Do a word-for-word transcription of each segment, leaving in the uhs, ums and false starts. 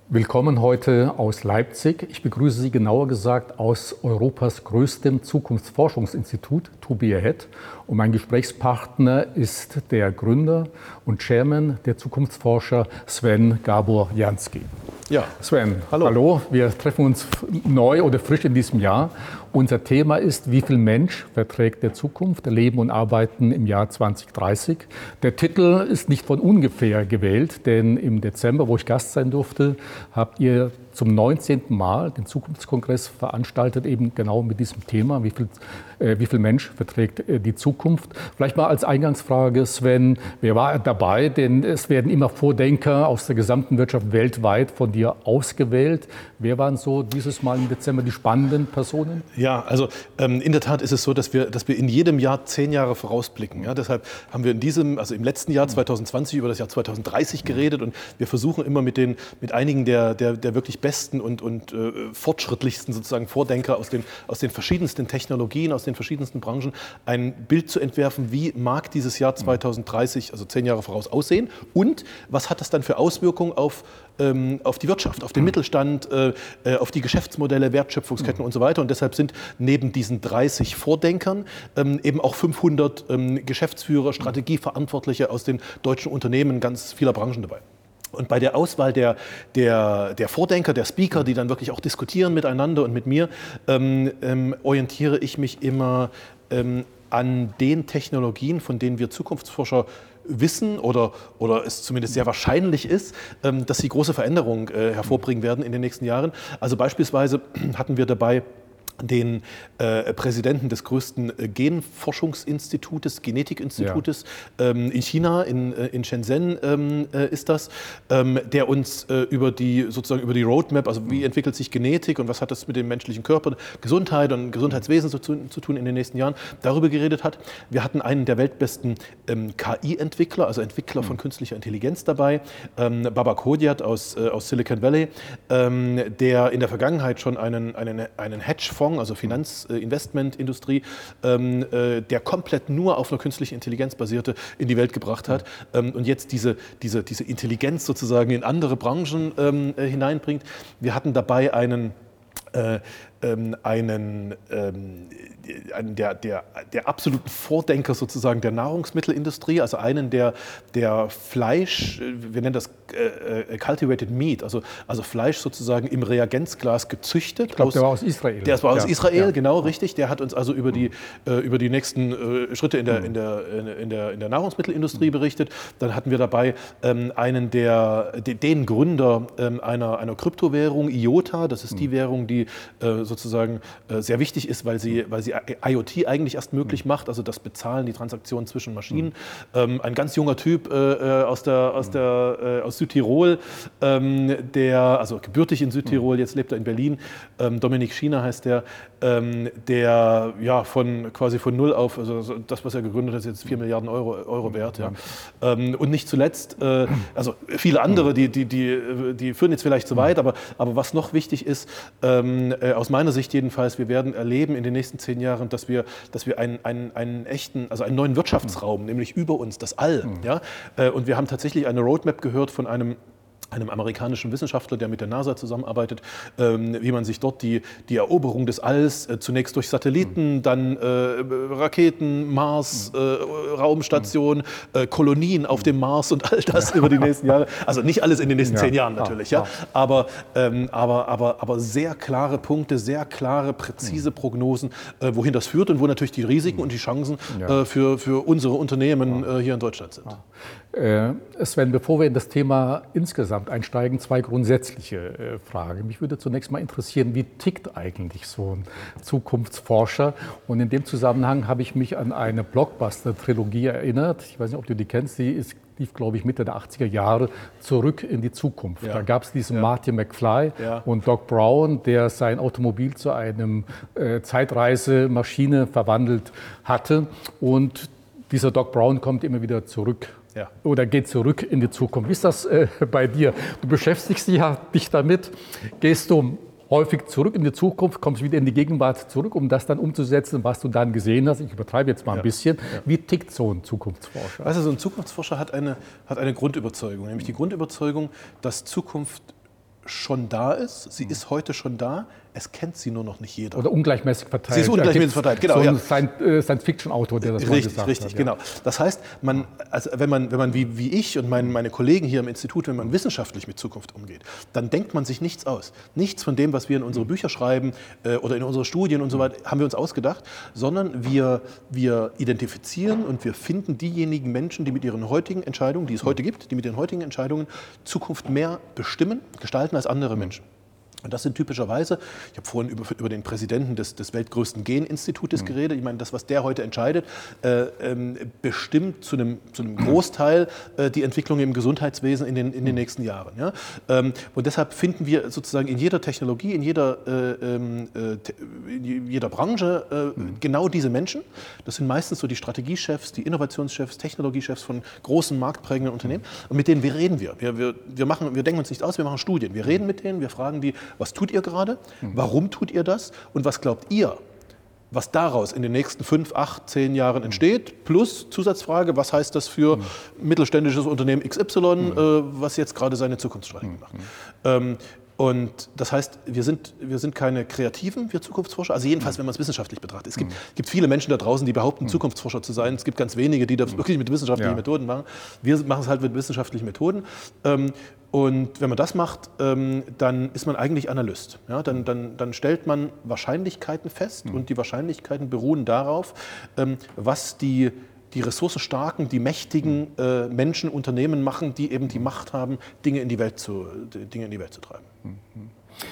Willkommen heute aus Leipzig. Ich begrüße Sie genauer gesagt aus Europas größtem Zukunftsforschungsinstitut, To Be Ahead. Und mein Gesprächspartner ist der Gründer und Chairman der Zukunftsforscher Sven Gabor Jansky. Ja, Sven, hallo. hallo. Wir treffen uns neu oder frisch in diesem Jahr. Unser Thema ist, wie viel Mensch verträgt der Zukunft, Leben und Arbeiten im Jahr zwanzig dreißig. Der Titel ist nicht von ungefähr gewählt, denn im Dezember, wo ich Gast sein durfte, habt ihr zum neunzehnten Mal den Zukunftskongress veranstaltet, eben genau mit diesem Thema, wie viel, äh, wie viel Mensch verträgt äh, die Zukunft. Vielleicht mal als Eingangsfrage, Sven, wer war dabei? Denn es werden immer Vordenker aus der gesamten Wirtschaft weltweit von dir ausgewählt. Wer waren so dieses Mal im Dezember die spannenden Personen? Ja, also ähm, in der Tat ist es so, dass wir, dass wir in jedem Jahr zehn Jahre vorausblicken. Ja? Deshalb haben wir in diesem, also im letzten Jahr zwanzig zwanzig über das Jahr zwanzig dreißig geredet und wir versuchen immer mit, den, mit einigen der, der, der wirklich besten und, und äh, fortschrittlichsten sozusagen Vordenker aus den, aus den verschiedensten Technologien, aus den verschiedensten Branchen ein Bild zu entwerfen, wie mag dieses Jahr zwanzig dreißig, also zehn Jahre voraus, aussehen und was hat das dann für Auswirkungen auf auf die Wirtschaft, auf den Mittelstand, auf die Geschäftsmodelle, Wertschöpfungsketten und so weiter. Und deshalb sind neben diesen dreißig Vordenkern eben auch fünfhundert Geschäftsführer, Strategieverantwortliche aus den deutschen Unternehmen ganz vieler Branchen dabei. Und bei der Auswahl der, der, der Vordenker, der Speaker, die dann wirklich auch diskutieren miteinander und mit mir, ähm, ähm, orientiere ich mich immer ähm, an den Technologien, von denen wir Zukunftsforscher wissen oder, oder es zumindest sehr wahrscheinlich ist, ähm, dass sie große Veränderungen äh, hervorbringen werden in den nächsten Jahren. Also beispielsweise hatten wir dabei den äh, Präsidenten des größten äh, Genforschungsinstitutes, Genetikinstitutes ja. ähm, in China, in, äh, in Shenzhen ähm, äh, ist das, ähm, der uns äh, über die sozusagen über die Roadmap, also wie entwickelt sich Genetik und was hat das mit dem menschlichen Körper, Gesundheit und Gesundheitswesen zu, zu tun in den nächsten Jahren, darüber geredet hat. Wir hatten einen der weltbesten ähm, K I-Entwickler, also Entwickler von künstlicher Intelligenz dabei, ähm, Babak Hodiad aus, äh, aus Silicon Valley, ähm, der in der Vergangenheit schon einen, einen, einen Hedgefonds, also Finanzinvestmentindustrie, ähm, äh, der komplett nur auf einer künstlichen Intelligenz basierte, in die Welt gebracht hat ähm, und jetzt diese, diese, diese Intelligenz sozusagen in andere Branchen ähm, äh, hineinbringt. Wir hatten dabei einen Äh, ähm, einen, ähm, einen der, der, der absoluten Vordenker sozusagen der Nahrungsmittelindustrie, also einen der, der Fleisch, wir nennen das äh, Cultivated Meat, also, also Fleisch sozusagen im Reagenzglas gezüchtet. Ich glaube, der war aus Israel. Der war aus ja. Israel, ja. genau, richtig. Der hat uns also über die, äh, über die nächsten äh, Schritte in der, in, der, in, der, in der Nahrungsmittelindustrie berichtet. Dann hatten wir dabei ähm, einen der, den Gründer ähm, einer, einer Kryptowährung, I O T A, das ist die Währung, die äh, sozusagen äh, sehr wichtig ist, weil sie, weil sie I O T eigentlich erst möglich macht, also das Bezahlen, die Transaktionen zwischen Maschinen. Ähm, ein ganz junger Typ äh, aus, der, aus, der, äh, aus Südtirol, ähm, der, also gebürtig in Südtirol, jetzt lebt er in Berlin, ähm, Dominik Schiener heißt der, ähm, der ja von quasi von null auf, also das, was er gegründet hat, ist jetzt vier Milliarden Euro, Euro wert. Ja. Ähm, und nicht zuletzt, äh, also viele andere, die, die, die, die führen jetzt vielleicht zu weit, aber, aber was noch wichtig ist, ähm, äh, aus meiner Sicht jedenfalls, wir werden erleben in den nächsten zehn Jahren, dass wir, dass wir einen, einen, einen echten, also einen neuen Wirtschaftsraum, nämlich über uns, das All. Mhm. Ja? Äh, und wir haben tatsächlich eine Roadmap gehört von einem einem amerikanischen Wissenschaftler, der mit der NASA zusammenarbeitet, ähm, wie man sich dort die, die Eroberung des Alls äh, zunächst durch Satelliten, mhm. dann äh, Raketen, Mars, äh, Raumstation, äh, Kolonien auf dem Mars und all das ja. über die nächsten Jahre. Also nicht alles in den nächsten ja. zehn Jahren natürlich, ja. ja. Aber, ähm, aber, aber, aber sehr klare Punkte, sehr klare, präzise mhm. Prognosen, äh, wohin das führt und wo natürlich die Risiken mhm. und die Chancen ja. äh, für, für unsere Unternehmen ja. äh, hier in Deutschland sind. Ja. Äh, Sven, bevor wir in das Thema insgesamt einsteigen, zwei grundsätzliche äh, Fragen. Mich würde zunächst mal interessieren, wie tickt eigentlich so ein Zukunftsforscher? Und in dem Zusammenhang habe ich mich an eine Blockbuster-Trilogie erinnert. Ich weiß nicht, ob du die kennst, die ist lief, glaube ich, Mitte der achtziger Jahre, Zurück in die Zukunft. Ja. Da gab es diesen ja. Marty McFly ja. und Doc Brown, der sein Automobil zu einem äh, Zeitreisemaschine verwandelt hatte. Und dieser Doc Brown kommt immer wieder zurück. Ja. Oder geht zurück in die Zukunft. Wie ist das äh, bei dir? Du beschäftigst dich ja dich damit. Gehst du häufig zurück in die Zukunft, kommst wieder in die Gegenwart zurück, um das dann umzusetzen, was du dann gesehen hast? Ich übertreibe jetzt mal ein ja. bisschen. Ja. Wie tickt so ein Zukunftsforscher? Weißt du, so ein Zukunftsforscher hat eine, hat eine Grundüberzeugung, nämlich die Grundüberzeugung, dass Zukunft schon da ist. Sie ist heute schon da. Es kennt sie nur noch nicht jeder. Oder ungleichmäßig verteilt. Sie ist ungleichmäßig verteilt, genau. So ja. ein Science-Fiction-Autor, der das richtig, mal gesagt richtig, hat. Richtig, genau. Das heißt, man, also wenn man, wenn man wie, wie ich und mein, meine Kollegen hier im Institut, wenn man wissenschaftlich mit Zukunft umgeht, dann denkt man sich nichts aus. Nichts von dem, was wir in unsere Bücher schreiben äh, oder in unsere Studien und so weiter, haben wir uns ausgedacht, sondern wir, wir identifizieren und wir finden diejenigen Menschen, die mit ihren heutigen Entscheidungen, die es heute gibt, die mit ihren heutigen Entscheidungen Zukunft mehr bestimmen, gestalten als andere Menschen. Und das sind typischerweise, ich habe vorhin über, über den Präsidenten des, des weltgrößten Geninstitutes mhm. geredet, ich meine, das, was der heute entscheidet, äh, ähm, bestimmt zu einem, zu einem Großteil äh, die Entwicklung im Gesundheitswesen in den, in den nächsten Jahren. Ja? Ähm, und deshalb finden wir sozusagen in jeder Technologie, in jeder, äh, äh, in jeder Branche äh, mhm. genau diese Menschen. Das sind meistens so die Strategiechefs, die Innovationschefs, Technologiechefs von großen marktprägenden Unternehmen. Und mit denen wir reden wir. Wir, wir, wir, machen, wir denken uns nichts aus, wir machen Studien. Wir reden mit denen, wir fragen die, was tut ihr gerade? Warum tut ihr das? Und was glaubt ihr, was daraus in den nächsten fünf, acht, zehn Jahren entsteht? Plus Zusatzfrage, was heißt das für mhm. mittelständisches Unternehmen X Y, mhm. äh, was jetzt gerade seine Zukunftsstrategie macht? Mhm. Ähm, Und das heißt, wir sind, wir sind keine Kreativen, wir Zukunftsforscher, also jedenfalls, wenn man es wissenschaftlich betrachtet. Es gibt, mhm. gibt viele Menschen da draußen, die behaupten, mhm. Zukunftsforscher zu sein. Es gibt ganz wenige, die das wirklich mit wissenschaftlichen ja. Methoden machen. Wir machen es halt mit wissenschaftlichen Methoden. Und wenn man das macht, dann ist man eigentlich Analyst. Ja, dann, dann, dann stellt man Wahrscheinlichkeiten fest mhm. und die Wahrscheinlichkeiten beruhen darauf, was die die ressourcenstarken, die mächtigen äh, Menschen, Unternehmen machen, die eben die Macht haben, Dinge in die Welt zu, Dinge in die Welt zu treiben. Mhm.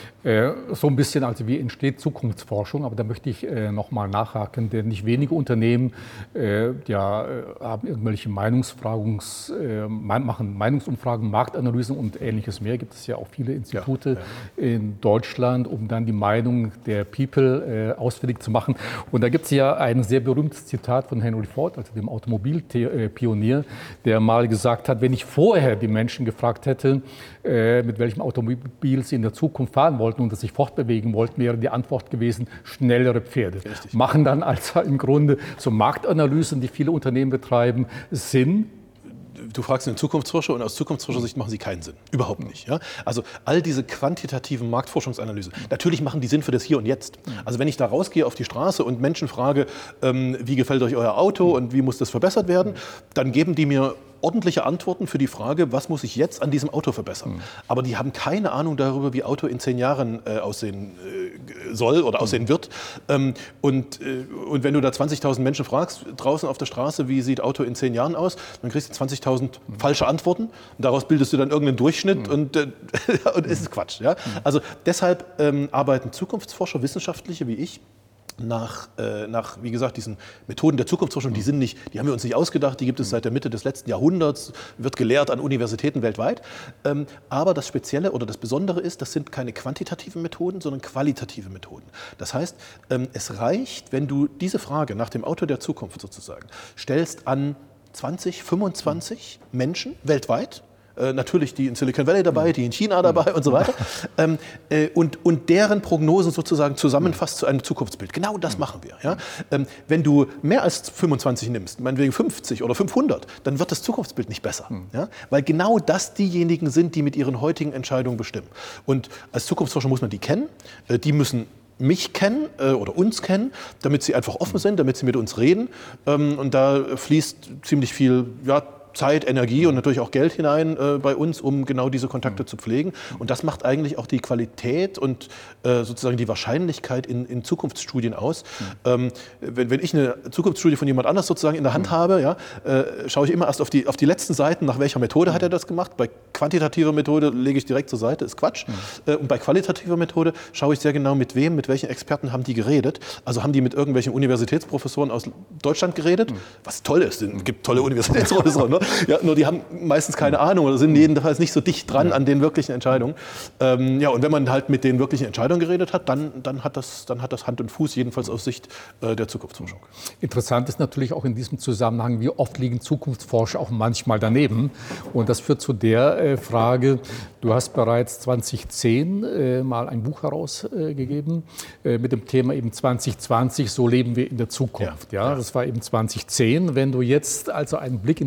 So ein bisschen, also wie entsteht Zukunftsforschung, aber da möchte ich äh, nochmal nachhaken, denn nicht wenige Unternehmen äh, ja, haben irgendwelche Meinungsfragungs, äh, machen Meinungsumfragen, Marktanalysen und ähnliches mehr. Gibt es ja auch viele Institute ja, ja. in Deutschland, um dann die Meinung der People äh, ausfindig zu machen. Und da gibt es ja ein sehr berühmtes Zitat von Henry Ford, also dem Automobilpionier, der mal gesagt hat, wenn ich vorher die Menschen gefragt hätte, äh, mit welchem Automobil sie in der Zukunft fahren wollten und dass sich fortbewegen wollten, wäre die Antwort gewesen, schnellere Pferde. Richtig. Machen dann also im Grunde so Marktanalysen, die viele Unternehmen betreiben, Sinn? Du fragst einen Zukunftsforscher und aus Zukunftsforschersicht machen sie keinen Sinn. Überhaupt nicht. Ja? Also all diese quantitativen Marktforschungsanalysen, natürlich machen die Sinn für das Hier und Jetzt. Also wenn ich da rausgehe auf die Straße und Menschen frage, ähm, wie gefällt euch euer Auto und wie muss das verbessert werden, dann geben die mir ordentliche Antworten für die Frage, was muss ich jetzt an diesem Auto verbessern. Mhm. Aber die haben keine Ahnung darüber, wie Auto in zehn Jahren äh, aussehen äh, soll oder aussehen mhm. wird. Ähm, und, äh, und wenn du da zwanzigtausend Menschen fragst, draußen auf der Straße, wie sieht Auto in zehn Jahren aus, dann kriegst du zwanzigtausend mhm. falsche Antworten. Und daraus bildest du dann irgendeinen Durchschnitt mhm. und, äh, und es ist Quatsch. Ja? Mhm. Also deshalb ähm, arbeiten Zukunftsforscher, Wissenschaftliche wie ich, Nach, äh, nach, wie gesagt, diesen Methoden der Zukunftsforschung, die sind nicht, die haben wir uns nicht ausgedacht, die gibt es seit der Mitte des letzten Jahrhunderts, wird gelehrt an Universitäten weltweit. Ähm, aber das Spezielle oder das Besondere ist, das sind keine quantitativen Methoden, sondern qualitative Methoden. Das heißt, ähm, es reicht, wenn du diese Frage nach dem Auto der Zukunft sozusagen stellst an zwanzig, fünfundzwanzig Menschen weltweit. Äh, natürlich die in Silicon Valley dabei, die in China dabei und so weiter. Ähm, äh, und, und deren Prognosen sozusagen zusammenfasst zu einem Zukunftsbild. Genau das machen wir. Ja? Ähm, wenn du mehr als fünfundzwanzig nimmst, meinetwegen fünfzig oder fünfhundert, dann wird das Zukunftsbild nicht besser. Ja? Weil genau das diejenigen sind, die mit ihren heutigen Entscheidungen bestimmen. Und als Zukunftsforscher muss man die kennen. Äh, die müssen mich kennen äh, oder uns kennen, damit sie einfach offen sind, damit sie mit uns reden. Ähm, und da fließt ziemlich viel, ja, Zeit, Energie und natürlich auch Geld hinein äh, bei uns, um genau diese Kontakte mhm. zu pflegen. Und das macht eigentlich auch die Qualität und äh, sozusagen die Wahrscheinlichkeit in, in Zukunftsstudien aus. Mhm. Ähm, wenn, wenn ich eine Zukunftsstudie von jemand anders sozusagen in der Hand mhm. habe, ja, äh, schaue ich immer erst auf die, auf die letzten Seiten, nach welcher Methode mhm. hat er das gemacht. Bei quantitativer Methode lege ich direkt zur Seite, ist Quatsch. Mhm. Äh, und bei qualitativer Methode schaue ich sehr genau, mit wem, mit welchen Experten haben die geredet. Also haben die mit irgendwelchen Universitätsprofessoren aus Deutschland geredet, mhm. was toll ist. Es gibt tolle Universitätsprofessoren, ne? Ja, nur die haben meistens keine Ahnung oder sind jedenfalls nicht so dicht dran ja. an den wirklichen Entscheidungen. Ähm, ja, und wenn man halt mit den wirklichen Entscheidungen geredet hat, dann, dann, hat das, dann hat das Hand und Fuß, jedenfalls aus Sicht äh, der Zukunftsforschung. Interessant ist natürlich auch in diesem Zusammenhang, wie oft liegen Zukunftsforscher auch manchmal daneben. Und das führt zu der äh, Frage, du hast bereits zweitausendzehn äh, mal ein Buch herausgegeben äh, mit dem Thema eben zwanzig zwanzig, so leben wir in der Zukunft. Ja. Ja, das war eben zweitausendzehn. Wenn du jetzt also einen Blick in die Vergangenheit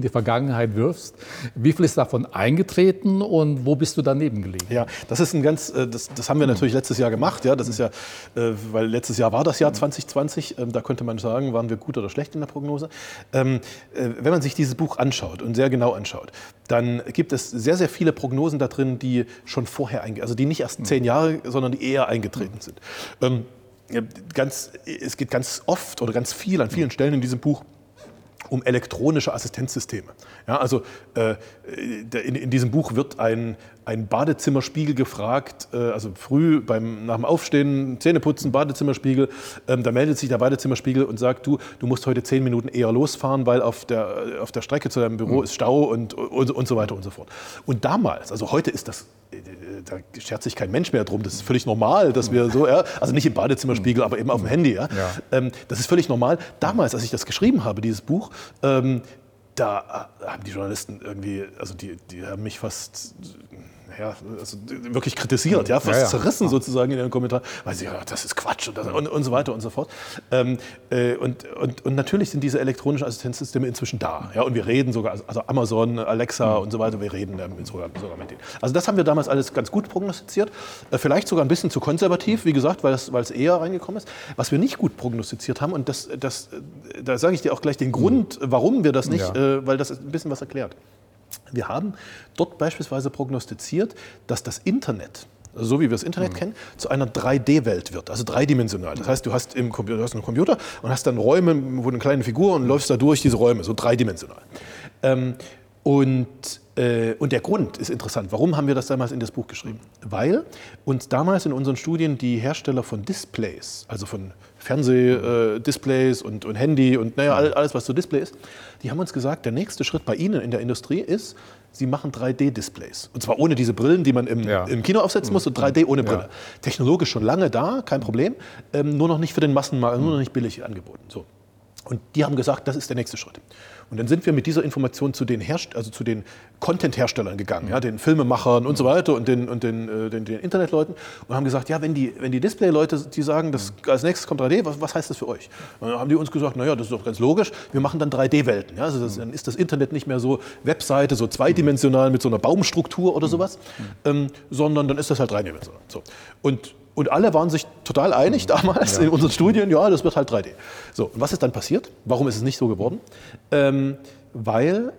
Vergangenheit wirfst. Wie viel ist davon eingetreten und wo bist du daneben gelegen? Ja, das ist ein ganz, das, das haben wir natürlich letztes Jahr gemacht. Ja, das ist ja, weil letztes Jahr war das Jahr zwanzig zwanzig. Da könnte man sagen, waren wir gut oder schlecht in der Prognose. Wenn man sich dieses Buch anschaut und sehr genau anschaut, dann gibt es sehr, sehr viele Prognosen da drin, die schon vorher eingetreten, also die nicht erst zehn Jahre, sondern die eher eingetreten sind. Ähm, ganz, es geht ganz oft oder ganz viel an vielen Stellen in diesem Buch um elektronische Assistenzsysteme. Ja, also äh, in, in diesem Buch wird ein, ein Badezimmerspiegel gefragt, äh, also früh beim, nach dem Aufstehen, Zähneputzen, Badezimmerspiegel, ähm, da meldet sich der Badezimmerspiegel und sagt, du, du musst heute zehn Minuten eher losfahren, weil auf der, auf der Strecke zu deinem Büro mhm. ist Stau und, und, und so weiter und so fort. Und damals, also heute ist das, da schert sich kein Mensch mehr drum, das ist völlig normal, dass wir so, ja, also nicht im Badezimmerspiegel, aber eben auf dem Handy, ja, ja. Ähm, das ist völlig normal. Damals, als ich das geschrieben habe, dieses Buch, ähm, da haben die Journalisten irgendwie, also die, die haben mich fast, ja, also wirklich kritisiert, ja, fast ja, ja. zerrissen sozusagen in den Kommentaren, weil sie, ja, das ist Quatsch und, das, und, und so weiter und so fort. Ähm, äh, und, und, und natürlich sind diese elektronischen Assistenzsysteme inzwischen da, ja, und wir reden sogar, also Amazon, Alexa und so weiter, wir reden damit sogar, sogar mit denen. Also das haben wir damals alles ganz gut prognostiziert, äh, vielleicht sogar ein bisschen zu konservativ, wie gesagt, weil es, weil es eher reingekommen ist. Was wir nicht gut prognostiziert haben, und das, das, da sage ich dir auch gleich den Grund, warum wir das nicht, ja. äh, weil das ein bisschen was erklärt. Wir haben dort beispielsweise prognostiziert, dass das Internet, so wie wir das Internet mhm. kennen, zu einer drei D Welt wird, also dreidimensional. Das heißt, du hast, im Computer, du hast einen Computer und hast dann Räume, wo eine kleine Figur und läufst da durch diese Räume, so dreidimensional. Ähm, und, äh, und der Grund ist interessant. Warum haben wir das damals in das Buch geschrieben? Weil uns damals in unseren Studien die Hersteller von Displays, also von Fernsehdisplays äh, und, und Handy und naja, alles, was so Display ist, die haben uns gesagt, der nächste Schritt bei Ihnen in der Industrie ist, Sie machen drei D-Displays. Und zwar ohne diese Brillen, die man im, ja. im Kino aufsetzen muss, und drei D ohne Brille. Ja. Technologisch schon lange da, kein Problem, ähm, nur noch nicht für den Massenmarkt, nur noch nicht billig angeboten. So. Und die haben gesagt, das ist der nächste Schritt. Und dann sind wir mit dieser Information zu den, Herst- also zu den Content-Herstellern gegangen, ja, den Filmemachern und so weiter und den, und den, äh, den, den Internetleuten und haben gesagt, ja, wenn die, wenn die Display-Leute, die sagen, das, als nächstes kommt drei D, was, was heißt das für euch? Und dann haben die uns gesagt, naja, das ist doch ganz logisch, wir machen dann drei D-Welten. Ja, also das, dann ist das Internet nicht mehr so Webseite, so zweidimensional mit so einer Baumstruktur oder sowas, ähm, sondern dann ist das halt dreidimensional. So. Und Und alle waren sich total einig damals ja. in unseren Studien, ja, das wird halt drei D. So, und was ist dann passiert? Warum ist es nicht so geworden? Ähm, weil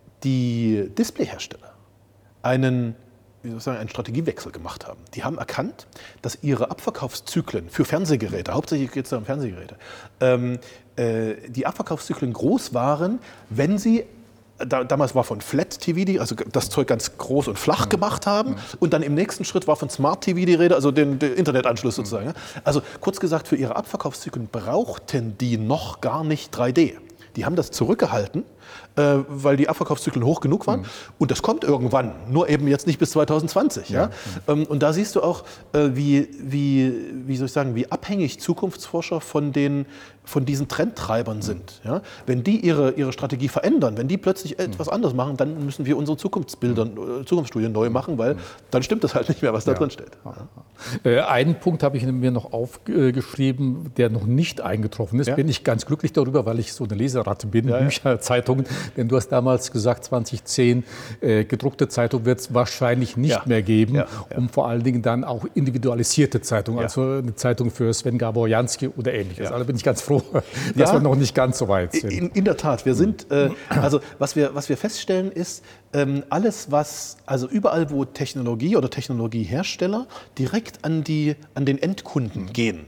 die Displayhersteller einen, wie soll ich sagen, einen Strategiewechsel gemacht haben. Die haben erkannt, dass ihre Abverkaufszyklen für Fernsehgeräte, hauptsächlich geht es da um Fernsehgeräte, ähm, äh, die Abverkaufszyklen groß waren, wenn sie Da, damals war von Flat-T V, die, also das Zeug ganz groß und flach gemacht haben. Und dann im nächsten Schritt war von Smart-T V die Rede, also den, den Internetanschluss sozusagen. Also kurz gesagt, für ihre Abverkaufszyklen brauchten die noch gar nicht drei D. Die haben das zurückgehalten, äh, weil die Abverkaufszyklen hoch genug waren. Mhm. Und das kommt irgendwann, nur eben jetzt nicht bis zwanzig zwanzig. Ja. Ja? Ähm, und da siehst du auch, äh, wie, wie, wie soll ich sagen, wie abhängig Zukunftsforscher von den von diesen Trendtreibern sind. Ja? Wenn die ihre, ihre Strategie verändern, wenn die plötzlich etwas anderes machen, dann müssen wir unsere Zukunftsbilder, Zukunftsstudien neu machen, weil dann stimmt das halt nicht mehr, was da ja. drin steht. Ja. Äh, einen Punkt habe ich mir noch aufgeschrieben, der noch nicht eingetroffen ist. Ja? Bin ich ganz glücklich darüber, weil ich so eine Leseratte bin, ja, Bücher, ja. Zeitungen. Denn du hast damals gesagt, zwanzig zehn, äh, gedruckte Zeitung wird es wahrscheinlich nicht ja. mehr geben, ja. Ja. um vor allen Dingen dann auch individualisierte Zeitungen, ja. also eine Zeitung für Sven Gabor-Jansky oder ähnliches. Ja. Also bin ich ganz froh, dass ja, wir noch nicht ganz so weit sind. In, in der Tat, wir sind, äh, also was wir, was wir feststellen ist, ähm, alles was, also überall wo Technologie oder Technologiehersteller direkt an, die, an den Endkunden mhm. gehen,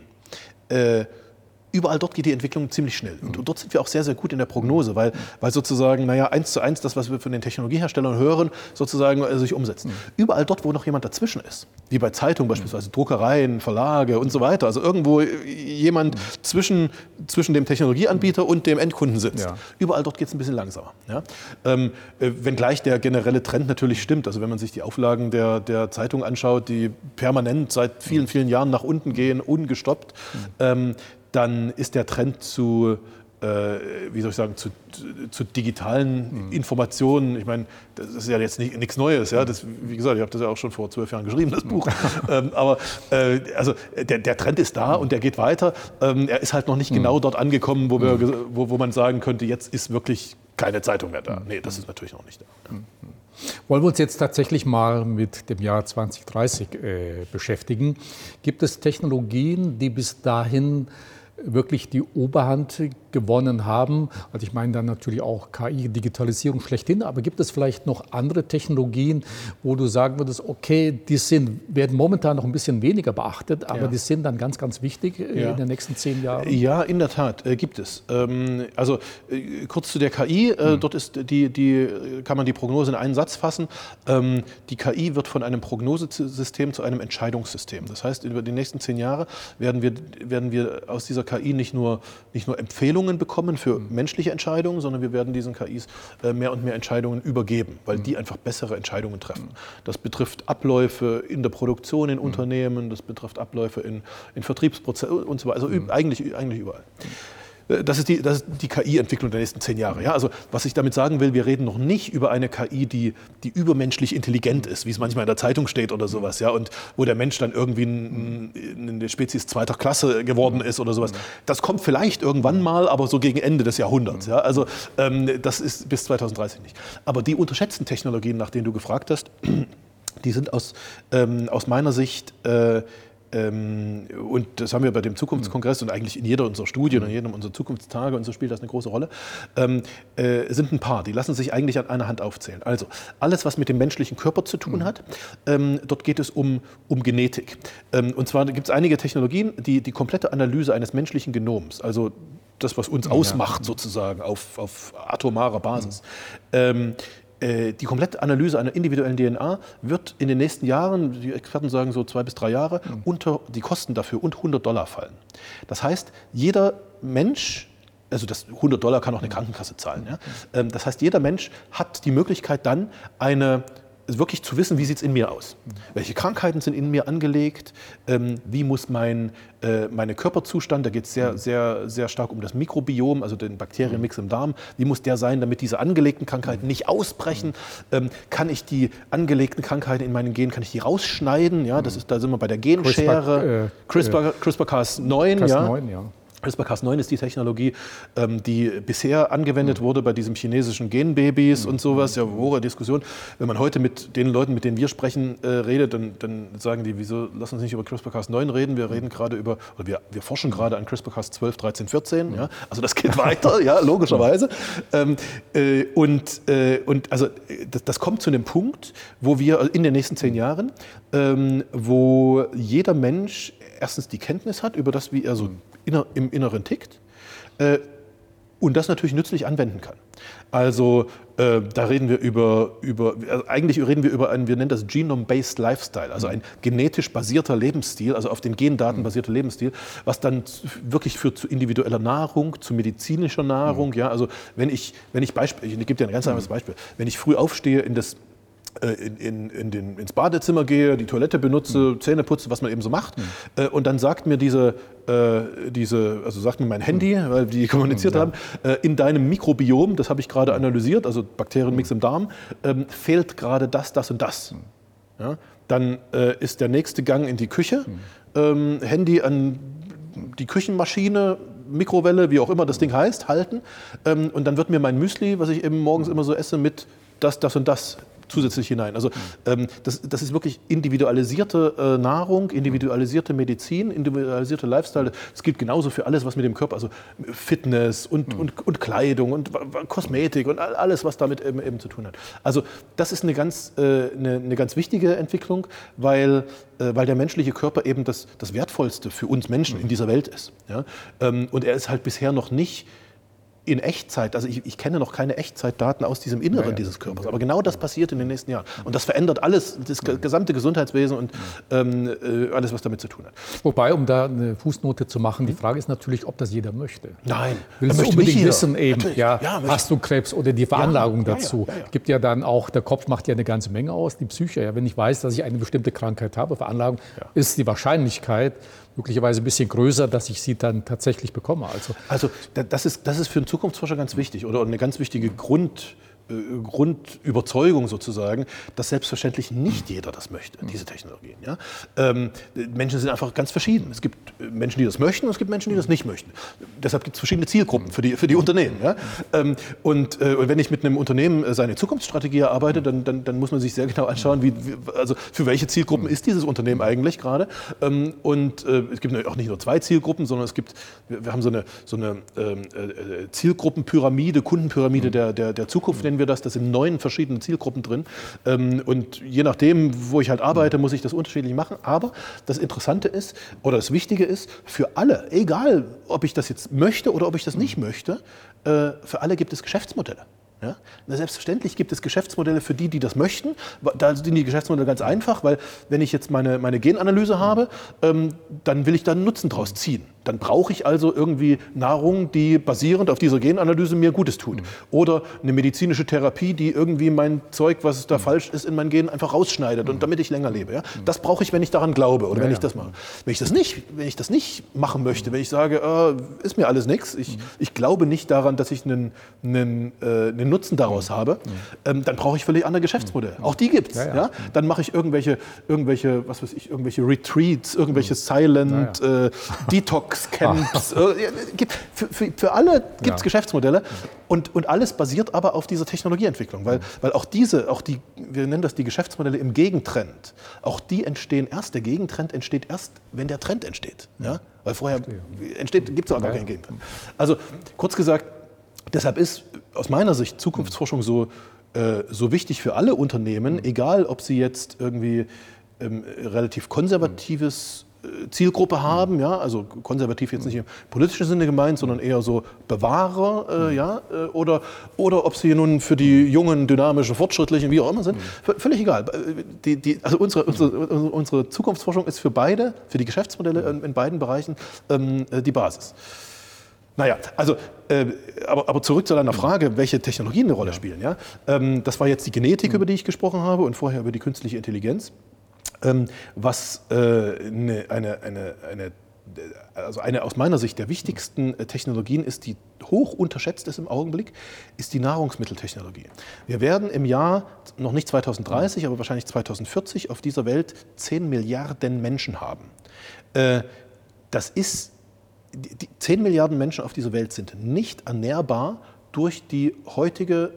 äh, überall dort geht die Entwicklung ziemlich schnell. Und, und dort sind wir auch sehr, sehr gut in der Prognose, weil, weil sozusagen, naja, eins zu eins das, was wir von den Technologieherstellern hören, sozusagen äh, sich umsetzt. Mhm. Überall dort, wo noch jemand dazwischen ist, wie bei Zeitungen beispielsweise, mhm. Druckereien, Verlage und so weiter, also irgendwo jemand mhm. zwischen, zwischen dem Technologieanbieter und dem Endkunden sitzt. Ja. Überall dort geht es ein bisschen langsamer. Ja? Ähm, äh, wenngleich der generelle Trend natürlich stimmt. Also wenn man sich die Auflagen der, der Zeitung anschaut, die permanent seit vielen, vielen Jahren nach unten gehen, ungestoppt, mhm. ähm, dann ist der Trend zu, äh, wie soll ich sagen, zu, zu digitalen mhm. Informationen, ich meine, das ist ja jetzt nicht, nichts Neues, ja, das, wie gesagt, ich habe das ja auch schon vor zwölf Jahren geschrieben, das Buch, ähm, aber äh, also der, der Trend ist da und der geht weiter, ähm, er ist halt noch nicht mhm. genau dort angekommen, wo, wir, wo, wo man sagen könnte, jetzt ist wirklich keine Zeitung mehr da. Nee, das ist natürlich noch nicht da. Mhm. Wollen wir uns jetzt tatsächlich mal mit dem Jahr zwanzig dreißig äh, beschäftigen. Gibt es Technologien, die bis dahin wirklich die Oberhand gewonnen haben? Also ich meine dann natürlich auch K I, Digitalisierung schlechthin, aber gibt es vielleicht noch andere Technologien, wo du sagen würdest, okay, die sind, werden momentan noch ein bisschen weniger beachtet, aber ja. die sind dann ganz, ganz wichtig ja. in den nächsten zehn Jahren? Ja, in der Tat, äh, gibt es. Ähm, also äh, kurz zu der K I, äh, hm. dort ist die, die, kann man die Prognose in einen Satz fassen. Ähm, die K I wird von einem Prognosesystem zu einem Entscheidungssystem. Das heißt, über die nächsten zehn Jahre werden wir, werden wir aus dieser K I nicht nur, nicht nur Empfehlungen bekommen für mhm. menschliche Entscheidungen, sondern wir werden diesen K Is äh, mehr und mehr Entscheidungen übergeben, weil mhm. die einfach bessere Entscheidungen treffen. Das betrifft Abläufe in der Produktion in mhm. Unternehmen, das betrifft Abläufe in, in Vertriebsprozessen und so weiter, also mhm. eigentlich, eigentlich überall. Das ist, die, das ist die K I-Entwicklung der nächsten zehn Jahre. Ja? Also was ich damit sagen will, wir reden noch nicht über eine K I, die, die übermenschlich intelligent ist, wie es manchmal in der Zeitung steht oder sowas, ja? Und wo der Mensch dann irgendwie ein, eine Spezies zweiter Klasse geworden ist oder sowas. Das kommt vielleicht irgendwann mal, aber so gegen Ende des Jahrhunderts. Ja? Also ähm, das ist bis zwanzig dreißig nicht. Aber die unterschätzten Technologien, nach denen du gefragt hast, die sind aus, ähm, aus meiner Sicht äh, und das haben wir bei dem Zukunftskongress und eigentlich in jeder unserer Studien und in jedem unserer Zukunftstage und so spielt das eine große Rolle, ähm, äh, sind ein paar, die lassen sich eigentlich an einer Hand aufzählen. Also alles, was mit dem menschlichen Körper zu tun hat, ähm, dort geht es um, um Genetik. Ähm, und zwar gibt es einige Technologien, die die komplette Analyse eines menschlichen Genoms, also das, was uns ausmacht sozusagen auf, auf atomarer Basis, ähm, die komplette Analyse einer individuellen D N A wird in den nächsten Jahren, die Experten sagen so zwei bis drei Jahre, mhm. unter die Kosten dafür und hundert Dollar fallen. Das heißt, jeder Mensch, also das hundert Dollar kann auch eine Krankenkasse zahlen, ja? Das heißt, jeder Mensch hat die Möglichkeit dann eine wirklich zu wissen, wie sieht es in mir aus? Welche Krankheiten sind in mir angelegt? Ähm, wie muss mein äh, meine Körperzustand, da geht es sehr, sehr, sehr stark um das Mikrobiom, also den Bakterienmix im Darm. Wie muss der sein, damit diese angelegten Krankheiten nicht ausbrechen? Ähm, kann ich die angelegten Krankheiten in meinen Genen, kann ich die rausschneiden? Ja, das ist, da sind wir bei der Genschere. CRISPR, CRISPR Cas neun, ja. ja. CRISPR Cas neun ist die Technologie, die bisher angewendet wurde bei diesem chinesischen Genbabys und sowas. Ja, hohe Diskussion. Wenn man heute mit den Leuten, mit denen wir sprechen, redet, dann, dann sagen die, wieso lass uns nicht über CRISPR Cas neun reden? Wir reden gerade über, oder wir, wir forschen gerade an CRISPR Cas zwölf, dreizehn, vierzehn. Ja? Also das geht weiter, ja, logischerweise. Und, und also das, das kommt zu einem Punkt, wo wir in den nächsten zehn Jahren, wo jeder Mensch erstens die Kenntnis hat über das, wie er so inner, im Inneren tickt äh, und das natürlich nützlich anwenden kann. Also äh, da reden wir über, über also eigentlich reden wir über einen, wir nennen das Genome-Based Lifestyle, also ein genetisch basierter Lebensstil, also auf den Gendaten basierter Lebensstil, was dann wirklich führt zu individueller Nahrung, zu medizinischer Nahrung. Mhm. Ja, also wenn ich, wenn ich Beispiel, ich gebe dir ein ganz einfaches Beispiel, wenn ich früh aufstehe, in das In, in, in den, ins Badezimmer gehe, die Toilette benutze, mhm. Zähne putze, was man eben so macht. Mhm. Äh, und dann sagt mir diese, äh, diese, also sagt mir mein Handy, mhm. weil die kommuniziert mhm. haben, äh, in deinem Mikrobiom, das habe ich gerade analysiert, also Bakterienmix mhm. im Darm, ähm, fehlt gerade das, das und das. Mhm. Ja? Dann äh, ist der nächste Gang in die Küche, mhm. ähm, Handy an die Küchenmaschine, Mikrowelle, wie auch immer das Ding heißt, halten. Ähm, und dann wird mir mein Müsli, was ich eben morgens immer so esse, mit das, das und das zusätzlich hinein. Also ähm, das, das ist wirklich individualisierte äh, Nahrung, individualisierte Medizin, individualisierte Lifestyle. Das gilt genauso für alles, was mit dem Körper, also Fitness und, mhm. und, und Kleidung und Kosmetik und alles, was damit eben, eben zu tun hat. Also das ist eine ganz, äh, eine, eine ganz wichtige Entwicklung, weil, äh, weil der menschliche Körper eben das, das Wertvollste für uns Menschen mhm. in dieser Welt ist. Ja? Ähm, und er ist halt bisher noch nicht in Echtzeit, also ich, ich kenne noch keine Echtzeitdaten aus diesem Inneren ja, ja. dieses Körpers, aber genau das passiert in den nächsten Jahren. Und das verändert alles, das gesamte Gesundheitswesen und ähm, äh, alles, was damit zu tun hat. Wobei, um da eine Fußnote zu machen, die Frage ist natürlich, ob das jeder möchte. Nein, willst du unbedingt wissen, eben, ja, ja, hast du Krebs oder die Veranlagung ja, dazu. Ja, ja, ja, ja. Gibt ja dann auch, der Kopf macht ja eine ganze Menge aus, die Psyche. Ja, wenn ich weiß, dass ich eine bestimmte Krankheit habe, Veranlagung, ja. ist die Wahrscheinlichkeit möglicherweise ein bisschen größer, dass ich sie dann tatsächlich bekomme. Also, also das ist, das ist für einen Zukunftsforscher ganz wichtig oder eine ganz wichtige Grund, Grundüberzeugung sozusagen, dass selbstverständlich nicht jeder das möchte, diese Technologien. Ja? Ähm, Menschen sind einfach ganz verschieden. Es gibt Menschen, die das möchten, und es gibt Menschen, die das nicht möchten. Deshalb gibt es verschiedene Zielgruppen für die, für die Unternehmen. Ja? Ähm, und, äh, und wenn ich mit einem Unternehmen seine Zukunftsstrategie erarbeite, dann, dann, dann muss man sich sehr genau anschauen, wie, wie, also für welche Zielgruppen ist dieses Unternehmen eigentlich gerade. Ähm, und äh, es gibt auch nicht nur zwei Zielgruppen, sondern es gibt, wir, wir haben so eine, so eine ähm, äh, Zielgruppenpyramide, Kundenpyramide der, der, der Zukunft, nennen wir das. Das sind neun verschiedene Zielgruppen drin. Und je nachdem, wo ich halt arbeite, muss ich das unterschiedlich machen. Aber das Interessante ist, oder das Wichtige ist, für alle, egal ob ich das jetzt möchte oder ob ich das nicht möchte, für alle gibt es Geschäftsmodelle. Ja? Selbstverständlich gibt es Geschäftsmodelle für die, die das möchten. Da sind die Geschäftsmodelle ganz einfach, weil wenn ich jetzt meine, meine Genanalyse habe, ähm, dann will ich da einen Nutzen draus ziehen. Dann brauche ich also irgendwie Nahrung, die basierend auf dieser Genanalyse mir Gutes tut. Mhm. Oder eine medizinische Therapie, die irgendwie mein Zeug, was da mhm. falsch ist, in meinen Genen einfach rausschneidet, mhm. und damit ich länger lebe. Ja? Das brauche ich, wenn ich daran glaube oder ja, wenn ich das mache. Wenn ich das nicht, wenn ich das nicht machen möchte, wenn ich sage, äh, ist mir alles nichts, ich, mhm. ich glaube nicht daran, dass ich einen, einen, äh, einen Nutzen daraus mhm. habe, ähm, dann brauche ich völlig andere Geschäftsmodelle. Mhm. Auch die gibt's. Ja, ja. Ja? Dann mache ich irgendwelche, irgendwelche, was weiß ich, irgendwelche Retreats, irgendwelche mhm. Silent ja, ja. Äh, Detox Camps. Ah. Für, für, für alle gibt es ja. Geschäftsmodelle, und, und alles basiert aber auf dieser Technologieentwicklung, weil, weil auch diese, auch die, wir nennen das die Geschäftsmodelle im Gegentrend, auch die entstehen erst, der Gegentrend entsteht erst, wenn der Trend entsteht. Ja? Weil vorher entsteht, gibt es auch gar keinen Gegentrend. Also kurz gesagt, deshalb ist aus meiner Sicht Zukunftsforschung so, äh, so wichtig für alle Unternehmen, egal ob sie jetzt irgendwie ähm, relativ konservatives Zielgruppe haben, ja, also konservativ jetzt nicht im politischen Sinne gemeint, sondern eher so Bewahrer, äh, ja, äh, oder, oder ob sie nun für die jungen, dynamischen, fortschrittlichen, wie auch immer sind, v- völlig egal. Die, die, also unsere, unsere, unsere Zukunftsforschung ist für beide, für die Geschäftsmodelle in, in beiden Bereichen ähm, die Basis. Naja, also, äh, aber, aber zurück zu deiner Frage, welche Technologien eine Rolle spielen. Ja? Ähm, das war jetzt die Genetik, über die ich gesprochen habe, und vorher über die künstliche Intelligenz. Ähm, was äh, eine, eine, eine, eine, also eine aus meiner Sicht der wichtigsten Technologien ist, die hoch unterschätzt ist im Augenblick, ist die Nahrungsmitteltechnologie. Wir werden im Jahr, noch nicht zweitausenddreißig, aber wahrscheinlich zweitausendvierzig, auf dieser Welt zehn Milliarden Menschen haben. Äh, das ist, die zehn Milliarden Menschen auf dieser Welt sind nicht ernährbar durch die heutige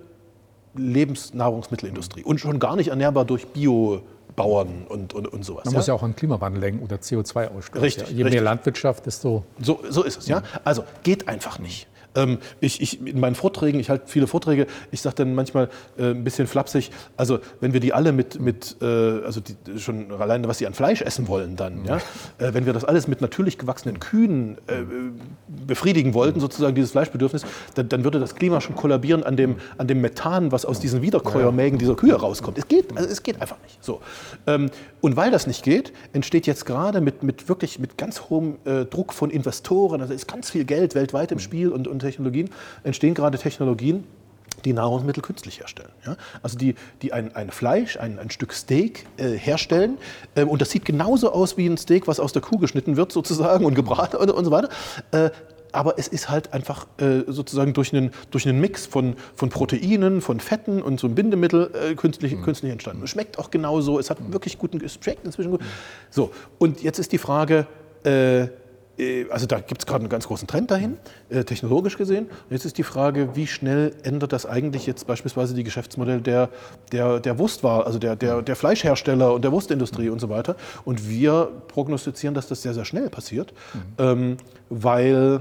Lebensnahrungsmittelindustrie und schon gar nicht ernährbar durch Bio Bauern und, und, und sowas. Man ja? muss ja auch an Klimawandel denken oder C O zwei Ausstoß. Richtig. Ja. Je richtig. mehr Landwirtschaft, desto... So, so ist es, ja. Also geht einfach nicht. Ähm, ich, ich, in meinen Vorträgen, ich halte viele Vorträge, ich sage dann manchmal äh, ein bisschen flapsig, also wenn wir die alle mit, mit äh, also die, schon alleine, was sie an Fleisch essen wollen dann, ja, äh, wenn wir das alles mit natürlich gewachsenen Kühen äh, befriedigen wollten, sozusagen dieses Fleischbedürfnis, dann, dann würde das Klima schon kollabieren an dem, an dem Methan, was aus diesen Wiederkäuermägen dieser Kühe rauskommt. Es geht, also es geht einfach nicht. So. Ähm, und weil das nicht geht, entsteht jetzt gerade mit, mit wirklich mit ganz hohem äh, Druck von Investoren, also ist ganz viel Geld weltweit im Spiel und, und Technologien, entstehen gerade Technologien, die Nahrungsmittel künstlich herstellen. Ja? Also die, die ein, ein Fleisch, ein, ein Stück Steak äh, herstellen, äh, und das sieht genauso aus wie ein Steak, was aus der Kuh geschnitten wird sozusagen und gebraten und, und so weiter. Äh, aber es ist halt einfach äh, sozusagen durch einen, durch einen Mix von, von Proteinen, von Fetten und so einem Bindemittel äh, künstlich, mhm. künstlich entstanden. Es schmeckt auch genauso, es hat wirklich guten, es schmeckt inzwischen gut. So, und jetzt ist die Frage, äh, also da gibt es gerade einen ganz großen Trend dahin, äh, technologisch gesehen. Und jetzt ist die Frage, wie schnell ändert das eigentlich jetzt beispielsweise die Geschäftsmodelle der, der, der Wurstware, also der, der, der Fleischhersteller und der Wurstindustrie und so weiter. Und wir prognostizieren, dass das sehr, sehr schnell passiert, mhm. ähm, weil,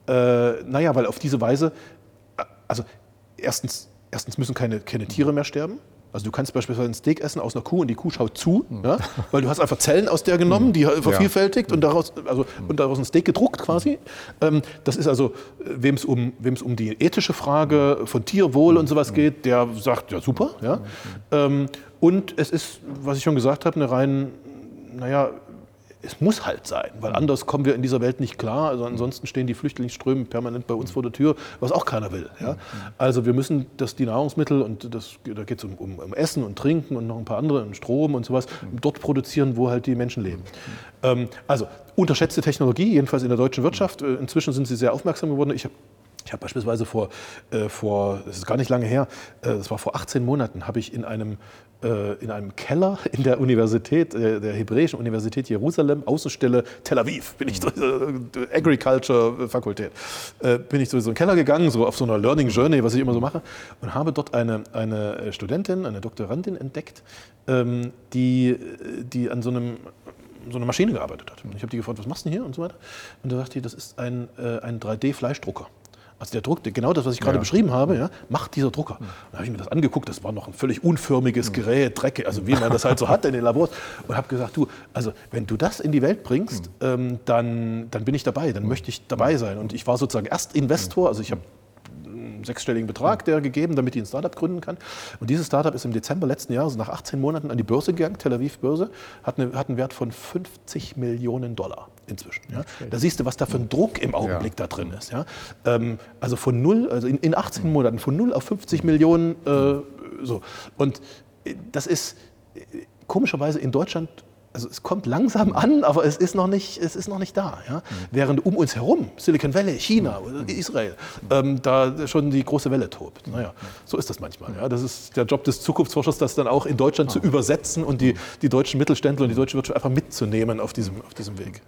äh, naja, weil auf diese Weise, also erstens, erstens müssen keine, keine Tiere mehr sterben. Also du kannst beispielsweise ein Steak essen aus einer Kuh und die Kuh schaut zu, mhm. ja, weil du hast einfach Zellen aus der genommen, die vervielfältigt, ja. und, daraus, also, und daraus ein Steak gedruckt quasi. Ähm, das ist also, wem es um, wem's um die ethische Frage von Tierwohl und sowas geht, der sagt, ja super. Ja. Ähm, und es ist, was ich schon gesagt habe, eine rein, naja, es muss halt sein, weil anders kommen wir in dieser Welt nicht klar. Also ansonsten stehen die Flüchtlingsströme permanent bei uns vor der Tür, was auch keiner will. Ja? Also wir müssen das, die Nahrungsmittel, und das, da geht es um, um, um Essen und Trinken und noch ein paar andere, um Strom und sowas, dort produzieren, wo halt die Menschen leben. Ähm, also unterschätzte Technologie, jedenfalls in der deutschen Wirtschaft. Inzwischen sind sie sehr aufmerksam geworden. Ich habe Ich habe beispielsweise vor, äh, vor, das ist gar nicht lange her, äh, das war vor achtzehn Monaten, habe ich in einem, äh, in einem Keller in der Universität, äh, der Hebräischen Universität Jerusalem, Außenstelle Tel Aviv, bin ich durch äh, Agriculture-Fakultät, äh, bin ich durch so einen Keller gegangen, so auf so einer Learning Journey, was ich immer so mache, und habe dort eine, eine Studentin, eine Doktorandin entdeckt, ähm, die, die an so einem so einer Maschine gearbeitet hat. Und ich habe die gefragt, was machst du denn hier und so weiter. Und da sagt die, das ist ein, äh, ein drei D-Fleischdrucker. Also der Druck, genau das, was ich gerade ja. beschrieben habe, ja, macht dieser Drucker. Mhm. Dann habe ich mir das angeguckt, das war noch ein völlig unförmiges mhm. Gerät, Drecke, also wie man das halt so hat in den Labors. Und habe gesagt, du, also wenn du das in die Welt bringst, mhm. ähm, dann, dann bin ich dabei, dann mhm. möchte ich dabei sein. Und ich war sozusagen erst Investor, also ich habe einen sechsstelligen Betrag der gegeben, damit ich ein Startup gründen kann. Und dieses Startup ist im Dezember letzten Jahres, nach achtzehn Monaten, an die Börse gegangen, Tel Aviv Börse, hat, eine, hat einen Wert von fünfzig Millionen Dollar. Inzwischen. Ja. Da siehst du, was da für ein Druck im Augenblick ja. da drin ist. Ja. Ähm, also von null, also in, in achtzehn Monaten von null auf fünfzig Millionen. Äh, so. Und das ist äh, komischerweise in Deutschland, also es kommt langsam an, aber es ist noch nicht, es ist noch nicht da. Ja. Mhm. Während um uns herum, Silicon Valley, China, Israel, ähm, da schon die große Welle tobt. Naja, so ist das manchmal. Ja. Das ist der Job des Zukunftsforschers, das dann auch in Deutschland zu übersetzen und die, die deutschen Mittelständler und die deutsche Wirtschaft einfach mitzunehmen auf diesem, auf diesem Weg.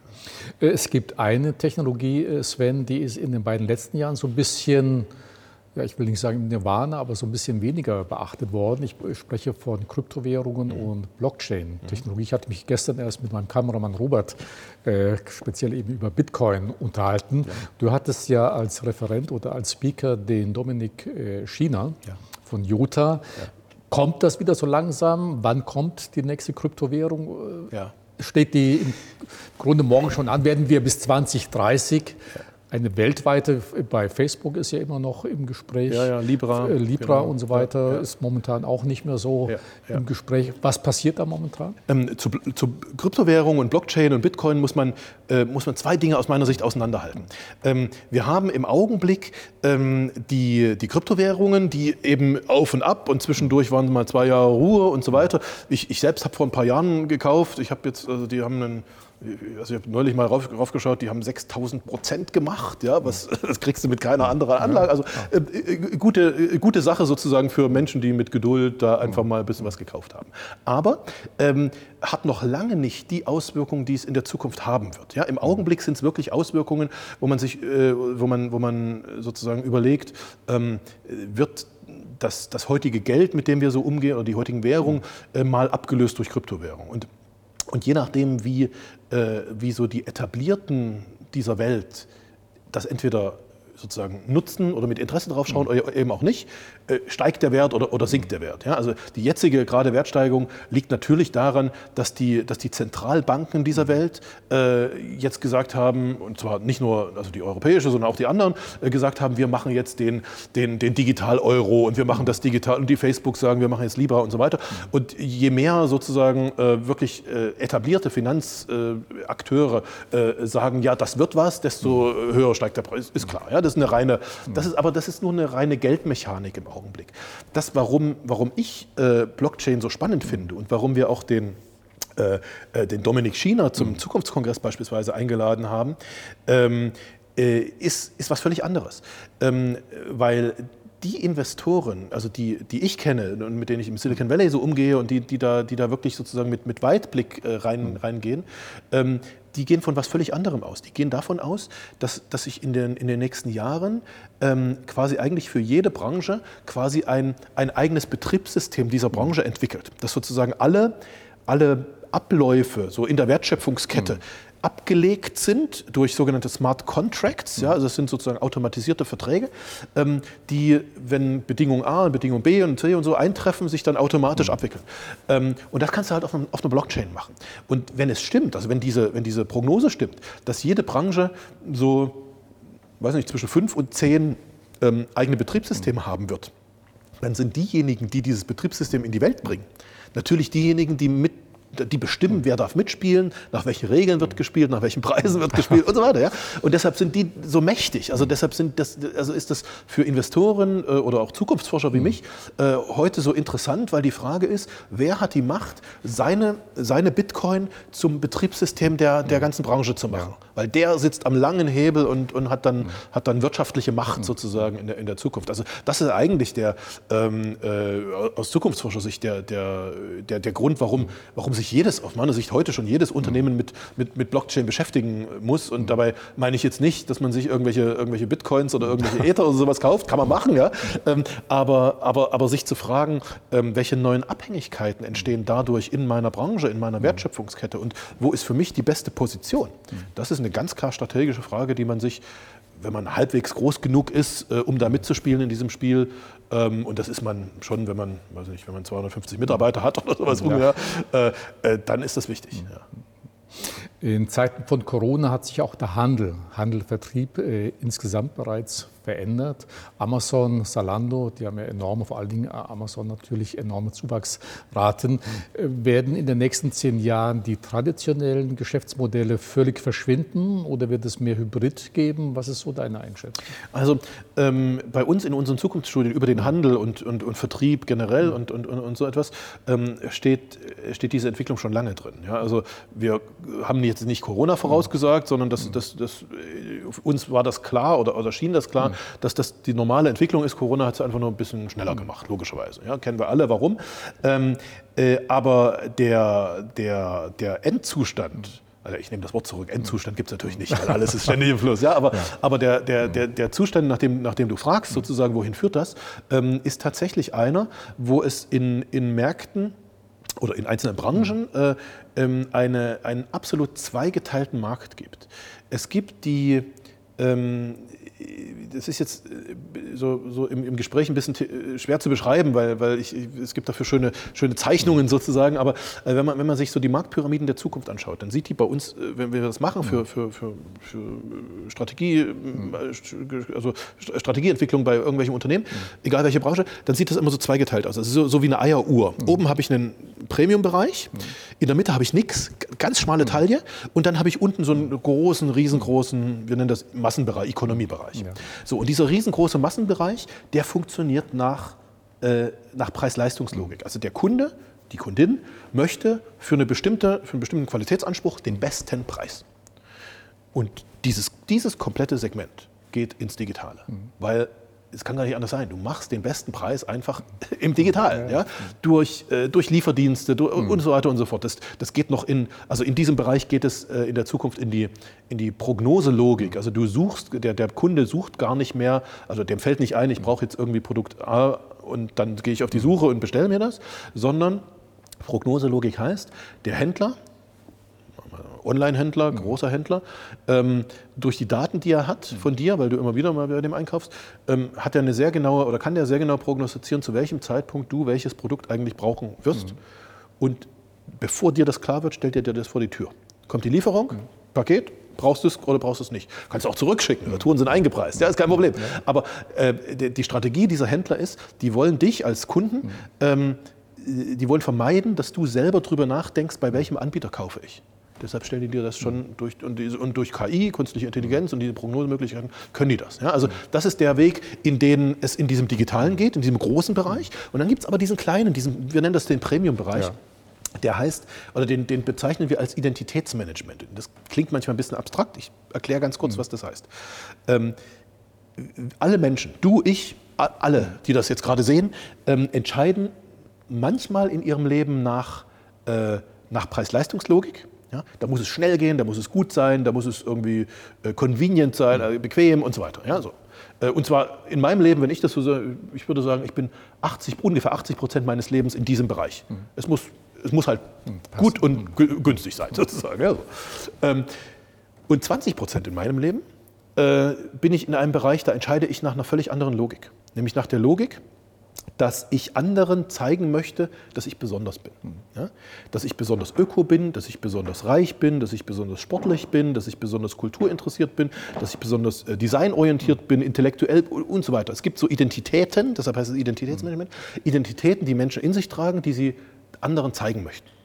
Es gibt eine Technologie, Sven, die ist in den beiden letzten Jahren so ein bisschen, ja, ich will nicht sagen Nirvana, aber so ein bisschen weniger beachtet worden. Ich spreche von Kryptowährungen mhm. und Blockchain-Technologie. Ich hatte mich gestern erst mit meinem Kameramann Robert äh, speziell eben über Bitcoin unterhalten. Ja. Du hattest ja als Referent oder als Speaker den Dominik äh, Schiener ja. von Jota. Ja. Kommt das wieder so langsam? Wann kommt die nächste Kryptowährung? Ja. Steht die im Grunde morgen schon an? Werden wir bis zwanzig dreißig eine weltweite, bei Facebook ist ja immer noch im Gespräch, ja, ja, Libra, Libra genau. und so weiter ja, ja. ist momentan auch nicht mehr so ja, ja. im Gespräch. Was passiert da momentan? Ähm, zu, zu Kryptowährung und Blockchain und Bitcoin muss man, äh, muss man zwei Dinge aus meiner Sicht auseinanderhalten. Ähm, wir haben im Augenblick ähm, die, die Kryptowährungen, die eben auf und ab und zwischendurch waren mal zwei Jahre Ruhe und so weiter. Ich, ich selbst habe vor ein paar Jahren gekauft, ich habe jetzt, also die haben einen Also ich habe neulich mal rauf, raufgeschaut, die haben sechstausend Prozent gemacht, ja, was, das kriegst du mit keiner anderen Anlage. Also äh, gute, äh, gute Sache sozusagen für Menschen, die mit Geduld da einfach mal ein bisschen was gekauft haben. Aber ähm, hat noch lange nicht die Auswirkungen, die es in der Zukunft haben wird. Ja, im Augenblick sind es wirklich Auswirkungen, wo man sich, äh, wo man, wo man sozusagen überlegt, ähm, wird das, das heutige Geld, mit dem wir so umgehen, oder die heutigen Währungen, äh, mal abgelöst durch Kryptowährung. Und Und je nachdem, wie, äh, wie so die Etablierten dieser Welt das entweder sozusagen nutzen oder mit Interesse drauf schauen oder eben auch nicht, äh, steigt der Wert oder, oder sinkt der Wert. Ja? Also die jetzige gerade Wertsteigerung liegt natürlich daran, dass die, dass die Zentralbanken dieser Welt äh, jetzt gesagt haben, und zwar nicht nur also die europäische, sondern auch die anderen, äh, gesagt haben, wir machen jetzt den, den, den Digital-Euro und wir machen das digital, und die Facebook sagen, wir machen jetzt Libra und so weiter. Und je mehr sozusagen äh, wirklich äh, etablierte Finanzakteure äh, sagen, ja, das wird was, desto höher steigt der Preis, ist klar. Ja? Das ist eine reine, das ist, aber das ist nur eine reine Geldmechanik im Augenblick. Das, warum, warum ich äh, Blockchain so spannend finde und warum wir auch den, äh, den Dominik Schiener zum mhm. Zukunftskongress beispielsweise eingeladen haben, ähm, äh, ist, ist was völlig anderes. Ähm, weil die Investoren, also die, die ich kenne und mit denen ich im Silicon Valley so umgehe und die, die, da, die da wirklich sozusagen mit, mit Weitblick äh, rein, reingehen, ähm, die gehen von was völlig anderem aus. Die gehen davon aus, dass, dass sich in den, in den nächsten Jahren ähm, quasi eigentlich für jede Branche quasi ein, ein eigenes Betriebssystem dieser Branche entwickelt. Dass sozusagen alle, alle Abläufe so in der Wertschöpfungskette mhm. abgelegt sind durch sogenannte Smart Contracts, ja, also das sind sozusagen automatisierte Verträge, ähm, die, wenn Bedingung A und Bedingung B und C und so eintreffen, sich dann automatisch mhm. abwickeln. Ähm, und das kannst du halt auf, einem, auf einer Blockchain machen. Und wenn es stimmt, also wenn diese, wenn diese Prognose stimmt, dass jede Branche so, weiß nicht, zwischen fünf und zehn ähm, eigene Betriebssysteme mhm. haben wird, dann sind diejenigen, die dieses Betriebssystem in die Welt bringen, natürlich diejenigen, die mit die bestimmen, wer darf mitspielen, nach welchen Regeln wird gespielt, nach welchen Preisen wird gespielt und so weiter. Ja? Und deshalb sind die so mächtig. Also deshalb sind das, also ist das für Investoren äh, oder auch Zukunftsforscher wie mich äh, heute so interessant, weil die Frage ist, wer hat die Macht, seine, seine Bitcoin zum Betriebssystem der, der ganzen Branche zu machen? Weil der sitzt am langen Hebel und, und hat, dann, hat dann wirtschaftliche Macht sozusagen in der, in der Zukunft. Also das ist eigentlich der, ähm, äh, aus Zukunftsforschersicht der, der, der, der Grund, warum, warum sich jedes, aus meiner Sicht heute schon jedes Unternehmen mit, mit, mit Blockchain beschäftigen muss. Und dabei meine ich jetzt nicht, dass man sich irgendwelche, irgendwelche Bitcoins oder irgendwelche Ether oder sowas kauft, kann man machen, ja. Ähm, aber, aber, aber sich zu fragen, ähm, welche neuen Abhängigkeiten entstehen dadurch in meiner Branche, in meiner Wertschöpfungskette und wo ist für mich die beste Position? Das ist eine ganz klar strategische Frage, die man sich, wenn man halbwegs groß genug ist, äh, um da mitzuspielen in diesem Spiel, ähm, und das ist man schon, wenn man, weiß nicht, wenn man zweihundertfünfzig Mitarbeiter hat oder sowas, ja. äh, äh, dann ist das wichtig. Ja. In Zeiten von Corona hat sich auch der Handel, Handel, Vertrieb äh, insgesamt bereits verändert. Amazon, Zalando, die haben ja enorme, vor allen Dingen Amazon natürlich enorme Zuwachsraten. Mhm. Äh, werden in den nächsten zehn Jahren die traditionellen Geschäftsmodelle völlig verschwinden oder wird es mehr Hybrid geben? Was ist so deine Einschätzung? Also ähm, bei uns in unseren Zukunftsstudien über den Handel und, und, und Vertrieb generell mhm. und, und, und so etwas ähm, steht, steht diese Entwicklung schon lange drin. Ja? Also wir haben jetzt nicht Corona vorausgesagt, sondern das, das, das, uns war das klar oder, oder schien das klar, dass das die normale Entwicklung ist. Corona hat es einfach nur ein bisschen schneller gemacht, logischerweise. Ja, kennen wir alle, warum. Ähm, äh, aber der, der, der Endzustand, also ich nehme das Wort zurück, Endzustand gibt es natürlich nicht, weil alles ist ständig im Fluss. Ja, aber, ja. aber der, der, der, der Zustand, nach dem, nach dem du fragst, sozusagen, wohin führt das, ähm, ist tatsächlich einer, wo es in, in Märkten oder in einzelnen Branchen äh, ähm, eine, einen absolut zweigeteilten Markt gibt. Es gibt die, ähm, das ist jetzt so, so im, im Gespräch ein bisschen schwer zu beschreiben, weil, weil ich, es gibt dafür schöne, schöne Zeichnungen sozusagen, aber äh, wenn, man, wenn man sich so die Marktpyramiden der Zukunft anschaut, dann sieht die bei uns, wenn wir das machen für, für, für, für Strategie, also Strategieentwicklung bei irgendwelchen Unternehmen, egal welche Branche, dann sieht das immer so zweigeteilt aus. Also so, so wie eine Eieruhr. Oben habe ich einen Premium-Bereich, in der Mitte habe ich nichts, ganz schmale Taille und dann habe ich unten so einen großen, riesengroßen, wir nennen das Massenbereich, Ökonomiebereich. Ja. So, und dieser riesengroße Massenbereich, der funktioniert nach, äh, nach Preis-Leistungslogik. Also der Kunde, die Kundin möchte für, eine bestimmte, für einen bestimmten Qualitätsanspruch den besten Preis. Und dieses, dieses komplette Segment geht ins Digitale, mhm. weil es kann gar nicht anders sein. Du machst den besten Preis einfach im Digitalen, ja, ja? Durch, äh, durch Lieferdienste durch, mhm. und so weiter und so fort. Das, das geht noch in, also in diesem Bereich geht es äh, in der Zukunft in die, in die Prognoselogik. Also du suchst, der, der Kunde sucht gar nicht mehr, also dem fällt nicht ein, ich brauche jetzt irgendwie Produkt A und dann gehe ich auf die Suche und bestelle mir das, sondern Prognoselogik heißt, der Händler, Online-Händler, großer Händler, ähm, durch die Daten, die er hat von dir, weil du immer wieder mal bei dem einkaufst, ähm, hat er eine sehr genaue oder kann der sehr genau prognostizieren, zu welchem Zeitpunkt du welches Produkt eigentlich brauchen wirst. Mhm. Und bevor dir das klar wird, stellt er dir das vor die Tür. Kommt die Lieferung, mhm. Paket, brauchst du es oder brauchst du es nicht. Kannst du auch zurückschicken, Retouren sind eingepreist, ja, ist kein Problem. Ja. Aber äh, die, die Strategie dieser Händler ist, die wollen dich als Kunden, mhm. ähm, die wollen vermeiden, dass du selber drüber nachdenkst, bei welchem Anbieter kaufe ich. Deshalb stellen die dir das schon durch, und, diese, und durch K I, künstliche Intelligenz und diese Prognosemöglichkeiten, können die das. Ja, also das ist der Weg, in den es in diesem Digitalen geht, in diesem großen Bereich. Und dann gibt es aber diesen kleinen, diesen, wir nennen das den Premium-Bereich. Ja. Der heißt, oder den, den bezeichnen wir als Identitätsmanagement. Das klingt manchmal ein bisschen abstrakt. Ich erkläre ganz kurz, mhm. was das heißt. Ähm, alle Menschen, du, ich, alle, die das jetzt gerade sehen, ähm, entscheiden manchmal in ihrem Leben nach, äh, nach Preis-Leistungslogik. Ja, da muss es schnell gehen, da muss es gut sein, da muss es irgendwie äh, convenient sein, äh, bequem und so weiter. Ja, so. Äh, und zwar in meinem Leben, wenn ich das so sage, ich würde sagen, ich bin achtzig, ungefähr achtzig Prozent meines Lebens in diesem Bereich. Mhm. Es muss, es muss halt mhm, gut und mhm. günstig sein, sozusagen. Ja, so. ähm, und zwanzig Prozent in meinem Leben äh, bin ich in einem Bereich, da entscheide ich nach einer völlig anderen Logik. Nämlich nach der Logik, dass ich anderen zeigen möchte, dass ich besonders bin. Ja? Dass ich besonders öko bin, dass ich besonders reich bin, dass ich besonders sportlich bin, dass ich besonders kulturinteressiert bin, dass ich besonders äh, designorientiert bin, intellektuell und so weiter. Es gibt so Identitäten, deshalb heißt es Identitätsmanagement, Identitäten, die Menschen in sich tragen, die sie anderen zeigen möchten.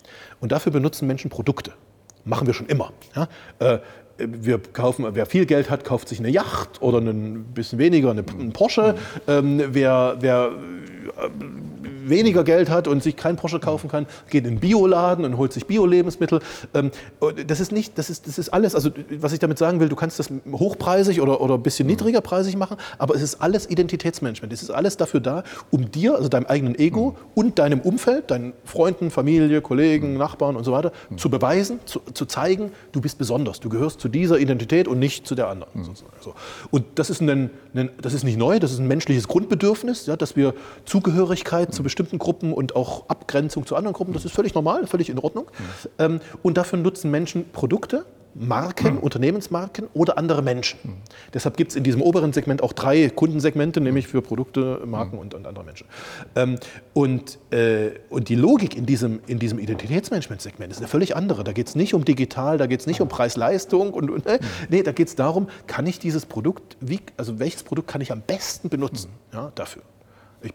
Und dafür benutzen Menschen Produkte. Machen wir schon immer. Ja? Äh, wir kaufen, wer viel Geld hat, kauft sich eine Yacht oder ein bisschen weniger einen Porsche. Ähm, wer, wer äh, weniger Geld hat und sich keinen Porsche kaufen kann, geht in den Bioladen und holt sich Bio-Lebensmittel. Ähm, das ist nicht, das ist, das ist alles, also was ich damit sagen will, du kannst das hochpreisig oder, oder ein bisschen niedriger preisig machen, aber es ist alles Identitätsmanagement. Es ist alles dafür da, um dir, also deinem eigenen Ego und deinem Umfeld, deinen Freunden, Familie, Kollegen, Nachbarn und so weiter, zu beweisen, zu, zu zeigen, du bist besonders, du gehörst zu dieser Identität und nicht zu der anderen. Mhm. So. Und das ist, ein, ein, das ist nicht neu, das ist ein menschliches Grundbedürfnis, ja, dass wir Zugehörigkeit zu bestimmten Gruppen und auch Abgrenzung zu anderen Gruppen, das ist völlig normal, völlig in Ordnung. Mhm. Ähm, und dafür nutzen Menschen Produkte, Marken, mhm. Unternehmensmarken oder andere Menschen. Mhm. Deshalb gibt es in diesem oberen Segment auch drei Kundensegmente, nämlich für Produkte, Marken mhm. und, und andere Menschen. Ähm, und, äh, und die Logik in diesem, in diesem Identitätsmanagement-Segment ist eine völlig andere. Da geht es nicht um digital, da geht es nicht um Preis-Leistung. Und, und, äh, mhm. Nee, da geht es darum, kann ich dieses Produkt, wie, also welches Produkt kann ich am besten benutzen, mhm. ja, dafür. Ich,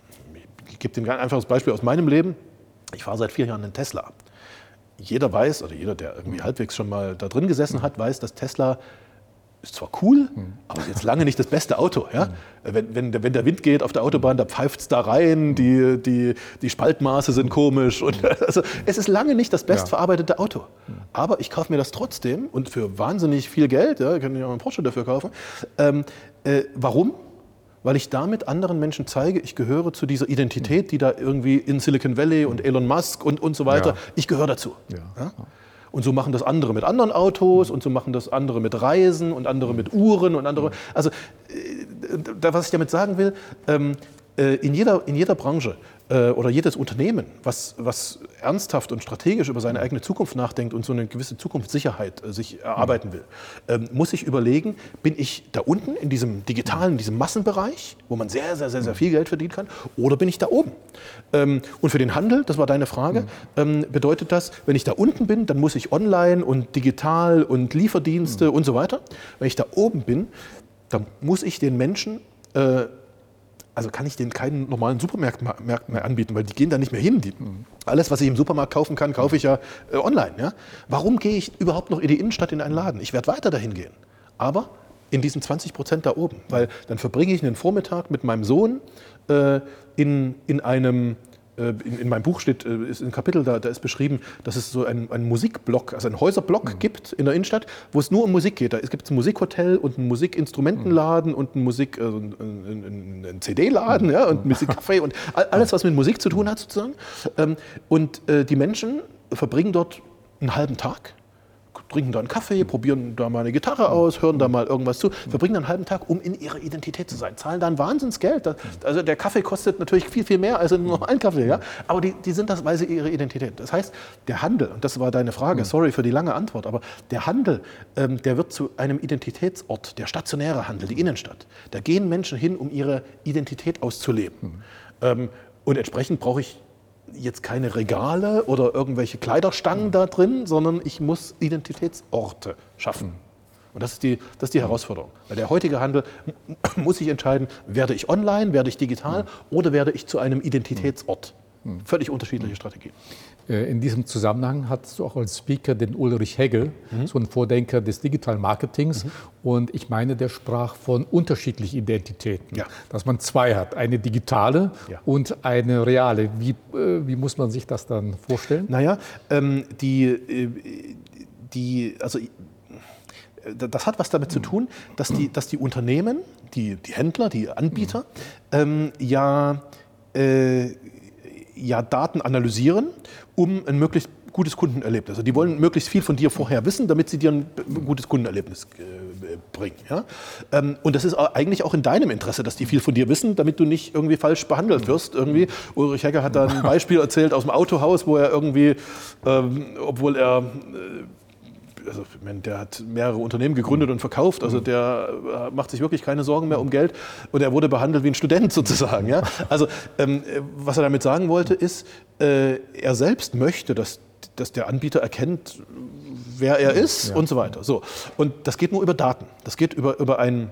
ich gebe dir ein einfaches Beispiel aus meinem Leben. Ich fahre seit vier Jahren einen Tesla. Jeder weiß, oder jeder, der irgendwie halbwegs schon mal da drin gesessen hat, weiß, dass Tesla ist zwar cool, aber ist jetzt lange nicht das beste Auto. Ja? Wenn, wenn, der, wenn der Wind geht auf der Autobahn, da pfeift es da rein, die, die, die Spaltmaße sind komisch. Und, also, es ist lange nicht das bestverarbeitete Auto. Aber ich kaufe mir das trotzdem und für wahnsinnig viel Geld, ja, ich kann ja auch einen Porsche dafür kaufen. Ähm, äh, warum? Weil ich damit anderen Menschen zeige, ich gehöre zu dieser Identität, die da irgendwie in Silicon Valley und Elon Musk und, und so weiter, ja. ich gehöre dazu. Ja. Ja? Und so machen das andere mit anderen Autos und so machen das andere mit Reisen und andere mit Uhren und andere. Also, äh, was ich damit sagen will, ähm, äh, in, jeder, in jeder Branche äh, oder jedes Unternehmen, was, was ernsthaft und strategisch über seine eigene Zukunft nachdenkt und so eine gewisse Zukunftssicherheit äh, sich erarbeiten will, ähm, muss sich überlegen, bin ich da unten in diesem digitalen, in diesem Massenbereich, wo man sehr, sehr, sehr, sehr viel Geld verdienen kann, oder bin ich da oben? Ähm, und für den Handel, das war deine Frage, ähm, bedeutet das, wenn ich da unten bin, dann muss ich online und digital und Lieferdienste mhm. und so weiter. Wenn ich da oben bin, dann muss ich den Menschen äh, Also kann ich denen keinen normalen Supermarkt mehr anbieten, weil die gehen da nicht mehr hin. Die, alles, was ich im Supermarkt kaufen kann, kaufe ich ja äh, online. Ja? Warum gehe ich überhaupt noch in die Innenstadt in einen Laden? Ich werde weiter dahin gehen. Aber in diesen zwanzig Prozent da oben. Weil dann verbringe ich einen Vormittag mit meinem Sohn äh, in, in einem... In, in meinem Buch steht, ist ein Kapitel, da, da ist beschrieben, dass es so einen, einen Musikblock, also einen Häuserblock mhm. gibt in der Innenstadt, wo es nur um Musik geht. Da gibt es ein Musikhotel und einen Musikinstrumentenladen mhm. und einen Musik, also einen, einen C D-Laden mhm. ja, und ein Musikcafé und alles, was mit Musik zu tun hat sozusagen. Und die Menschen verbringen dort einen halben Tag, trinken da einen Kaffee, probieren da mal eine Gitarre aus, hören da mal irgendwas zu, verbringen einen halben Tag, um in ihrer Identität zu sein, zahlen da ein Wahnsinnsgeld. Also der Kaffee kostet natürlich viel, viel mehr als nur ein Kaffee, ja? Aber die, die sind das, weil sie ihre Identität. Das heißt, der Handel, und das war deine Frage, sorry für die lange Antwort, aber der Handel, ähm, der wird zu einem Identitätsort, der stationäre Handel, die Innenstadt. Da gehen Menschen hin, um ihre Identität auszuleben. Mhm. Ähm, und entsprechend brauche ich jetzt keine Regale oder irgendwelche Kleiderstangen da drin, sondern ich muss Identitätsorte schaffen. Und das ist die, das ist die Herausforderung. Weil der heutige Handel muss sich entscheiden, werde ich online, werde ich digital oder werde ich zu einem Identitätsort. Völlig unterschiedliche Strategien. In diesem Zusammenhang hattest du auch als Speaker den Ulrich Hegel, mhm. so ein Vordenker des digitalen Marketings. Mhm. Und ich meine, der sprach von unterschiedlichen Identitäten. Ja. Dass man zwei hat, eine digitale ja. und eine reale. Wie, äh, wie muss man sich das dann vorstellen? Naja, ähm, die, äh, die, also das hat was damit zu tun, dass die, dass die Unternehmen, die, die Händler, die Anbieter, ähm, ja, äh, ja Daten analysieren, um ein möglichst gutes Kundenerlebnis. Also die wollen möglichst viel von dir vorher wissen, damit sie dir ein gutes Kundenerlebnis äh, bringen. Ja? Ähm, und das ist eigentlich auch in deinem Interesse, dass die viel von dir wissen, damit du nicht irgendwie falsch behandelt wirst. Irgendwie. Ulrich Hegel hat da ein Beispiel erzählt aus dem Autohaus, wo er irgendwie, ähm, obwohl er äh, Also, ich meine, der hat mehrere Unternehmen gegründet und verkauft, also der macht sich wirklich keine Sorgen mehr um Geld und er wurde behandelt wie ein Student sozusagen. Ja? Also ähm, was er damit sagen wollte ist, äh, er selbst möchte, dass, dass der Anbieter erkennt, wer er ist ja. und so weiter. So. Und das geht nur über Daten, das geht über, über ein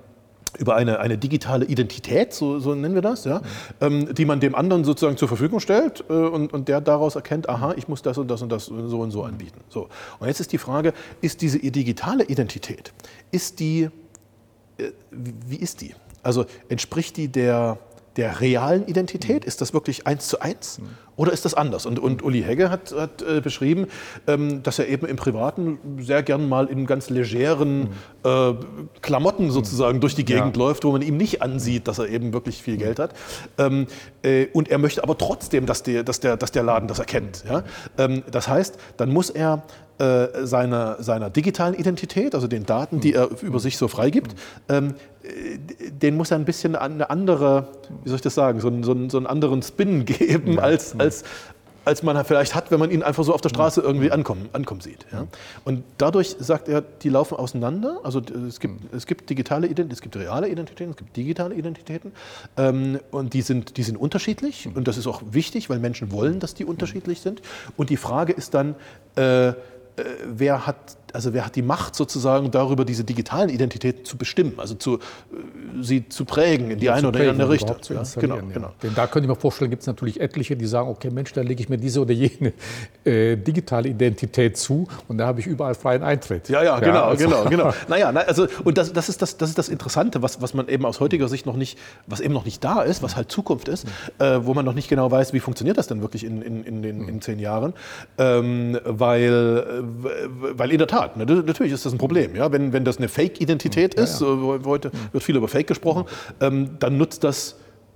über eine, eine digitale Identität, so, so nennen wir das, ja, ähm, die man dem anderen sozusagen zur Verfügung stellt äh, und, und der daraus erkennt, aha, ich muss das und das und das so und so anbieten. So. Und jetzt ist die Frage, ist diese digitale Identität, ist die, äh, wie ist die? Also entspricht die der, der realen Identität? Ist das wirklich eins zu eins? Oder ist das anders? Und, und Uli Hegge hat, hat äh, beschrieben, ähm, dass er eben im Privaten sehr gern mal in ganz legeren äh, Klamotten sozusagen durch die Gegend ja. läuft, wo man ihm nicht ansieht, dass er eben wirklich viel Geld hat. Ähm, äh, und er möchte aber trotzdem, dass der, dass der, dass der Laden das erkennt. Ja? Ähm, das heißt, dann muss er äh, seiner, seiner digitalen Identität, also den Daten, die er über sich so freigibt, ähm, den muss er ein bisschen eine andere, wie soll ich das sagen, so einen, so einen, so einen anderen Spin geben, ja. als, als, als man vielleicht hat, wenn man ihn einfach so auf der Straße irgendwie ankommen, ankommen sieht. Ja. Und dadurch sagt er, die laufen auseinander. Also es gibt, es gibt digitale Identitäten, es gibt reale Identitäten, es gibt digitale Identitäten. Ähm, und die sind, die sind unterschiedlich. Und das ist auch wichtig, weil Menschen wollen, dass die unterschiedlich sind. Und die Frage ist dann, äh, wer hat, also wer hat die Macht sozusagen darüber, diese digitalen Identitäten zu bestimmen, also zu, sie zu prägen in die eine oder die andere Richtung. Ja, genau, genau. Denn da könnte ich mir vorstellen, gibt es natürlich etliche, die sagen, okay Mensch, da lege ich mir diese oder jene äh, digitale Identität zu und da habe ich überall freien Eintritt. Ja, ja, genau, ja, also. genau, genau. Naja, also und das, das, ist das, das ist das Interessante, was, was man eben aus heutiger Sicht noch nicht, was eben noch nicht da ist, was halt Zukunft ist, mhm. äh, wo man noch nicht genau weiß, wie funktioniert das denn wirklich in, in, in, den, in zehn Jahren, ähm, weil Weil in der Tat, natürlich ist das ein Problem. Ja? Wenn, wenn das eine Fake-Identität ja, ist, ja. heute wird viel über Fake gesprochen, ähm, dann nutzt das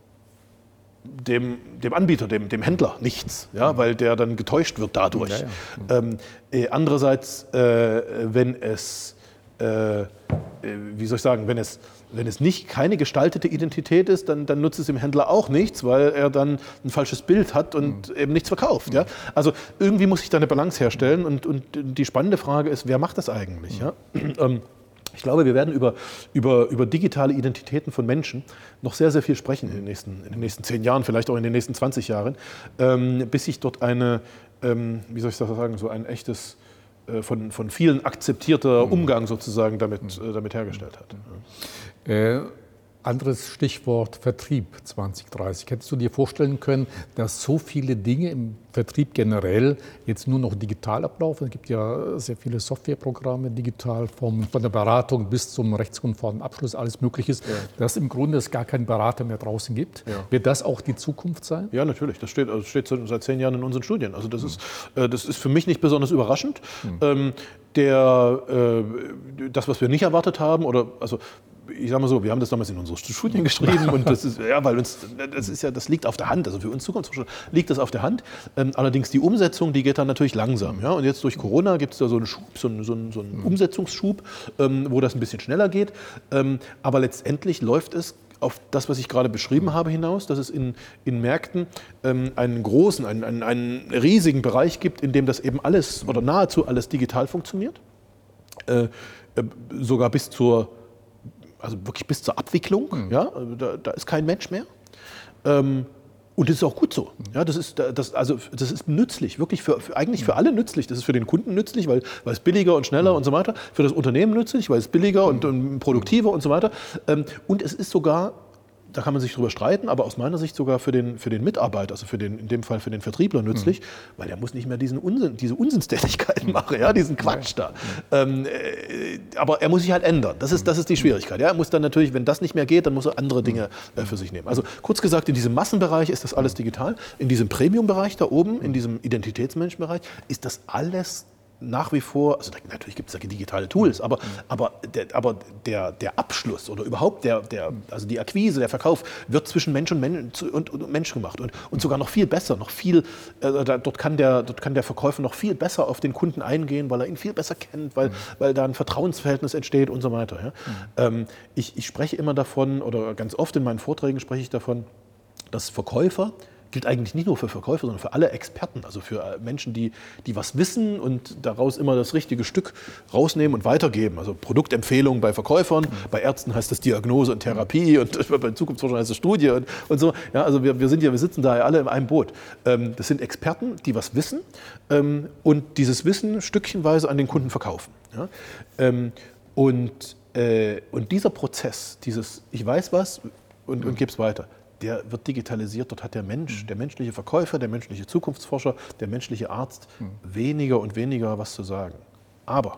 dem, dem Anbieter, dem, dem Händler nichts, ja? Weil der dann getäuscht wird dadurch. Ja, ja. Ähm, äh, andererseits, äh, wenn es, äh, wie soll ich sagen, wenn es Wenn es nicht keine gestaltete Identität ist, dann, dann nutzt es dem Händler auch nichts, weil er dann ein falsches Bild hat und mhm. eben nichts verkauft. Ja? Also irgendwie muss ich da eine Balance herstellen und, und die spannende Frage ist, wer macht das eigentlich? Ja? Ähm, ich glaube, wir werden über, über, über digitale Identitäten von Menschen noch sehr, sehr viel sprechen in den nächsten, in den nächsten zehn Jahren, vielleicht auch in den nächsten zwanzig Jahren, ähm, bis sich dort eine, ähm, wie soll ich das sagen, so ein echtes, äh, von, von vielen akzeptierter mhm. Umgang sozusagen damit, mhm. äh, damit hergestellt hat. Ja. Äh, anderes Stichwort Vertrieb zwanzig dreißig. Hättest du dir vorstellen können, dass so viele Dinge im Vertrieb generell jetzt nur noch digital ablaufen? Es gibt ja sehr viele Softwareprogramme digital, vom, von der Beratung bis zum rechtskonformen Abschluss, alles Mögliche, ja. dass im Grunde es gar keinen Berater mehr draußen gibt. Ja. Wird das auch die Zukunft sein? Ja, natürlich. Das steht, also steht seit zehn Jahren in unseren Studien. Also das, mhm. ist, äh, das ist für mich nicht besonders überraschend. Mhm. Ähm, der, äh, das, was wir nicht erwartet haben, oder also ich sage mal so, wir haben das damals in unsere Studien geschrieben und das ist, ja, weil uns, das ist ja, das liegt auf der Hand. Also für uns Zukunftsforscher liegt das auf der Hand. Ähm, allerdings die Umsetzung, die geht dann natürlich langsam. Ja? Und jetzt durch Corona gibt es da so einen Schub, so einen, so einen, so einen Umsetzungsschub, ähm, wo das ein bisschen schneller geht. Ähm, aber letztendlich läuft es auf das, was ich gerade beschrieben habe, hinaus, dass es in, in Märkten ähm, einen großen, einen, einen, einen riesigen Bereich gibt, in dem das eben alles oder nahezu alles digital funktioniert. Äh, äh, sogar bis zur Also wirklich bis zur Abwicklung, mhm. ja, da, da ist kein Mensch mehr. Ähm, und das ist auch gut so. Ja, das ist, das, also, das ist nützlich, wirklich für, für, eigentlich für alle nützlich. Das ist für den Kunden nützlich, weil, weil es billiger und schneller mhm. und so weiter. Für das Unternehmen nützlich, weil es billiger mhm. und, und produktiver und so weiter. Ähm, und es ist sogar, da kann man sich drüber streiten, aber aus meiner Sicht sogar für den, für den Mitarbeiter, also für den, in dem Fall für den Vertriebler nützlich, mhm. weil der muss nicht mehr diesen Unsinn, diese Unsinnstätigkeiten machen, ja, diesen Quatsch da. Ähm, äh, aber er muss sich halt ändern. Das ist, das ist die Schwierigkeit. Ja. Er muss dann natürlich, wenn das nicht mehr geht, dann muss er andere Dinge äh, für sich nehmen. Also kurz gesagt, in diesem Massenbereich ist das alles digital. In diesem Premium-Bereich da oben, in diesem Identitätsmenschenbereich, ist das alles nach wie vor, also natürlich gibt es da digitale Tools, aber, aber, der, aber der, der Abschluss oder überhaupt der, der, also die Akquise, der Verkauf wird zwischen Mensch und Mensch, und, und Mensch gemacht und, und sogar noch viel besser, noch viel, äh, dort, kann der, dort kann der Verkäufer noch viel besser auf den Kunden eingehen, weil er ihn viel besser kennt, weil, mhm. weil da ein Vertrauensverhältnis entsteht und so weiter. Ja? Mhm. Ähm, ich, ich spreche immer davon, oder ganz oft in meinen Vorträgen spreche ich davon, dass Verkäufer, gilt eigentlich nicht nur für Verkäufer, sondern für alle Experten, also für Menschen, die, die was wissen und daraus immer das richtige Stück rausnehmen und weitergeben. Also Produktempfehlungen bei Verkäufern, mhm. bei Ärzten heißt das Diagnose und Therapie und bei Zukunftsforschern heißt das Studie und, und so. Ja, also wir, wir sind ja, wir sitzen da ja alle in einem Boot. Ähm, das sind Experten, die was wissen ähm, und dieses Wissen stückchenweise an den Kunden verkaufen. Ja? Ähm, und äh, und dieser Prozess, dieses ich weiß was und, und gebe es weiter, der wird digitalisiert. Dort hat der Mensch, der menschliche Verkäufer, der menschliche Zukunftsforscher, der menschliche Arzt weniger und weniger was zu sagen. Aber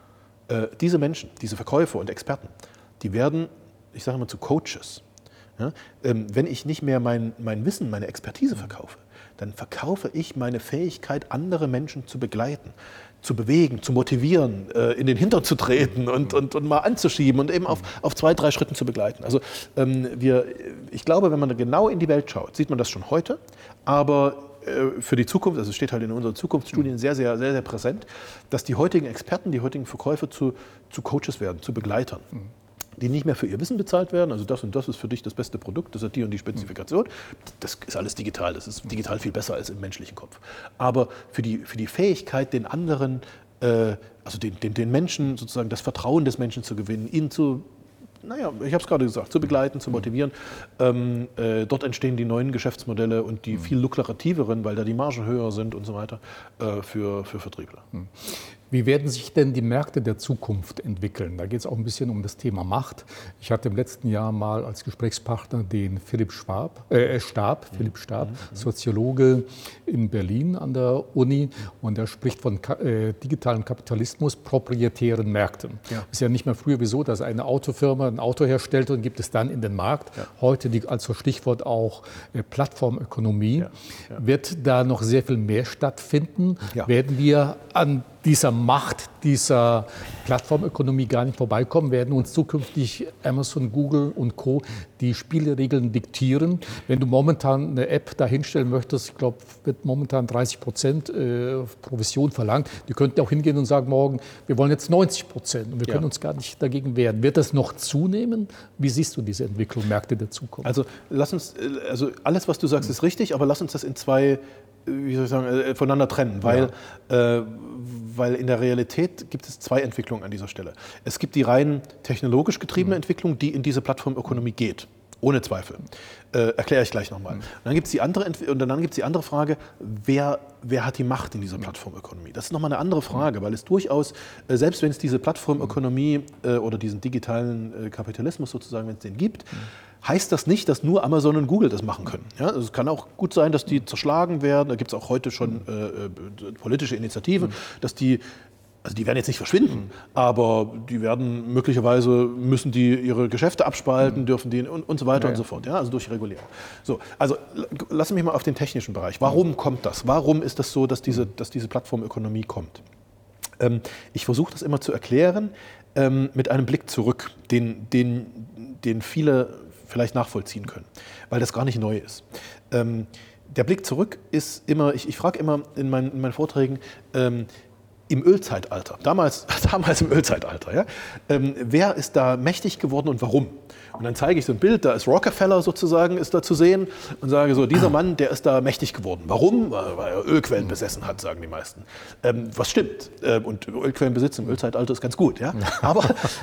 äh, diese Menschen, diese Verkäufer und Experten, die werden, ich sage immer, zu Coaches. Ja? Ähm, wenn ich nicht mehr mein, mein Wissen, meine Expertise verkaufe, dann verkaufe ich meine Fähigkeit, andere Menschen zu begleiten, zu bewegen, zu motivieren, äh, in den Hintern zu treten und, und, und mal anzuschieben und eben auf, auf zwei, drei Schritten zu begleiten. Also ähm, wir, ich glaube, wenn man genau in die Welt schaut, sieht man das schon heute, aber äh, für die Zukunft, also es steht halt in unseren Zukunftsstudien sehr, sehr, sehr, sehr präsent, dass die heutigen Experten, die heutigen Verkäufer zu, zu Coaches werden, zu Begleitern. Die nicht mehr für ihr Wissen bezahlt werden, also das und das ist für dich das beste Produkt, das hat die und die Spezifikation. Das ist alles digital, das ist digital viel besser als im menschlichen Kopf. Aber für die, für die Fähigkeit, den anderen, äh, also den, den, den Menschen sozusagen das Vertrauen des Menschen zu gewinnen, ihn zu, naja, ich habe es gerade gesagt, zu begleiten, zu motivieren, ähm, äh, dort entstehen die neuen Geschäftsmodelle und die viel lukrativeren, weil da die Margen höher sind und so weiter, äh, für, für Vertriebler. Wie werden sich denn die Märkte der Zukunft entwickeln? Da geht es auch ein bisschen um das Thema Macht. Ich hatte im letzten Jahr mal als Gesprächspartner den Philipp Schwab, äh, Stab, mhm. Philipp Stab, mhm. Soziologe in Berlin an der Uni. Und er spricht von äh, digitalem Kapitalismus, proprietären Märkten. Es ja. ist ja nicht mehr früher wie so, dass eine Autofirma ein Auto herstellt und gibt es dann in den Markt. Ja. Heute die, als Stichwort auch äh, Plattformökonomie. Ja. Ja. Wird da noch sehr viel mehr stattfinden? Ja. Werden wir an dieser Macht, dieser Plattformökonomie gar nicht vorbeikommen, werden uns zukünftig Amazon, Google und Co. die Spielregeln diktieren. Wenn du momentan eine App dahinstellen möchtest, ich glaube, wird momentan dreißig Prozent äh, Provision verlangt. Die könnten auch hingehen und sagen morgen, wir wollen jetzt neunzig Prozent und wir können ja. uns gar nicht dagegen wehren. Wird das noch zunehmen? Wie siehst du diese Entwicklung, Märkte der Zukunft? Also lass uns, also alles, was du sagst, ist richtig, aber lass uns das in zwei, wie soll ich sagen, voneinander trennen, weil, ja. äh, weil in der Realität gibt es zwei Entwicklungen an dieser Stelle. Es gibt die rein technologisch getriebene mhm. Entwicklung, die in diese Plattformökonomie geht, ohne Zweifel. Äh, erkläre ich gleich nochmal. Mhm. Dann gibt es die andere Entwi- und dann gibt es die andere Frage, wer, wer hat die Macht in dieser Plattformökonomie? Das ist nochmal eine andere Frage, weil es durchaus, äh, selbst wenn es diese Plattformökonomie äh, oder diesen digitalen äh, Kapitalismus sozusagen, wenn es den gibt, mhm. heißt das nicht, dass nur Amazon und Google das machen können. Ja, also es kann auch gut sein, dass die zerschlagen werden. Da gibt es auch heute schon äh, politische Initiativen, mhm. dass die, also die werden jetzt nicht verschwinden, mhm. aber die werden möglicherweise, müssen die ihre Geschäfte abspalten, mhm. dürfen die und, und so weiter ja, und so fort. Ja, also durch Regulierung. So, also lass mich mal auf den technischen Bereich. Warum mhm. kommt das? Warum ist das so, dass diese, dass diese Plattformökonomie kommt? Ähm, ich versuche das immer zu erklären ähm, mit einem Blick zurück, den, den, den viele vielleicht nachvollziehen können, weil das gar nicht neu ist. Ähm, der Blick zurück ist immer, ich, ich frage immer in, mein, in meinen Vorträgen, ähm, im Ölzeitalter, damals, damals im Ölzeitalter, ja, ähm, wer ist da mächtig geworden und warum? Und dann zeige ich so ein Bild, da ist Rockefeller sozusagen, ist da zu sehen und sage so, dieser Mann, der ist da mächtig geworden. Warum? Weil er Ölquellen besessen hat, sagen die meisten. Ähm, was stimmt? Ähm, und Ölquellenbesitz im Ölzeitalter ist ganz gut, ja. Aber,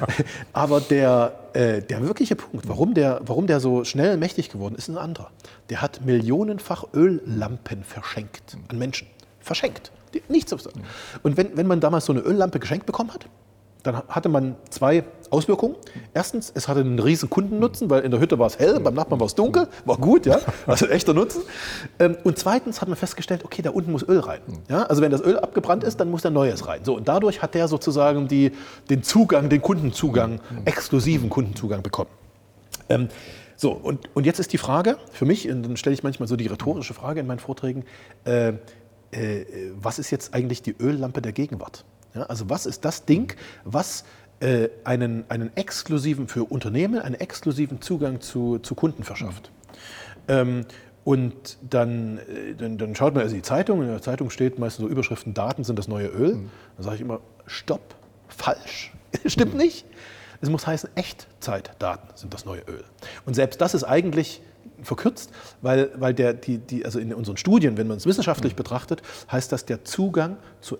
aber der, äh, der wirkliche Punkt, warum der, warum der so schnell mächtig geworden ist, ist ein anderer. Der hat millionenfach Öllampen verschenkt an Menschen. Verschenkt. Nichts. Und wenn, wenn man damals so eine Öllampe geschenkt bekommen hat, dann hatte man zwei Auswirkungen. Erstens, es hatte einen riesen Kundennutzen, weil in der Hütte war es hell, beim Nachbarn war es dunkel, war gut, ja, also echter Nutzen. Und zweitens hat man festgestellt, okay, da unten muss Öl rein. Ja, also wenn das Öl abgebrannt ist, dann muss da Neues rein. So, und dadurch hat der sozusagen die, den Zugang, den Kundenzugang, exklusiven Kundenzugang bekommen. Ähm, so, und, und jetzt ist die Frage für mich, und dann stelle ich manchmal so die rhetorische Frage in meinen Vorträgen, äh, äh, was ist jetzt eigentlich die Öllampe der Gegenwart? Ja, also was ist das Ding, was äh, einen, einen exklusiven, für Unternehmen, einen exklusiven Zugang zu, zu Kunden verschafft? Ähm, und dann, äh, dann, dann schaut man also die Zeitung, in der Zeitung steht meistens so Überschriften, Daten sind das neue Öl. Mhm. Dann sage ich immer, stopp, falsch, stimmt nicht. Es muss heißen, Echtzeitdaten sind das neue Öl. Und selbst das ist eigentlich verkürzt, weil, weil der, die, die, also in unseren Studien, wenn man es wissenschaftlich mhm. betrachtet, heißt das der Zugang zu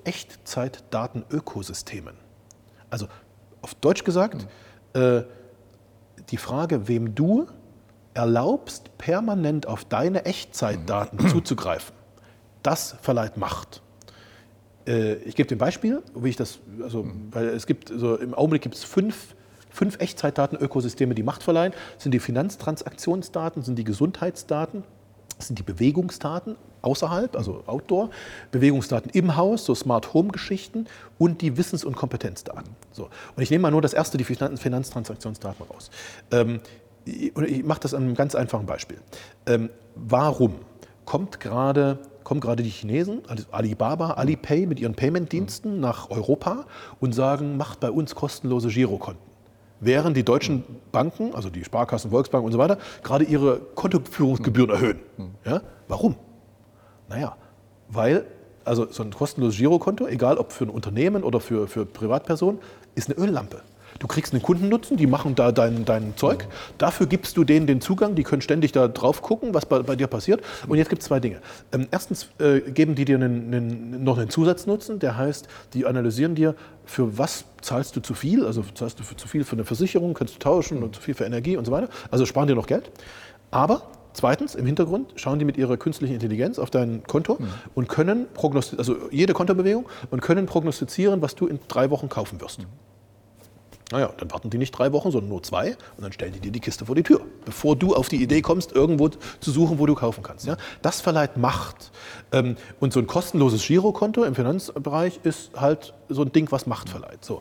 Echtzeitdatenökosystemen. Also auf Deutsch gesagt, mhm. äh, die Frage, wem du erlaubst, permanent auf deine Echtzeitdaten mhm. zuzugreifen, das verleiht Macht. Äh, ich gebe dir ein Beispiel, wie ich das, also, mhm. weil es gibt, also im Augenblick gibt es fünf fünf Echtzeitdaten-Ökosysteme, die Macht verleihen, sind die Finanztransaktionsdaten, sind die Gesundheitsdaten, sind die Bewegungsdaten außerhalb, also Outdoor, Bewegungsdaten im Haus, so Smart Home Geschichten und die Wissens- und Kompetenzdaten. So. Und ich nehme mal nur das erste, die Finanztransaktionsdaten raus. Ähm, ich mache das an einem ganz einfachen Beispiel. Ähm, warum kommt gerade kommen gerade die Chinesen, also Alibaba, Alipay mit ihren Payment-Diensten nach Europa und sagen, macht bei uns kostenlose Girokonten. Während die deutschen Banken, also die Sparkassen, Volksbank und so weiter, gerade ihre Kontoführungsgebühren erhöhen. Ja? Warum? Naja, weil also so ein kostenloses Girokonto, egal ob für ein Unternehmen oder für, für Privatpersonen, ist eine Öllampe. Du kriegst einen Kundennutzen, die machen da dein, dein Zeug. Dafür gibst du denen den Zugang, die können ständig da drauf gucken, was bei, bei dir passiert. Und jetzt gibt es zwei Dinge. Ähm, erstens äh, geben die dir einen, einen, noch einen Zusatznutzen, der heißt, die analysieren dir, für was zahlst du zu viel, also zahlst du für zu viel für eine Versicherung, kannst du tauschen und zu viel für Energie und so weiter. Also sparen dir noch Geld. Aber zweitens, im Hintergrund schauen die mit ihrer künstlichen Intelligenz auf dein Konto mhm. und können prognostizieren, also jede Kontobewegung und können prognostizieren, was du in drei Wochen kaufen wirst. Mhm. Naja, dann warten die nicht drei Wochen, sondern nur zwei und dann stellen die dir die Kiste vor die Tür, bevor du auf die Idee kommst, irgendwo zu suchen, wo du kaufen kannst. Ja? Das verleiht Macht. Und so ein kostenloses Girokonto im Finanzbereich ist halt so ein Ding, was Macht verleiht. So.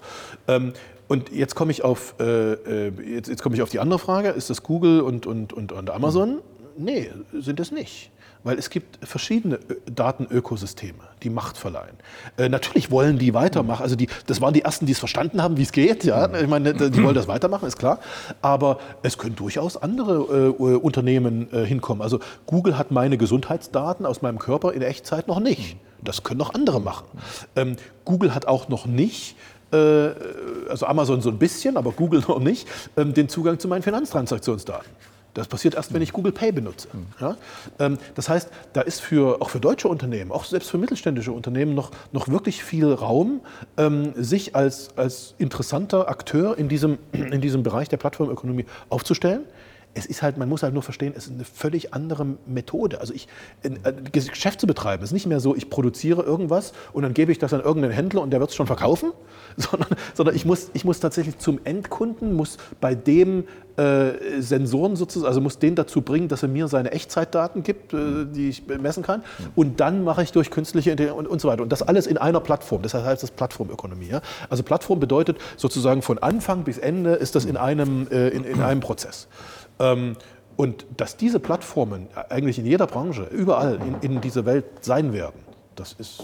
Und jetzt komme ich auf, jetzt, jetzt komme ich auf die andere Frage, ist das Google und, und, und, und Amazon? Nee, sind es nicht. Weil es gibt verschiedene Datenökosysteme, die Macht verleihen. Äh, natürlich wollen die weitermachen. Also die, das waren die Ersten, die es verstanden haben, wie es geht. Ja? Ich meine, die wollen das weitermachen, ist klar. Aber es können durchaus andere äh, Unternehmen äh, hinkommen. Also Google hat meine Gesundheitsdaten aus meinem Körper in Echtzeit noch nicht. Das können noch andere machen. Ähm, Google hat auch noch nicht, äh, also Amazon so ein bisschen, aber Google noch nicht, ähm, den Zugang zu meinen Finanztransaktionsdaten. Das passiert erst, wenn ich Google Pay benutze. Ja? Das heißt, da ist für, auch für deutsche Unternehmen, auch selbst für mittelständische Unternehmen noch, noch wirklich viel Raum, ähm, sich als, als interessanter Akteur in diesem, in diesem Bereich der Plattformökonomie aufzustellen. Es ist halt, man muss halt nur verstehen, es ist eine völlig andere Methode. Also ich, ein Geschäft zu betreiben, ist nicht mehr so, ich produziere irgendwas und dann gebe ich das an irgendeinen Händler und der wird es schon verkaufen, sondern, sondern ich, muss, ich muss tatsächlich zum Endkunden, muss bei dem äh, Sensoren sozusagen, also muss den dazu bringen, dass er mir seine Echtzeitdaten gibt, äh, die ich messen kann, und dann mache ich durch künstliche Intelligenz und, und so weiter. Und das alles in einer Plattform, das heißt das Plattformökonomie. Ja? Also Plattform bedeutet sozusagen von Anfang bis Ende ist das in einem, äh, in, in einem Prozess. Ähm, und dass diese Plattformen eigentlich in jeder Branche, überall in, in dieser Welt sein werden, das ist,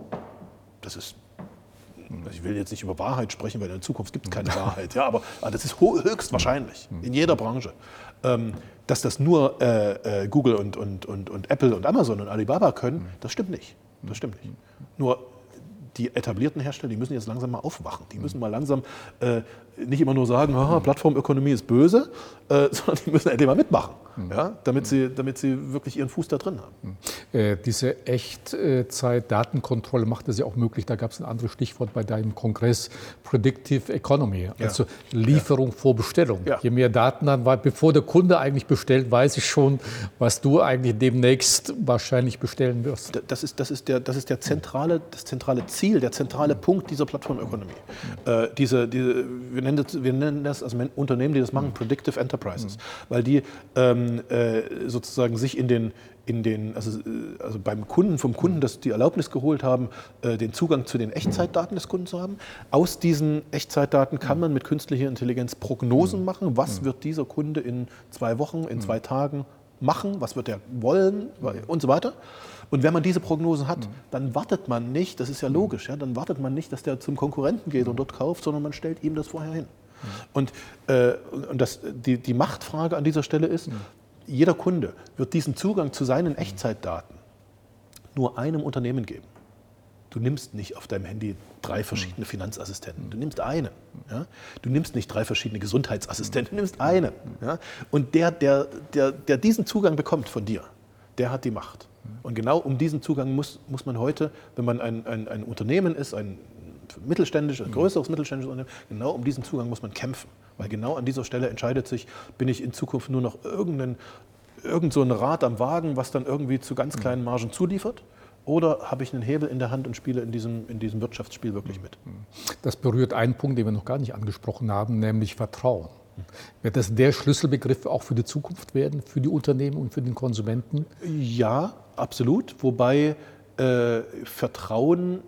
das ist, ich will jetzt nicht über Wahrheit sprechen, weil in der Zukunft gibt es keine Wahrheit, ja, aber, aber das ist höchst wahrscheinlich in jeder Branche. Ähm, dass das nur äh, äh, Google und, und, und, und Apple und Amazon und Alibaba können, das stimmt nicht. Das stimmt nicht. Nur die etablierten Hersteller, die müssen jetzt langsam mal aufwachen. Die müssen mal langsam äh, nicht immer nur sagen, haha, Plattformökonomie ist böse, äh, sondern die müssen endlich mal mitmachen, mhm. ja, damit, sie, damit sie wirklich ihren Fuß da drin haben. Äh, diese Echtzeit-Datenkontrolle macht es ja auch möglich, da gab es ein anderes Stichwort bei deinem Kongress, Predictive Economy, also ja. Lieferung ja. vor Bestellung. Ja. Je mehr Daten dann, weil bevor der Kunde eigentlich bestellt, weiß ich schon, was du eigentlich demnächst wahrscheinlich bestellen wirst. Das ist, das ist, der, das ist der zentrale, das zentrale Ziel, der zentrale Punkt dieser Plattformökonomie. Mhm. Äh, diese, diese, wir, nennen das, wir nennen das als Unternehmen, die das machen, Predictive Enterprises, mhm. weil die ähm, äh, sozusagen sich in den, in den also, also beim Kunden, vom Kunden das, die Erlaubnis geholt haben, äh, den Zugang zu den Echtzeitdaten des Kunden zu haben. Aus diesen Echtzeitdaten kann man mit künstlicher Intelligenz Prognosen machen, was wird dieser Kunde in zwei Wochen, in zwei Tagen machen, was wird er wollen und so weiter. Und wenn man diese Prognosen hat, dann wartet man nicht, das ist ja logisch, ja, dann wartet man nicht, dass der zum Konkurrenten geht und dort kauft, sondern man stellt ihm das vorher hin. Und, äh, und das, die, die Machtfrage an dieser Stelle ist, jeder Kunde wird diesen Zugang zu seinen Echtzeitdaten nur einem Unternehmen geben. Du nimmst nicht auf deinem Handy drei verschiedene Finanzassistenten, du nimmst einen. Ja? Du nimmst nicht drei verschiedene Gesundheitsassistenten, du nimmst einen. Ja? Und der, der, der, der diesen Zugang bekommt von dir, der hat die Macht. Und genau um diesen Zugang muss, muss man heute, wenn man ein, ein, ein Unternehmen ist, ein mittelständisches, ein größeres mittelständisches Unternehmen, genau um diesen Zugang muss man kämpfen. Weil genau an dieser Stelle entscheidet sich, bin ich in Zukunft nur noch irgendein, irgend so ein Rad am Wagen, was dann irgendwie zu ganz kleinen Margen zuliefert, oder habe ich einen Hebel in der Hand und spiele in diesem, in diesem Wirtschaftsspiel wirklich mit? Das berührt einen Punkt, den wir noch gar nicht angesprochen haben, nämlich Vertrauen. Wird das der Schlüsselbegriff auch für die Zukunft werden, für die Unternehmen und für den Konsumenten? Ja, absolut. Wobei äh, Vertrauen,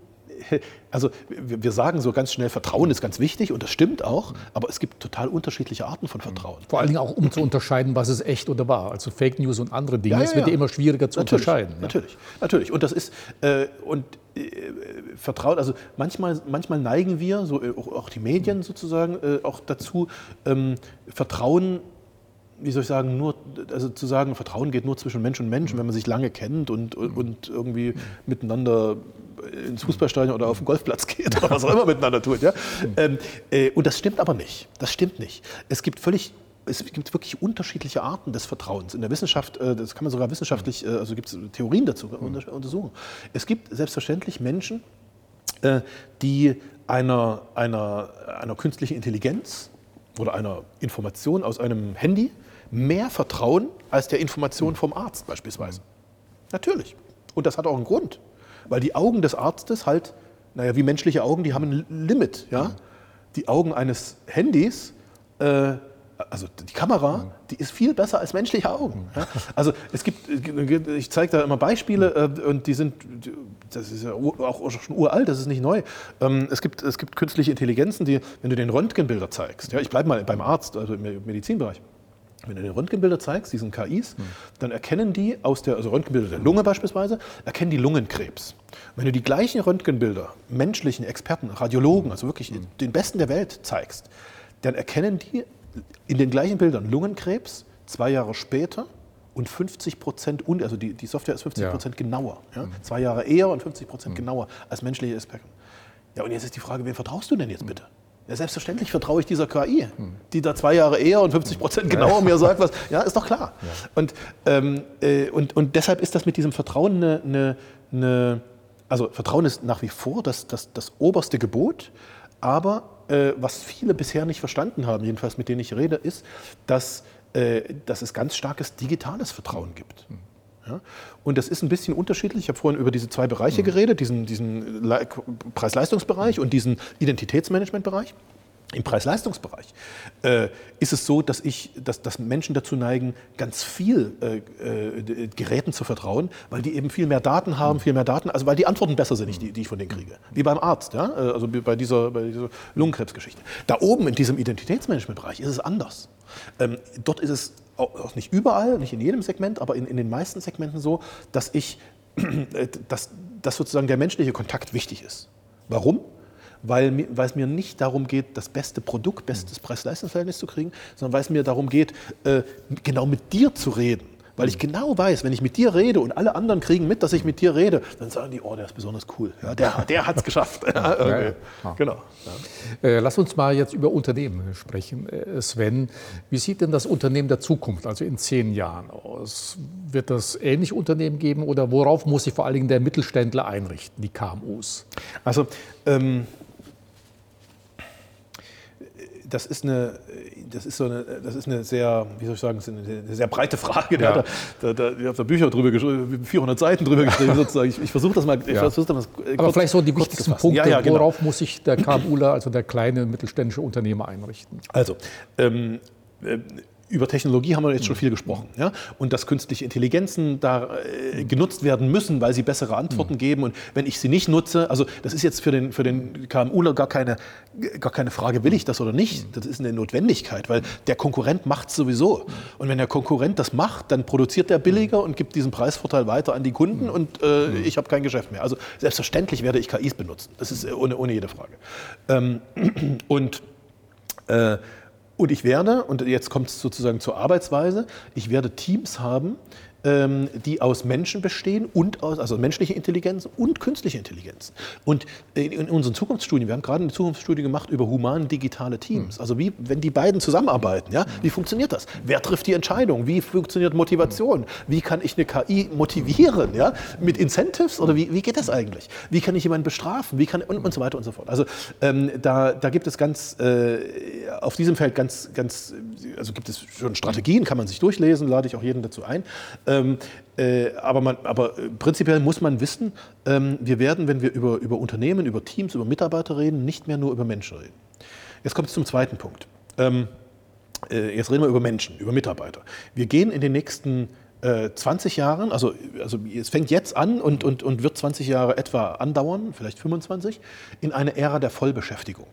also wir sagen so ganz schnell, Vertrauen ist ganz wichtig und das stimmt auch, aber es gibt total unterschiedliche Arten von Vertrauen. Vor allen Dingen auch, um zu unterscheiden, was ist echt oder wahr. Also Fake News und andere Dinge, Ja, ja, es wird ja ja. immer schwieriger zu Natürlich, unterscheiden. Ja. Natürlich, natürlich. Und das ist, äh, und äh, Vertrauen, also manchmal, manchmal neigen wir, so, äh, auch, auch die Medien sozusagen, äh, auch dazu, ähm, Vertrauen, wie soll ich sagen, nur, also zu sagen, Vertrauen geht nur zwischen Mensch und Mensch, wenn man sich lange kennt und, und, und irgendwie miteinander ins Fußballstadion oder auf den Golfplatz geht oder was auch immer miteinander tut. Ja? Ähm, äh, und das stimmt aber nicht. Das stimmt nicht. Es gibt völlig Es gibt wirklich unterschiedliche Arten des Vertrauens. In der Wissenschaft, äh, das kann man sogar wissenschaftlich, äh, also gibt es Theorien dazu, unter, untersuchen. Es gibt selbstverständlich Menschen, äh, die einer, einer, einer künstlichen Intelligenz oder einer Information aus einem Handy mehr vertrauen als der Information vom Arzt beispielsweise. Natürlich. Und das hat auch einen Grund. Weil die Augen des Arztes halt, naja, wie menschliche Augen, die haben ein Limit. Ja? Die Augen eines Handys, äh, also die Kamera, die ist viel besser als menschliche Augen. Ja? Also es gibt, ich zeige da immer Beispiele äh, und die sind, das ist ja auch schon uralt, das ist nicht neu. Ähm, es gibt, es gibt künstliche Intelligenzen, die, wenn du den Röntgenbilder zeigst, ja, ich bleibe mal beim Arzt, also im Medizinbereich, wenn du den Röntgenbilder zeigst, diesen K Is, mhm. dann erkennen die aus der, also Röntgenbilder der Lunge beispielsweise, erkennen die Lungenkrebs. Wenn du die gleichen Röntgenbilder menschlichen Experten, Radiologen, also wirklich mhm. den Besten der Welt zeigst, dann erkennen die in den gleichen Bildern Lungenkrebs zwei Jahre später und fünfzig Prozent, also die, die Software ist fünfzig Prozent ja. genauer. Ja? Mhm. Zwei Jahre eher und fünfzig Prozent mhm. genauer als menschliche Experten. Ja, und jetzt ist die Frage, wem vertraust du denn jetzt bitte? Ja, selbstverständlich vertraue ich dieser K I, die da zwei Jahre eher und fünfzig Prozent genauer mir sagt, was. Ja, ist doch klar. Ja. Und, ähm, äh, und, und deshalb ist das mit diesem Vertrauen eine, eine, eine also Vertrauen ist nach wie vor das, das, das oberste Gebot, aber äh, was viele bisher nicht verstanden haben, jedenfalls mit denen ich rede, ist, dass, äh, dass es ganz starkes digitales Vertrauen gibt. Ja? Und das ist ein bisschen unterschiedlich. Ich habe vorhin über diese zwei Bereiche mhm. geredet, diesen, diesen Le- Preis-Leistungsbereich und diesen Identitätsmanagement-Bereich. Im Preis-Leistungsbereich äh, ist es so, dass, ich, dass, dass Menschen dazu neigen, ganz viel äh, äh, Geräten zu vertrauen, weil die eben viel mehr Daten haben, mhm. viel mehr Daten, also weil die Antworten besser sind, die, die ich von denen kriege. Wie beim Arzt, ja? Also bei dieser, bei dieser Lungenkrebsgeschichte. Da oben in diesem Identitätsmanagement-Bereich ist es anders. Ähm, dort ist es auch nicht überall, nicht in jedem Segment, aber in, in den meisten Segmenten so, dass, ich, dass, dass sozusagen der menschliche Kontakt wichtig ist. Warum? Weil, weil es mir nicht darum geht, das beste Produkt, bestes Preis-Leistungs-Verhältnis zu kriegen, sondern weil es mir darum geht, äh, genau mit dir zu reden. Weil ich genau weiß, wenn ich mit dir rede und alle anderen kriegen mit, dass ich mit dir rede, dann sagen die, oh, der ist besonders cool. Ja, der der hat es geschafft. Ja, okay. ja, ja. Genau. Ja. Äh, lass uns mal jetzt über Unternehmen sprechen. Äh, Sven, wie sieht denn das Unternehmen der Zukunft, also in zehn Jahren aus? Wird das ähnliche Unternehmen geben oder worauf muss sich vor allen Dingen der Mittelständler einrichten, die K M Us? Also, ähm, Das ist, eine, das, ist so eine, das ist eine sehr, wie soll ich sagen, eine sehr breite Frage. Ja. Da, da, ich habe da Bücher drüber geschrieben, vierhundert Seiten drüber geschrieben sozusagen. Ich, ich versuche das mal. Ich ja. versuch das mal kurz, Aber vielleicht so die wichtigsten Punkte, ja, ja, genau. Worauf muss sich der KMUler, also der kleine mittelständische Unternehmer einrichten? Also, ähm, äh, über Technologie haben wir jetzt schon viel gesprochen. Ja? Und dass künstliche Intelligenzen da äh, genutzt werden müssen, weil sie bessere Antworten mhm. geben. Und wenn ich sie nicht nutze, also das ist jetzt für den, für den KMUler gar keine, gar keine Frage, will ich das oder nicht? Das ist eine Notwendigkeit, weil der Konkurrent macht es sowieso. Und wenn der Konkurrent das macht, dann produziert der billiger und gibt diesen Preisvorteil weiter an die Kunden und äh, ich habe kein Geschäft mehr. Also selbstverständlich werde ich K Is benutzen. Das ist ohne, ohne jede Frage. Ähm, und äh, Und ich werde, und jetzt kommt es sozusagen zur Arbeitsweise, ich werde Teams haben, ähm, die aus Menschen bestehen, und aus, also menschliche Intelligenz und künstliche Intelligenz. Und in, in unseren Zukunftsstudien, wir haben gerade eine Zukunftsstudie gemacht über human-digitale Teams. Also wie, wenn die beiden zusammenarbeiten, ja, wie funktioniert das? Wer trifft die Entscheidung? Wie funktioniert Motivation? Wie kann ich eine K I motivieren? Ja? Mit Incentives? Oder wie, wie geht das eigentlich? Wie kann ich jemanden bestrafen? Wie kann, und, und so weiter und so fort. Also ähm, da, da gibt es ganz, äh, auf diesem Feld ganz, ganz, also gibt es schon Strategien, kann man sich durchlesen, lade ich auch jeden dazu ein. Ähm, äh, aber, man, aber prinzipiell muss man wissen, ähm, wir werden, wenn wir über, über Unternehmen, über Teams, über Mitarbeiter reden, nicht mehr nur über Menschen reden. Jetzt kommt es zum zweiten Punkt. Ähm, äh, jetzt reden wir über Menschen, über Mitarbeiter. Wir gehen in den nächsten äh, zwanzig Jahren, also, also es fängt jetzt an und, und, und wird zwanzig Jahre etwa andauern, vielleicht fünfundzwanzig, in eine Ära der Vollbeschäftigung.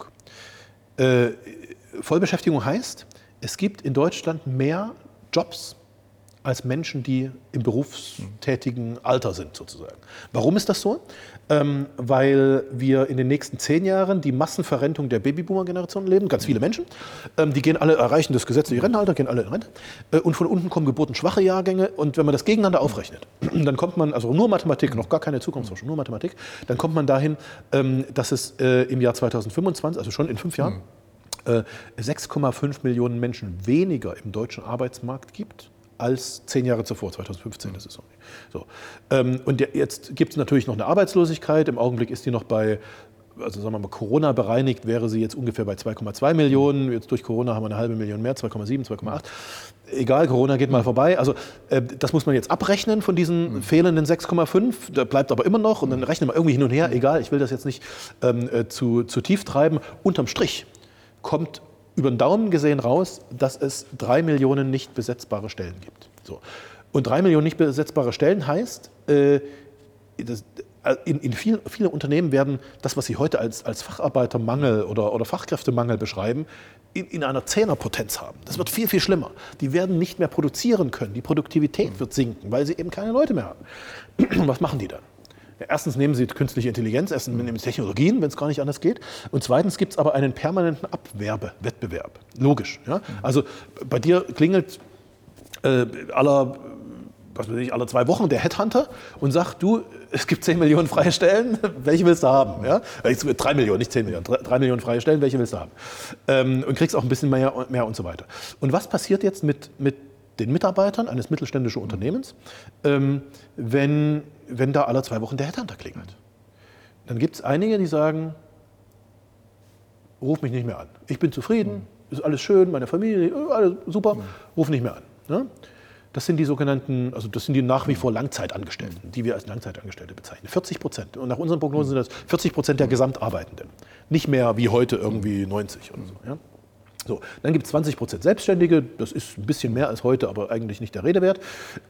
Äh, Vollbeschäftigung heißt, es gibt in Deutschland mehr Jobs als Menschen, die im berufstätigen Alter sind sozusagen. Warum ist das so? Ähm, weil wir in den nächsten zehn Jahren die Massenverrentung der Babyboomer-Generation leben, ganz viele Menschen, ähm, die gehen alle, erreichen das gesetzliche Rentenalter, gehen alle in Rente äh, und von unten kommen geburtenschwache Jahrgänge und wenn man das gegeneinander aufrechnet, dann kommt man, also nur Mathematik, noch gar keine Zukunftsforschung, nur Mathematik, dann kommt man dahin, ähm, dass es äh, im Jahr zweitausendfünfundzwanzig, also schon in fünf Jahren, äh, sechs Komma fünf Millionen Menschen weniger im deutschen Arbeitsmarkt gibt als zehn Jahre zuvor, zweitausendfünfzehn, das ist so. so. Ähm, und jetzt gibt es natürlich noch eine Arbeitslosigkeit, im Augenblick ist die noch bei, also sagen wir mal, Corona bereinigt wäre sie jetzt ungefähr bei zwei Komma zwei Millionen, jetzt durch Corona haben wir eine halbe Million mehr, zwei Komma sieben, zwei Komma acht. Egal, Corona geht mal vorbei, also äh, das muss man jetzt abrechnen von diesen mhm. fehlenden sechs Komma fünf, da bleibt aber immer noch und dann rechnen wir irgendwie hin und her, egal, ich will das jetzt nicht ähm, äh, zu, zu tief treiben, unterm Strich kommt über den Daumen gesehen raus, dass es drei Millionen nicht besetzbare Stellen gibt. So. Und drei Millionen nicht besetzbare Stellen heißt, äh, das, in, in viel, viele Unternehmen werden das, was sie heute als, als Facharbeitermangel oder, oder Fachkräftemangel beschreiben, in, in einer Zehnerpotenz haben. Das wird viel, viel schlimmer. Die werden nicht mehr produzieren können. Die Produktivität wird sinken, weil sie eben keine Leute mehr haben. Was machen die dann? Ja, erstens nehmen sie künstliche Intelligenz, erstens nehmen sie Technologien, wenn es gar nicht anders geht. Und zweitens gibt es aber einen permanenten Abwerbewettbewerb. Logisch. Ja? Also bei dir klingelt äh, aller, was weiß ich, alle zwei Wochen der Headhunter und sagt, du, es gibt zehn Millionen freie Stellen, welche willst du haben? Ja? drei Millionen, nicht zehn Millionen, drei Millionen freie Stellen, welche willst du haben? Ähm, und kriegst auch ein bisschen mehr, mehr und so weiter. Und was passiert jetzt mit, mit den Mitarbeitern eines mittelständischen Unternehmens, ähm, wenn, wenn da alle zwei Wochen der Headhunter klingelt? Dann gibt es einige, die sagen, ruf mich nicht mehr an. Ich bin zufrieden, ist alles schön, meine Familie, alles super, ruf nicht mehr an. Ne? Das sind die sogenannten, also das sind die nach wie vor Langzeitangestellten, die wir als Langzeitangestellte bezeichnen. vierzig Prozent. Und nach unseren Prognosen sind das vierzig Prozent der Gesamtarbeitenden. Nicht mehr wie heute irgendwie neunzig oder so. Ja? So, dann gibt es zwanzig Prozent Selbstständige, das ist ein bisschen mehr als heute, aber eigentlich nicht der Rede wert.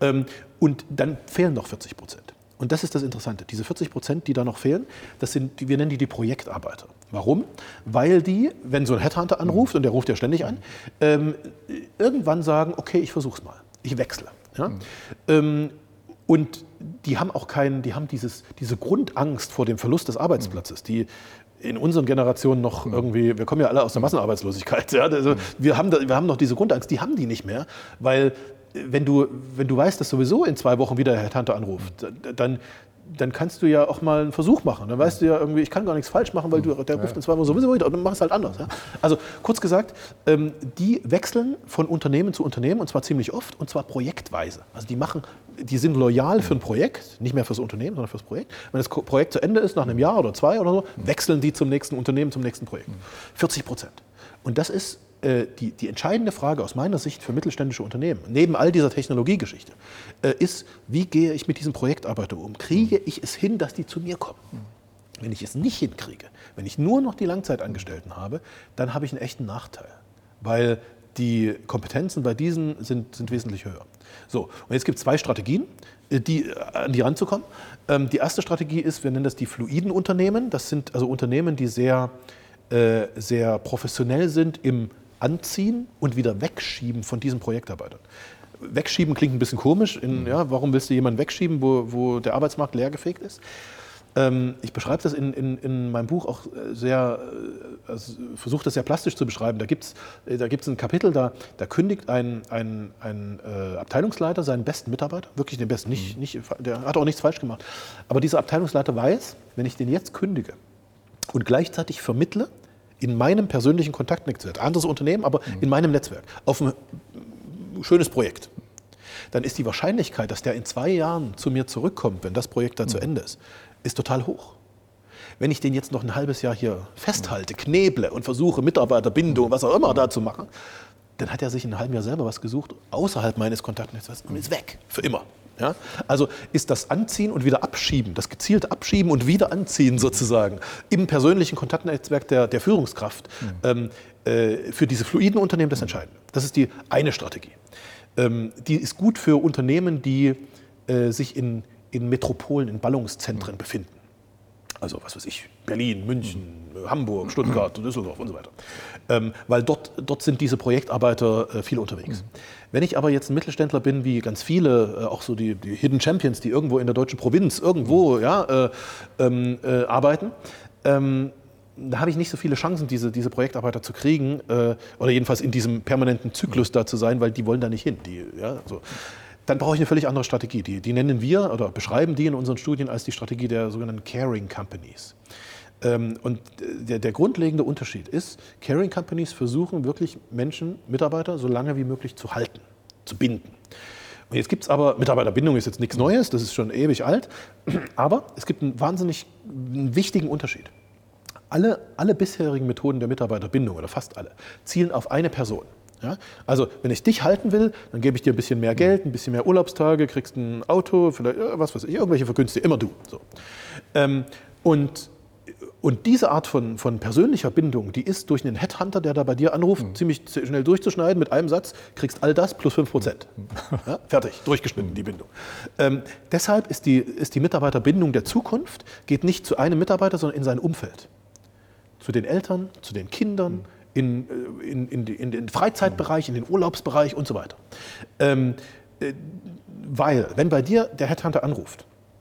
Und dann fehlen noch vierzig Prozent. Und das ist das Interessante. Diese vierzig Prozent, die da noch fehlen, das sind, wir nennen die die Projektarbeiter. Warum? Weil die, wenn so ein Headhunter anruft, und der ruft ja ständig an, ähm, irgendwann sagen, okay, ich versuch's mal, ich wechsle. Ja? Mhm. Ähm, und die haben auch keinen, die haben dieses, diese Grundangst vor dem Verlust des Arbeitsplatzes, die in unseren Generationen noch irgendwie, wir kommen ja alle aus der Massenarbeitslosigkeit, ja, also wir haben, da, wir haben noch diese Grundangst, die haben die nicht mehr, weil wenn du, wenn du weißt, dass sowieso in zwei Wochen wieder der Headhunter anruft, dann, dann kannst du ja auch mal einen Versuch machen. Dann weißt du ja irgendwie, ich kann gar nichts falsch machen, weil du, der ruft in zwei Wochen sowieso wieder und dann mach es halt anders. Ja? Also kurz gesagt, ähm, die wechseln von Unternehmen zu Unternehmen und zwar ziemlich oft und zwar projektweise. Also die machen, die sind loyal für ein Projekt, nicht mehr fürs Unternehmen, sondern fürs Projekt. Wenn das Projekt zu Ende ist, nach einem Jahr oder zwei oder so, wechseln die zum nächsten Unternehmen, zum nächsten Projekt. vierzig Prozent. Und das ist äh, die, die entscheidende Frage aus meiner Sicht für mittelständische Unternehmen, neben all dieser Technologiegeschichte, äh, ist, wie gehe ich mit diesen Projektarbeitern um? Kriege ich es hin, dass die zu mir kommen? Wenn ich es nicht hinkriege, wenn ich nur noch die Langzeitangestellten habe, dann habe ich einen echten Nachteil, weil die Kompetenzen bei diesen sind, sind wesentlich höher. So, und jetzt gibt es zwei Strategien, die, an die ranzukommen. Ähm, die erste Strategie ist, wir nennen das die fluiden Unternehmen. Das sind also Unternehmen, die sehr, äh, sehr professionell sind im Anziehen und wieder Wegschieben von diesen Projektarbeitern. Wegschieben klingt ein bisschen komisch. In, ja, warum willst du jemanden wegschieben, wo, wo der Arbeitsmarkt leergefegt ist? Ähm, ich beschreibe das in, in, in meinem Buch auch sehr, also versuche das sehr plastisch zu beschreiben. Da gibt es da gibt's ein Kapitel, da, da kündigt ein, ein, ein äh, Abteilungsleiter seinen besten Mitarbeiter, wirklich den besten, nicht, nicht, der hat auch nichts falsch gemacht. Aber dieser Abteilungsleiter weiß, wenn ich den jetzt kündige und gleichzeitig vermittle, in meinem persönlichen Kontaktnetzwerk, anderes Unternehmen, aber mhm. in meinem Netzwerk, auf ein schönes Projekt, dann ist die Wahrscheinlichkeit, dass der in zwei Jahren zu mir zurückkommt, wenn das Projekt da mhm. zu Ende ist, ist total hoch. Wenn ich den jetzt noch ein halbes Jahr hier festhalte, kneble und versuche, Mitarbeiterbindung, was auch immer da zu machen, dann hat er sich in einem halben Jahr selber was gesucht, außerhalb meines Kontaktnetzwerks und ist weg, für immer. Ja? Also ist das Anziehen und wieder Abschieben, das gezielte Abschieben und wieder Anziehen sozusagen im persönlichen Kontaktnetzwerk der, der Führungskraft mhm. ähm, äh, für diese fluiden Unternehmen das Entscheidende. Das ist die eine Strategie. Ähm, die ist gut für Unternehmen, die äh, sich in, in Metropolen, in Ballungszentren mhm. befinden. Also was weiß ich, Berlin, München, mhm. Hamburg, Stuttgart, Düsseldorf und so weiter. Ähm, weil dort, dort sind diese Projektarbeiter äh, viel unterwegs. Mhm. Wenn ich aber jetzt ein Mittelständler bin, wie ganz viele, äh, auch so die, die Hidden Champions, die irgendwo in der deutschen Provinz irgendwo ja, äh, ähm, äh, arbeiten, ähm, da habe ich nicht so viele Chancen, diese, diese Projektarbeiter zu kriegen äh, oder jedenfalls in diesem permanenten Zyklus da zu sein, weil die wollen da nicht hin. Die, ja, so. Dann brauche ich eine völlig andere Strategie. Die, die nennen wir oder beschreiben die in unseren Studien als die Strategie der sogenannten Caring Companies. Ähm, und der, der grundlegende Unterschied ist, Caring Companies versuchen wirklich Menschen, Mitarbeiter, so lange wie möglich zu halten, zu binden. Und jetzt gibt es aber, Mitarbeiterbindung ist jetzt nichts Neues, das ist schon ewig alt, aber es gibt einen wahnsinnig einen wichtigen Unterschied. Alle, alle bisherigen Methoden der Mitarbeiterbindung, oder fast alle, zielen auf eine Person. Ja? Also wenn ich dich halten will, dann gebe ich dir ein bisschen mehr Geld, ein bisschen mehr Urlaubstage, kriegst ein Auto, vielleicht was weiß ich, irgendwelche Vergünstigungen, immer du. So. Ähm, und, und diese Art von, von persönlicher Bindung, die ist durch einen Headhunter, der da bei dir anruft, mhm. ziemlich schnell durchzuschneiden mit einem Satz, kriegst all das plus fünf Prozent. Ja? Fertig, durchgeschnitten die Bindung. Ähm, deshalb ist die, ist die Mitarbeiterbindung der Zukunft, geht nicht zu einem Mitarbeiter, sondern in sein Umfeld. Zu den Eltern, zu den Kindern, in, in, in, in den Freizeitbereich, in den Urlaubsbereich und so weiter. Ähm, äh, weil, wenn bei dir der Headhunter anruft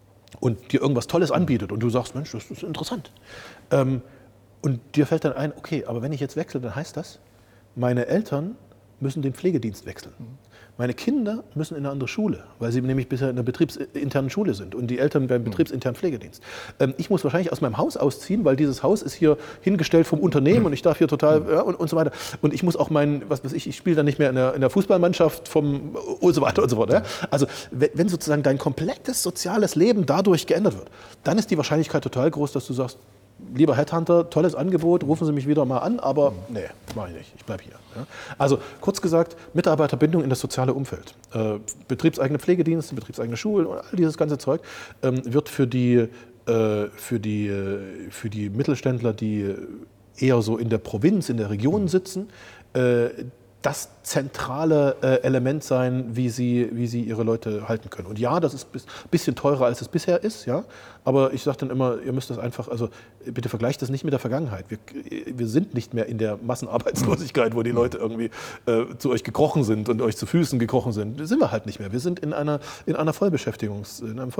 und dir irgendwas Tolles anbietet und du sagst, Mensch, das ist interessant, ähm, und dir fällt dann ein, okay, aber wenn ich jetzt wechsle, dann heißt das, meine Eltern müssen den Pflegedienst wechseln. Meine Kinder müssen in eine andere Schule, weil sie nämlich bisher in einer betriebsinternen Schule sind und die Eltern beim betriebsinternen Pflegedienst. Ähm, ich muss wahrscheinlich aus meinem Haus ausziehen, weil dieses Haus ist hier hingestellt vom Unternehmen und ich darf hier total ja, und, und so weiter. Und ich muss auch mein, was weiß ich, ich spiele dann nicht mehr in der, in der Fußballmannschaft vom und so weiter und so fort. Ja? Also wenn, wenn sozusagen dein komplettes soziales Leben dadurch geändert wird, dann ist die Wahrscheinlichkeit total groß, dass du sagst, lieber Headhunter, tolles Angebot, rufen Sie mich wieder mal an, aber nee, mache ich nicht, ich bleibe hier. Ja. Also kurz gesagt, Mitarbeiterbindung in das soziale Umfeld. Äh, betriebseigene Pflegedienste, betriebseigene Schulen und all dieses ganze Zeug ähm, wird für die, äh, für, die, äh, für die Mittelständler, die eher so in der Provinz, in der Region sitzen, äh, das zentrale äh, Element sein, wie sie, wie sie ihre Leute halten können. Und ja, das ist ein bisschen teurer, als es bisher ist, ja. Aber ich sage dann immer, ihr müsst das einfach, also bitte vergleicht das nicht mit der Vergangenheit. Wir, wir sind nicht mehr in der Massenarbeitslosigkeit, wo die Leute irgendwie äh, zu euch gekrochen sind und euch zu Füßen gekrochen sind. Das sind wir halt nicht mehr. Wir sind in einer, in einer Vollbeschäftigungs, in einem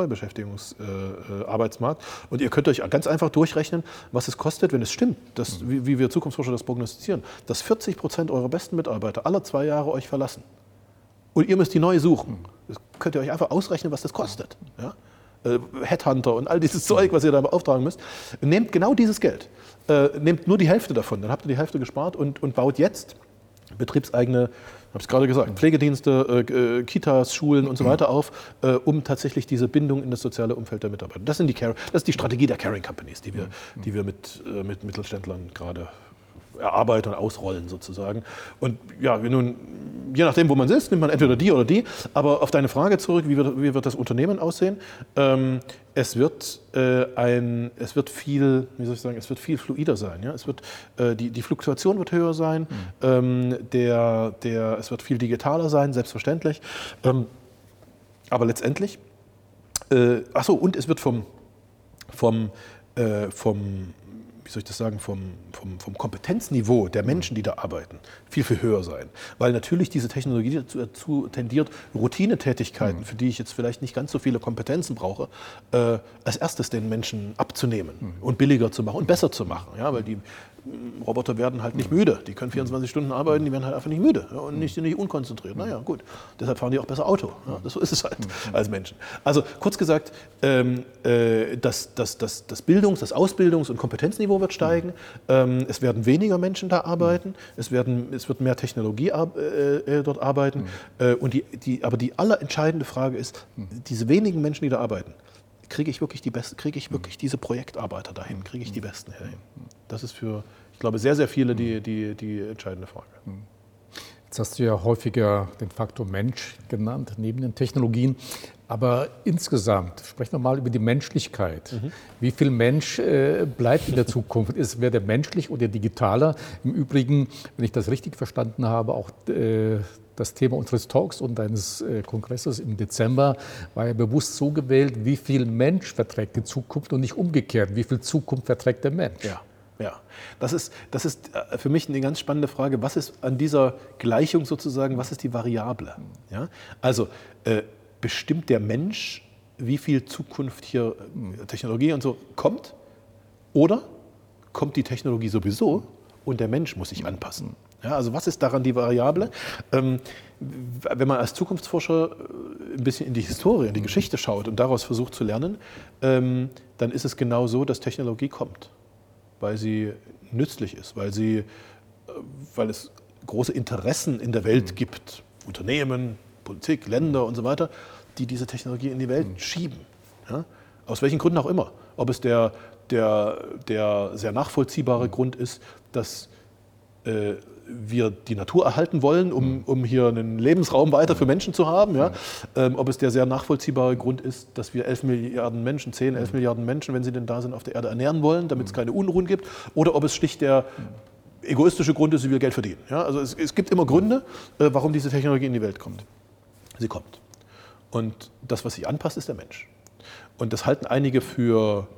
Vollbeschäftigungsarbeitsmarkt. Äh, und ihr könnt euch ganz einfach durchrechnen, was es kostet, wenn es stimmt, dass, wie, wie wir Zukunftsforscher das prognostizieren, dass vierzig Prozent eurer besten Mitarbeiter alle zwei Jahre euch verlassen. Und ihr müsst die neu suchen. Das könnt ihr euch einfach ausrechnen, was das kostet. Ja? Äh, Headhunter und all dieses Zeug, was ihr da beauftragen müsst. Nehmt genau dieses Geld. Äh, nehmt nur die Hälfte davon. Dann habt ihr die Hälfte gespart und, und baut jetzt betriebseigene, ich habe es gerade gesagt, Pflegedienste, äh, Kitas, Schulen und so weiter auf, äh, um tatsächlich diese Bindung in das soziale Umfeld der Mitarbeiter. Das, sind die Car- das ist die Strategie der Caring Companies, die wir, die wir mit, äh, mit Mittelständlern gerade erarbeiten und ausrollen sozusagen. Und ja, nun, je nachdem, wo man sitzt, nimmt man entweder die oder die. Aber auf deine Frage zurück, wie wird, wie wird das Unternehmen aussehen? Ähm, es wird äh, ein, es wird viel, wie soll ich sagen, es wird viel fluider sein. Ja? Es wird, äh, die, die Fluktuation wird höher sein. Mhm. Ähm, der, der, es wird viel digitaler sein, selbstverständlich. Ähm, aber letztendlich, äh, ach so, und es wird vom, vom, äh, vom wie soll ich das sagen, vom, vom, vom Kompetenzniveau der Menschen, die da arbeiten, viel, viel höher sein. Weil natürlich diese Technologie dazu, dazu tendiert, Routinetätigkeiten, mhm. für die ich jetzt vielleicht nicht ganz so viele Kompetenzen brauche, äh, als erstes den Menschen abzunehmen mhm. und billiger zu machen und besser zu machen. Ja, weil die Roboter werden halt nicht müde. Die können vierundzwanzig Stunden arbeiten, die werden halt einfach nicht müde ja, und nicht, nicht unkonzentriert. Naja, gut. Deshalb fahren die auch besser Auto. Ja, das, so ist es halt als Menschen. Also kurz gesagt, ähm, äh, das, das, das, das Bildungs-, das Ausbildungs- und Kompetenzniveau wird steigen. Ähm, es werden weniger Menschen da arbeiten. Es, werden, es wird mehr Technologie äh, dort arbeiten. Äh, und die, die, aber die allerentscheidende Frage ist, diese wenigen Menschen, die da arbeiten, kriege ich wirklich die besten, kriege ich wirklich diese Projektarbeiter dahin, kriege ich die Besten dahin. Das ist für, ich glaube, sehr, sehr viele die, die, die entscheidende Frage. Jetzt hast du ja häufiger den Faktor Mensch genannt, neben den Technologien. Aber insgesamt, sprechen wir mal über die Menschlichkeit. Mhm. Wie viel Mensch äh, bleibt in der Zukunft? Ist wer der menschlich oder digitaler? Im Übrigen, wenn ich das richtig verstanden habe, auch äh, das Thema unseres Talks und deines äh, Kongresses im Dezember war ja bewusst so gewählt, wie viel Mensch verträgt die Zukunft und nicht umgekehrt, wie viel Zukunft verträgt der Mensch. Ja. Ja, das ist, das ist für mich eine ganz spannende Frage. Was ist an dieser Gleichung sozusagen, was ist die Variable? Ja? Also äh, bestimmt der Mensch, wie viel Zukunft hier Technologie und so kommt? Oder kommt die Technologie sowieso und der Mensch muss sich anpassen? Ja, also was ist daran die Variable? Ähm, wenn man als Zukunftsforscher ein bisschen in die Historie, in die Geschichte schaut und daraus versucht zu lernen, ähm, dann ist es genau so, dass Technologie kommt, weil sie nützlich ist, weil, sie, weil es große Interessen in der Welt gibt, Unternehmen, Politik, Länder und so weiter, die diese Technologie in die Welt schieben. Ja? Aus welchen Gründen auch immer. Ob es der, der, der sehr nachvollziehbare Grund ist, dass äh, wir die Natur erhalten wollen, um, um hier einen Lebensraum weiter für Menschen zu haben. Ja? Ähm, ob es der sehr nachvollziehbare Grund ist, dass wir elf Milliarden Menschen, zehn, elf Milliarden Menschen, wenn sie denn da sind, auf der Erde ernähren wollen, damit es keine Unruhen gibt. Oder ob es schlicht der egoistische Grund ist, sie will Geld verdienen. Ja? Also es, es gibt immer Gründe, äh, warum diese Technologie in die Welt kommt. Sie kommt. Und das, was sich anpasst, ist der Mensch. Und das halten einige für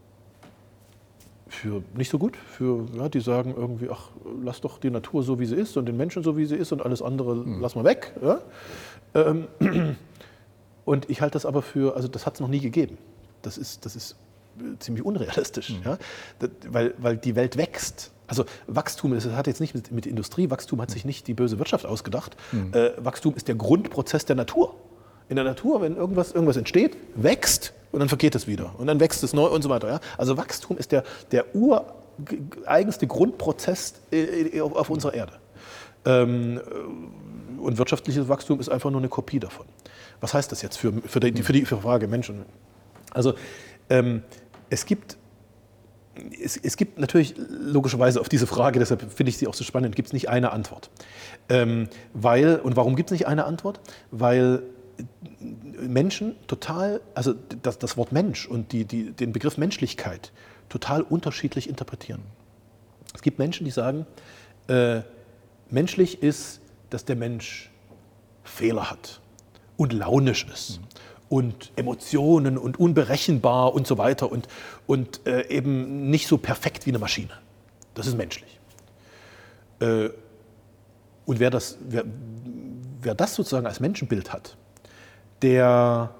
für nicht so gut, für, ja, die sagen irgendwie, ach, lass doch die Natur so, wie sie ist und den Menschen so, wie sie ist und alles andere mhm. lass mal weg. Ja? Ähm, und ich halte das aber für, also das hat es noch nie gegeben. Das ist, das ist ziemlich unrealistisch, mhm. ja? das, weil, weil die Welt wächst. Also Wachstum, das hat jetzt nicht mit, mit Industrie, Wachstum hat sich nicht die böse Wirtschaft ausgedacht. Mhm. Äh, Wachstum ist der Grundprozess der Natur. In der Natur, wenn irgendwas, irgendwas entsteht, wächst und dann vergeht es wieder und dann wächst es neu und so weiter. Ja? Also Wachstum ist der, der ureigenste Grundprozess auf unserer Erde. Ähm, und wirtschaftliches Wachstum ist einfach nur eine Kopie davon. Was heißt das jetzt für, für, die, für die für Frage Menschen? Also ähm, es gibt Es, es gibt natürlich logischerweise auf diese Frage, deshalb finde ich sie auch so spannend, gibt es nicht eine Antwort. Ähm, weil, und warum gibt es nicht eine Antwort? Weil Menschen total, also das, das Wort Mensch und die, die, den Begriff Menschlichkeit total unterschiedlich interpretieren. Es gibt Menschen, die sagen, äh, menschlich ist, dass der Mensch Fehler hat und launisch ist. Mhm. Und Emotionen und unberechenbar und so weiter und, und äh, eben nicht so perfekt wie eine Maschine. Das ist menschlich. Äh, und wer das, wer, wer das sozusagen als Menschenbild hat, der,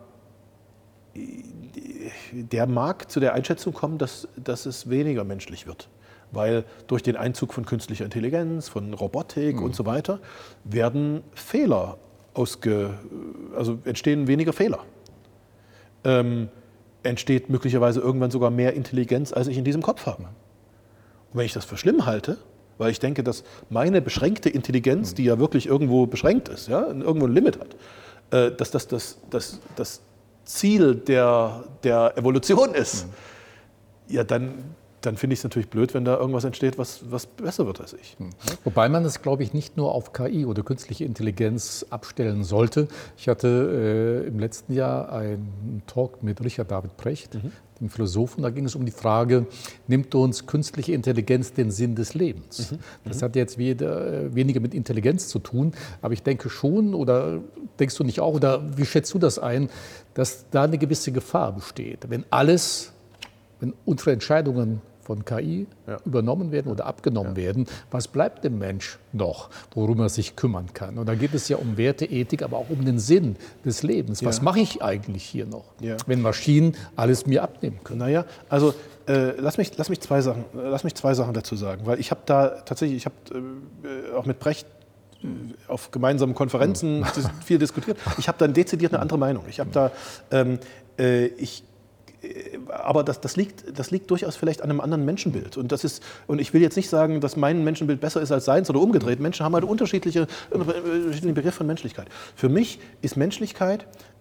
der mag zu der Einschätzung kommen, dass, dass es weniger menschlich wird. Weil durch den Einzug von künstlicher Intelligenz, von Robotik mhm. und so weiter, werden Fehler ausge, also entstehen weniger Fehler. Ähm, entsteht möglicherweise irgendwann sogar mehr Intelligenz, als ich in diesem Kopf habe. Und wenn ich das für schlimm halte, weil ich denke, dass meine beschränkte Intelligenz, die ja wirklich irgendwo beschränkt ist, ja, irgendwo ein Limit hat, äh, dass das das, das, das Ziel der, der Evolution ist, mhm. ja, dann, dann finde ich es natürlich blöd, wenn da irgendwas entsteht, was, was besser wird als ich. Wobei man das, glaube ich, nicht nur auf K I oder künstliche Intelligenz abstellen sollte. Ich hatte äh, im letzten Jahr einen Talk mit Richard David Precht, mhm. dem Philosophen. Da ging es um die Frage, nimmt uns künstliche Intelligenz den Sinn des Lebens? Mhm. Das hat jetzt weder, weniger mit Intelligenz zu tun, aber ich denke schon, oder denkst du nicht auch, oder wie schätzt du das ein, dass da eine gewisse Gefahr besteht, wenn alles, wenn unsere Entscheidungen von K I ja. übernommen werden oder abgenommen ja. werden, was bleibt dem Mensch noch, worum er sich kümmern kann? Und da geht es ja um Werte, Ethik, aber auch um den Sinn des Lebens. Was ja. mache ich eigentlich hier noch, ja. wenn Maschinen alles mir abnehmen können? Naja, also äh, lass, mich, lass, mich zwei Sachen, lass mich zwei Sachen dazu sagen, weil ich habe da tatsächlich, ich habe äh, auch mit Brecht auf gemeinsamen Konferenzen viel diskutiert. Ich habe dann dezidiert eine andere Meinung. Ich habe da, ähm, äh, ich aber das, das, liegt, das liegt durchaus vielleicht an einem anderen Menschenbild. Und, das ist, und ich will jetzt nicht sagen, dass mein Menschenbild besser ist als seins oder umgedreht. Menschen haben halt unterschiedliche, unterschiedliche Begriffe von Menschlichkeit. Für mich ist Menschlichkeit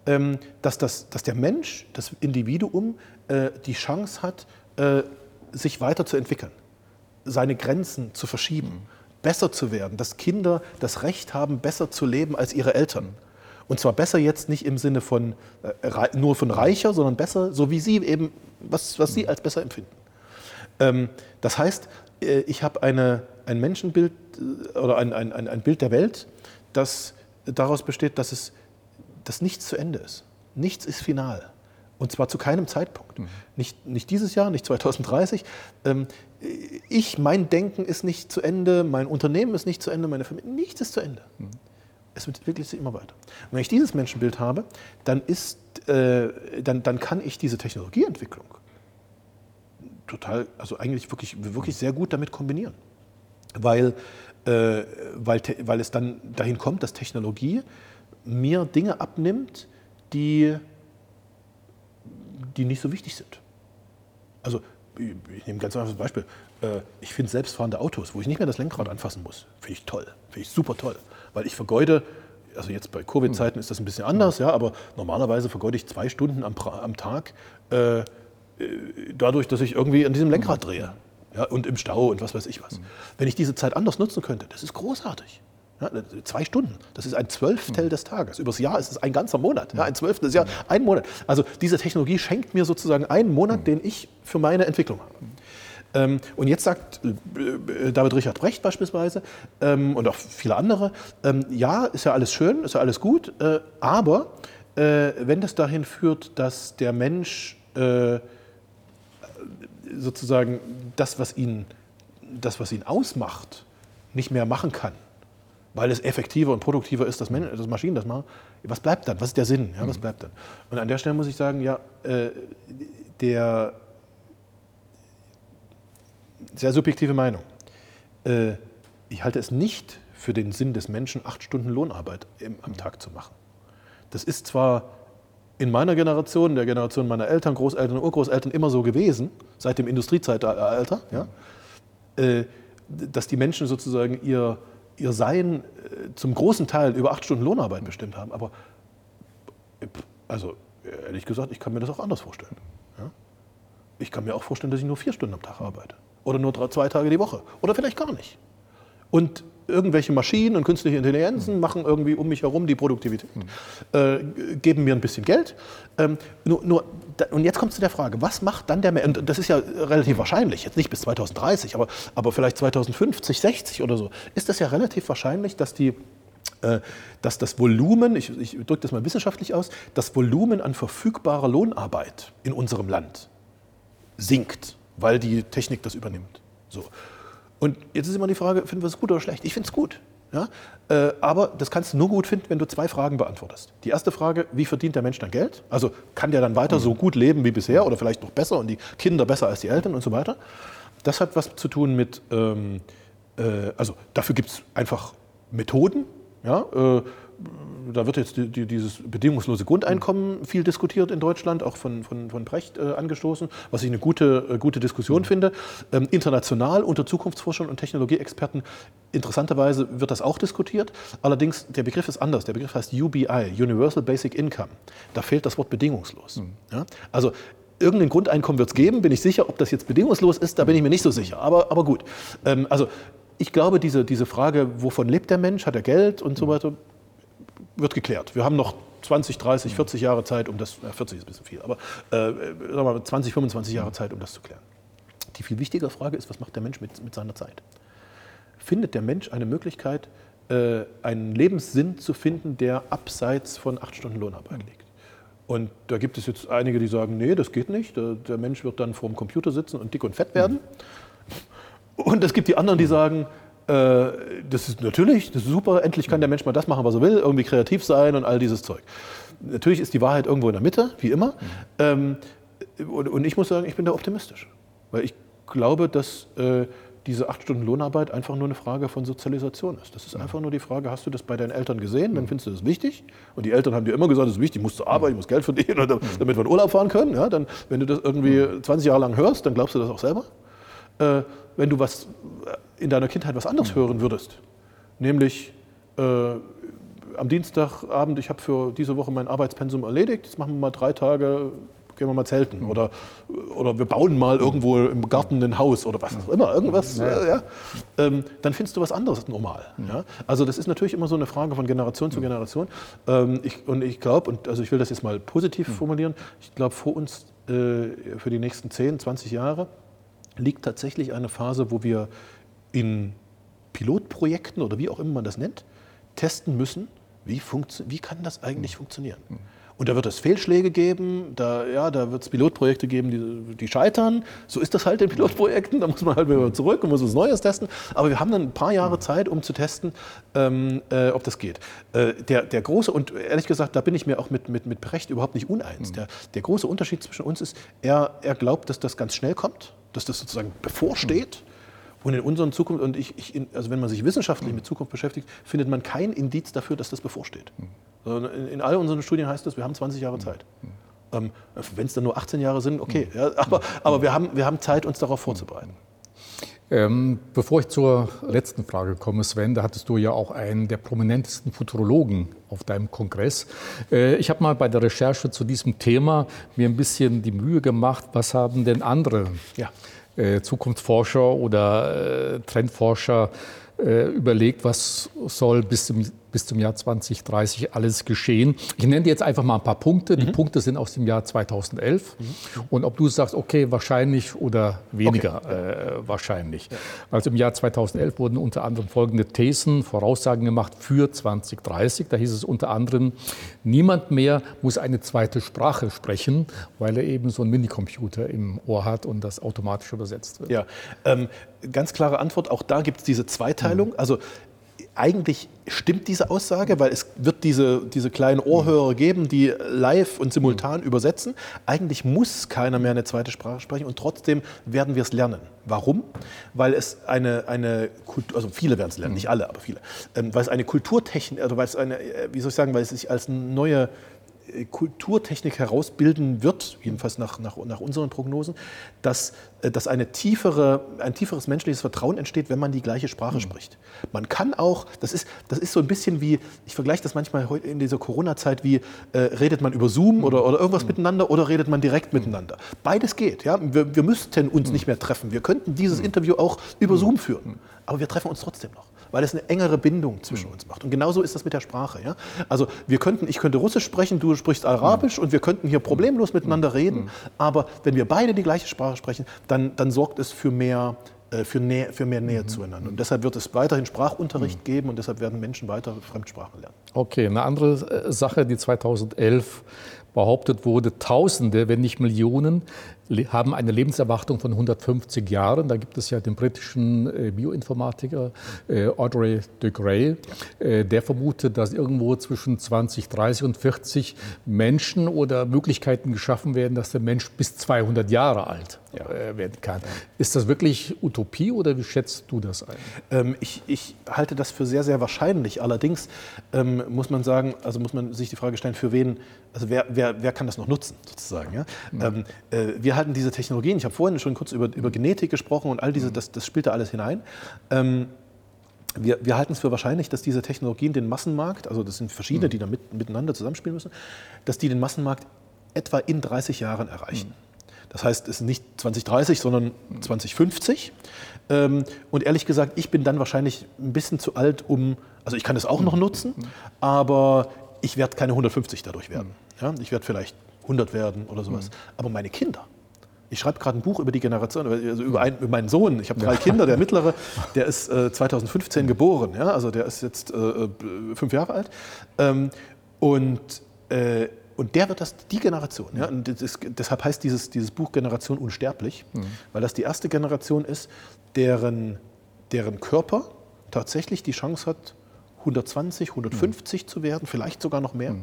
ähm, dass, das, dass der Mensch, das Individuum, äh, die Chance hat, äh, sich weiterzuentwickeln, seine Grenzen zu verschieben, mhm. besser zu werden, dass Kinder das Recht haben, besser zu leben als ihre Eltern. Mhm. Und zwar besser jetzt nicht im Sinne von äh, nur von reicher, sondern besser, so wie sie eben, was, was sie als besser empfinden. Ähm, das heißt, äh, ich habe eine, ein Menschenbild äh, oder ein, ein, ein Bild der Welt, das daraus besteht, dass, es, dass nichts zu Ende ist. Nichts ist final. Und zwar zu keinem Zeitpunkt. Mhm. Nicht, nicht dieses Jahr, nicht zweitausenddreißig. Ähm, ich, mein Denken ist nicht zu Ende, mein Unternehmen ist nicht zu Ende, meine Familie, nichts ist zu Ende. Mhm. Es entwickelt sich immer weiter. Und wenn ich dieses Menschenbild habe, dann, ist, äh, dann, dann kann ich diese Technologieentwicklung total, also eigentlich wirklich, wirklich sehr gut damit kombinieren. Weil, äh, weil, weil es dann dahin kommt, dass Technologie mir Dinge abnimmt, die, die nicht so wichtig sind. Also ich, ich nehme ein ganz einfaches Beispiel. Äh, ich finde selbstfahrende Autos, wo ich nicht mehr das Lenkrad anfassen muss, finde ich toll, finde ich super toll. Weil ich vergeude, also jetzt bei Covid-Zeiten ist das ein bisschen anders, ja, aber normalerweise vergeude ich zwei Stunden am, am Tag äh, dadurch, dass ich irgendwie an diesem Lenkrad drehe, ja, und im Stau und was weiß ich was. Wenn ich diese Zeit anders nutzen könnte, das ist großartig. Ja, zwei Stunden, das ist ein Zwölftel des Tages. Übers Jahr ist es ein ganzer Monat, ja, ein Zwölftel des Jahres, ein Monat. Also diese Technologie schenkt mir sozusagen einen Monat, den ich für meine Entwicklung habe. Ähm, und jetzt sagt äh, David Richard Brecht beispielsweise ähm, und auch viele andere, ähm, ja, ist ja alles schön, ist ja alles gut, äh, aber äh, wenn das dahin führt, dass der Mensch äh, sozusagen das was, ihn, das, was ihn ausmacht, nicht mehr machen kann, weil es effektiver und produktiver ist, dass, Men- dass Maschinen das machen, was bleibt dann? Was ist der Sinn? Ja, was bleibt dann? Und an der Stelle muss ich sagen, ja, äh, der sehr subjektive Meinung. Äh, ich halte es nicht für den Sinn des Menschen, acht Stunden Lohnarbeit im, am Tag zu machen. Das ist zwar in meiner Generation, der Generation meiner Eltern, Großeltern und Urgroßeltern immer so gewesen, seit dem Industriezeitalter, ja, äh, dass die Menschen sozusagen ihr, ihr Sein äh, zum großen Teil über acht Stunden Lohnarbeit bestimmt haben. Aber also ehrlich gesagt, ich kann mir das auch anders vorstellen. Ja? Ich kann mir auch vorstellen, dass ich nur vier Stunden am Tag arbeite. Oder nur drei, zwei Tage die Woche. Oder vielleicht gar nicht. Und irgendwelche Maschinen und künstliche Intelligenzen mhm. machen irgendwie um mich herum die Produktivität, mhm. äh, geben mir ein bisschen Geld. Ähm, nur, nur, da, und jetzt kommt zu der Frage, was macht dann der Mensch? Und das ist ja relativ wahrscheinlich, jetzt nicht bis zweitausenddreißig, aber, aber vielleicht zweitausendfünfzig, sechzig oder so, ist das ja relativ wahrscheinlich, dass, die, äh, dass das Volumen, ich, ich drücke das mal wissenschaftlich aus, das Volumen an verfügbarer Lohnarbeit in unserem Land sinkt, weil die Technik das übernimmt. So. Und jetzt ist immer die Frage, finden wir es gut oder schlecht? Ich finde es gut. Ja? Äh, aber das kannst du nur gut finden, wenn du zwei Fragen beantwortest. Die erste Frage, wie verdient der Mensch dann Geld? Also kann der dann weiter mhm. so gut leben wie bisher oder vielleicht noch besser und die Kinder besser als die Eltern und so weiter? Das hat was zu tun mit, ähm, äh, also dafür gibt es einfach Methoden. Ja? Äh, Da wird jetzt die, die, dieses bedingungslose Grundeinkommen viel diskutiert in Deutschland, auch von, von, von Brecht äh, angestoßen, was ich eine gute, äh, gute Diskussion mhm. finde. Ähm, international unter Zukunftsforschern und Technologieexperten, interessanterweise wird das auch diskutiert. Allerdings, der Begriff ist anders. Der Begriff heißt U B I, Universal Basic Income. Da fehlt das Wort bedingungslos. Mhm. Ja? Also irgendein Grundeinkommen wird es geben, bin ich sicher. Ob das jetzt bedingungslos ist, da bin ich mir nicht so sicher. Aber, aber gut. Ähm, also ich glaube, diese, diese Frage, wovon lebt der Mensch, hat er Geld und so weiter, wird geklärt. Wir haben noch zwanzig, dreißig, vierzig Jahre Zeit, um das, ja, vierzig ist ein bisschen viel, aber äh, sagen wir mal zwanzig, fünfundzwanzig Jahre Zeit, um das zu klären. Die viel wichtigere Frage ist, was macht der Mensch mit, mit seiner Zeit? Findet der Mensch eine Möglichkeit, äh, einen Lebenssinn zu finden, der abseits von acht Stunden Lohnarbeit liegt? Und da gibt es jetzt einige, die sagen, nee, das geht nicht. Der, der Mensch wird dann vor dem Computer sitzen und dick und fett werden. Und es gibt die anderen, die sagen, das ist natürlich, das ist super, endlich kann der Mensch mal das machen, was er will, irgendwie kreativ sein und all dieses Zeug. Natürlich ist die Wahrheit irgendwo in der Mitte, wie immer. Mhm. Und ich muss sagen, ich bin da optimistisch. Weil ich glaube, dass diese acht Stunden Lohnarbeit einfach nur eine Frage von Sozialisation ist. Das ist einfach nur die Frage, hast du das bei deinen Eltern gesehen, dann findest du das wichtig. Und die Eltern haben dir immer gesagt, das ist wichtig, ich muss zur Arbeit, ich muss Geld verdienen, damit wir in Urlaub fahren können. Ja, dann, wenn du das irgendwie zwanzig Jahre lang hörst, dann glaubst du das auch selber. Wenn du was in deiner Kindheit was anderes hören würdest, nämlich äh, am Dienstagabend, ich habe für diese Woche mein Arbeitspensum erledigt, jetzt machen wir mal drei Tage, gehen wir mal zelten oder, oder wir bauen mal irgendwo im Garten ein Haus oder was auch immer, irgendwas, ja. Ja, ähm, dann findest du was anderes normal. Ja? Also das ist natürlich immer so eine Frage von Generation zu Generation. Ähm, ich, und ich glaube, und also ich will das jetzt mal positiv formulieren, ich glaube, vor uns äh, für die nächsten zehn, zwanzig Jahre liegt tatsächlich eine Phase, wo wir in Pilotprojekten oder wie auch immer man das nennt, testen müssen, wie, wie kann das eigentlich funktionieren. Und da wird es Fehlschläge geben, da, ja, da wird es Pilotprojekte geben, die, die scheitern. So ist das halt in Pilotprojekten, da muss man halt wieder zurück und muss was Neues testen. Aber wir haben dann ein paar Jahre Zeit, um zu testen, ähm, äh, ob das geht. Äh, der, der große, und ehrlich gesagt, da bin ich mir auch mit, mit, mit Brecht überhaupt nicht uneins. Der, der große Unterschied zwischen uns ist, er, er glaubt, dass das ganz schnell kommt, dass das sozusagen bevorsteht. Und in unseren Zukunft, und ich, ich, also wenn man sich wissenschaftlich mit Zukunft beschäftigt, findet man kein Indiz dafür, dass das bevorsteht. In, in all unseren Studien heißt es, wir haben zwanzig Jahre Zeit. Ähm, wenn es dann nur achtzehn Jahre sind, okay. Ja, aber aber wir, haben, wir haben Zeit, uns darauf vorzubereiten. Ähm, bevor ich zur letzten Frage komme, Sven, da hattest du ja auch einen der prominentesten Futurologen auf deinem Kongress. Äh, ich habe mal bei der Recherche zu diesem Thema mir ein bisschen die Mühe gemacht, was haben denn andere ja. äh, Zukunftsforscher oder äh, Trendforscher äh, überlegt, was soll bis zum bis zum Jahr zwanzig dreißig alles geschehen. Ich nenne dir jetzt einfach mal ein paar Punkte. Die mhm. Punkte sind aus dem Jahr zweitausendelf. Mhm. Und ob du sagst, okay, wahrscheinlich oder weniger okay. äh, wahrscheinlich. Ja. Also im Jahr zweitausendelf wurden unter anderem folgende Thesen, Voraussagen gemacht für zwanzig dreißig. Da hieß es unter anderem, niemand mehr muss eine zweite Sprache sprechen, weil er eben so einen Minicomputer im Ohr hat und das automatisch übersetzt wird. Ja, ähm, ganz klare Antwort. Auch da gibt es diese Zweiteilung. Mhm. Also eigentlich stimmt diese Aussage, weil es wird diese, diese kleinen Ohrhörer geben, die live und simultan übersetzen. Eigentlich muss keiner mehr eine zweite Sprache sprechen und trotzdem werden wir es lernen. Warum? Weil es eine, eine Kultur, also viele werden es lernen, nicht alle, aber viele, ähm, weil es eine Kulturtechnik, also weil es eine, wie soll ich sagen, weil es sich als neue Kulturtechnik herausbilden wird, jedenfalls nach, nach, nach unseren Prognosen, dass, dass eine tiefere, ein tieferes menschliches Vertrauen entsteht, wenn man die gleiche Sprache mhm. spricht. Man kann auch, das ist, das ist so ein bisschen wie, ich vergleiche das manchmal heute in dieser Corona-Zeit, wie äh, redet man über Zoom mhm. oder, oder irgendwas mhm. miteinander oder redet man direkt mhm. miteinander. Beides geht. Ja? Wir, wir müssten uns mhm. nicht mehr treffen. Wir könnten dieses mhm. Interview auch über mhm. Zoom führen. Aber wir treffen uns trotzdem noch, weil es eine engere Bindung zwischen uns macht. Und genauso ist das mit der Sprache. Ja? Also wir könnten, ich könnte Russisch sprechen, du sprichst Arabisch mhm. und wir könnten hier problemlos miteinander reden. Mhm. Aber wenn wir beide die gleiche Sprache sprechen, dann, dann sorgt es für mehr, äh, für, Nähe, für mehr Nähe mhm. zueinander. Und deshalb wird es weiterhin Sprachunterricht mhm. geben und deshalb werden Menschen weiter Fremdsprachen lernen. Okay, eine andere Sache, die zweitausendelf behauptet wurde, Tausende, wenn nicht Millionen, haben eine Lebenserwartung von hundertfünfzig Jahren. Da gibt es ja den britischen äh, Bioinformatiker äh, Audrey de Grey, äh, der vermutet, dass irgendwo zwischen zwanzig, dreißig und vierzig Menschen oder Möglichkeiten geschaffen werden, dass der Mensch bis zweihundert Jahre alt äh, werden kann. Ist das wirklich Utopie oder wie schätzt du das ein? Ähm, ich, ich halte das für sehr, sehr wahrscheinlich. Allerdings ähm, muss man sagen, also muss man sich die Frage stellen, für wen, also wer, wer, wer kann das noch nutzen, sozusagen. Ja? Mhm. Ähm, äh, wir halten diese Technologien, ich habe vorhin schon kurz über, über Genetik gesprochen und all diese, das, das spielt da alles hinein. Ähm, wir, wir halten es für wahrscheinlich, dass diese Technologien den Massenmarkt, also das sind verschiedene, mhm. die da mit, miteinander zusammenspielen müssen, dass die den Massenmarkt etwa in dreißig Jahren erreichen. Mhm. Das heißt, es ist nicht zwanzig dreißig, sondern zwanzig fünfzig. Ähm, und ehrlich gesagt, ich bin dann wahrscheinlich ein bisschen zu alt, um, also ich kann es auch noch nutzen, aber ich werde keine hundertfünfzig dadurch werden. Ja, ich werde vielleicht hundert werden oder sowas. Mhm. Aber meine Kinder, ich schreibe gerade ein Buch über die Generation, also über, einen, über meinen Sohn. Ich habe drei ja. Kinder, der mittlere, der ist äh, zweitausendfünfzehn geboren, ja, also der ist jetzt äh, fünf Jahre alt. Ähm, und, äh, und der wird das, die Generation, ja, und das, deshalb heißt dieses, dieses Buch Generation Unsterblich, mhm. weil das die erste Generation ist, deren, deren Körper tatsächlich die Chance hat, hundertzwanzig, hundertfünfzig mhm. zu werden, vielleicht sogar noch mehr. Mhm.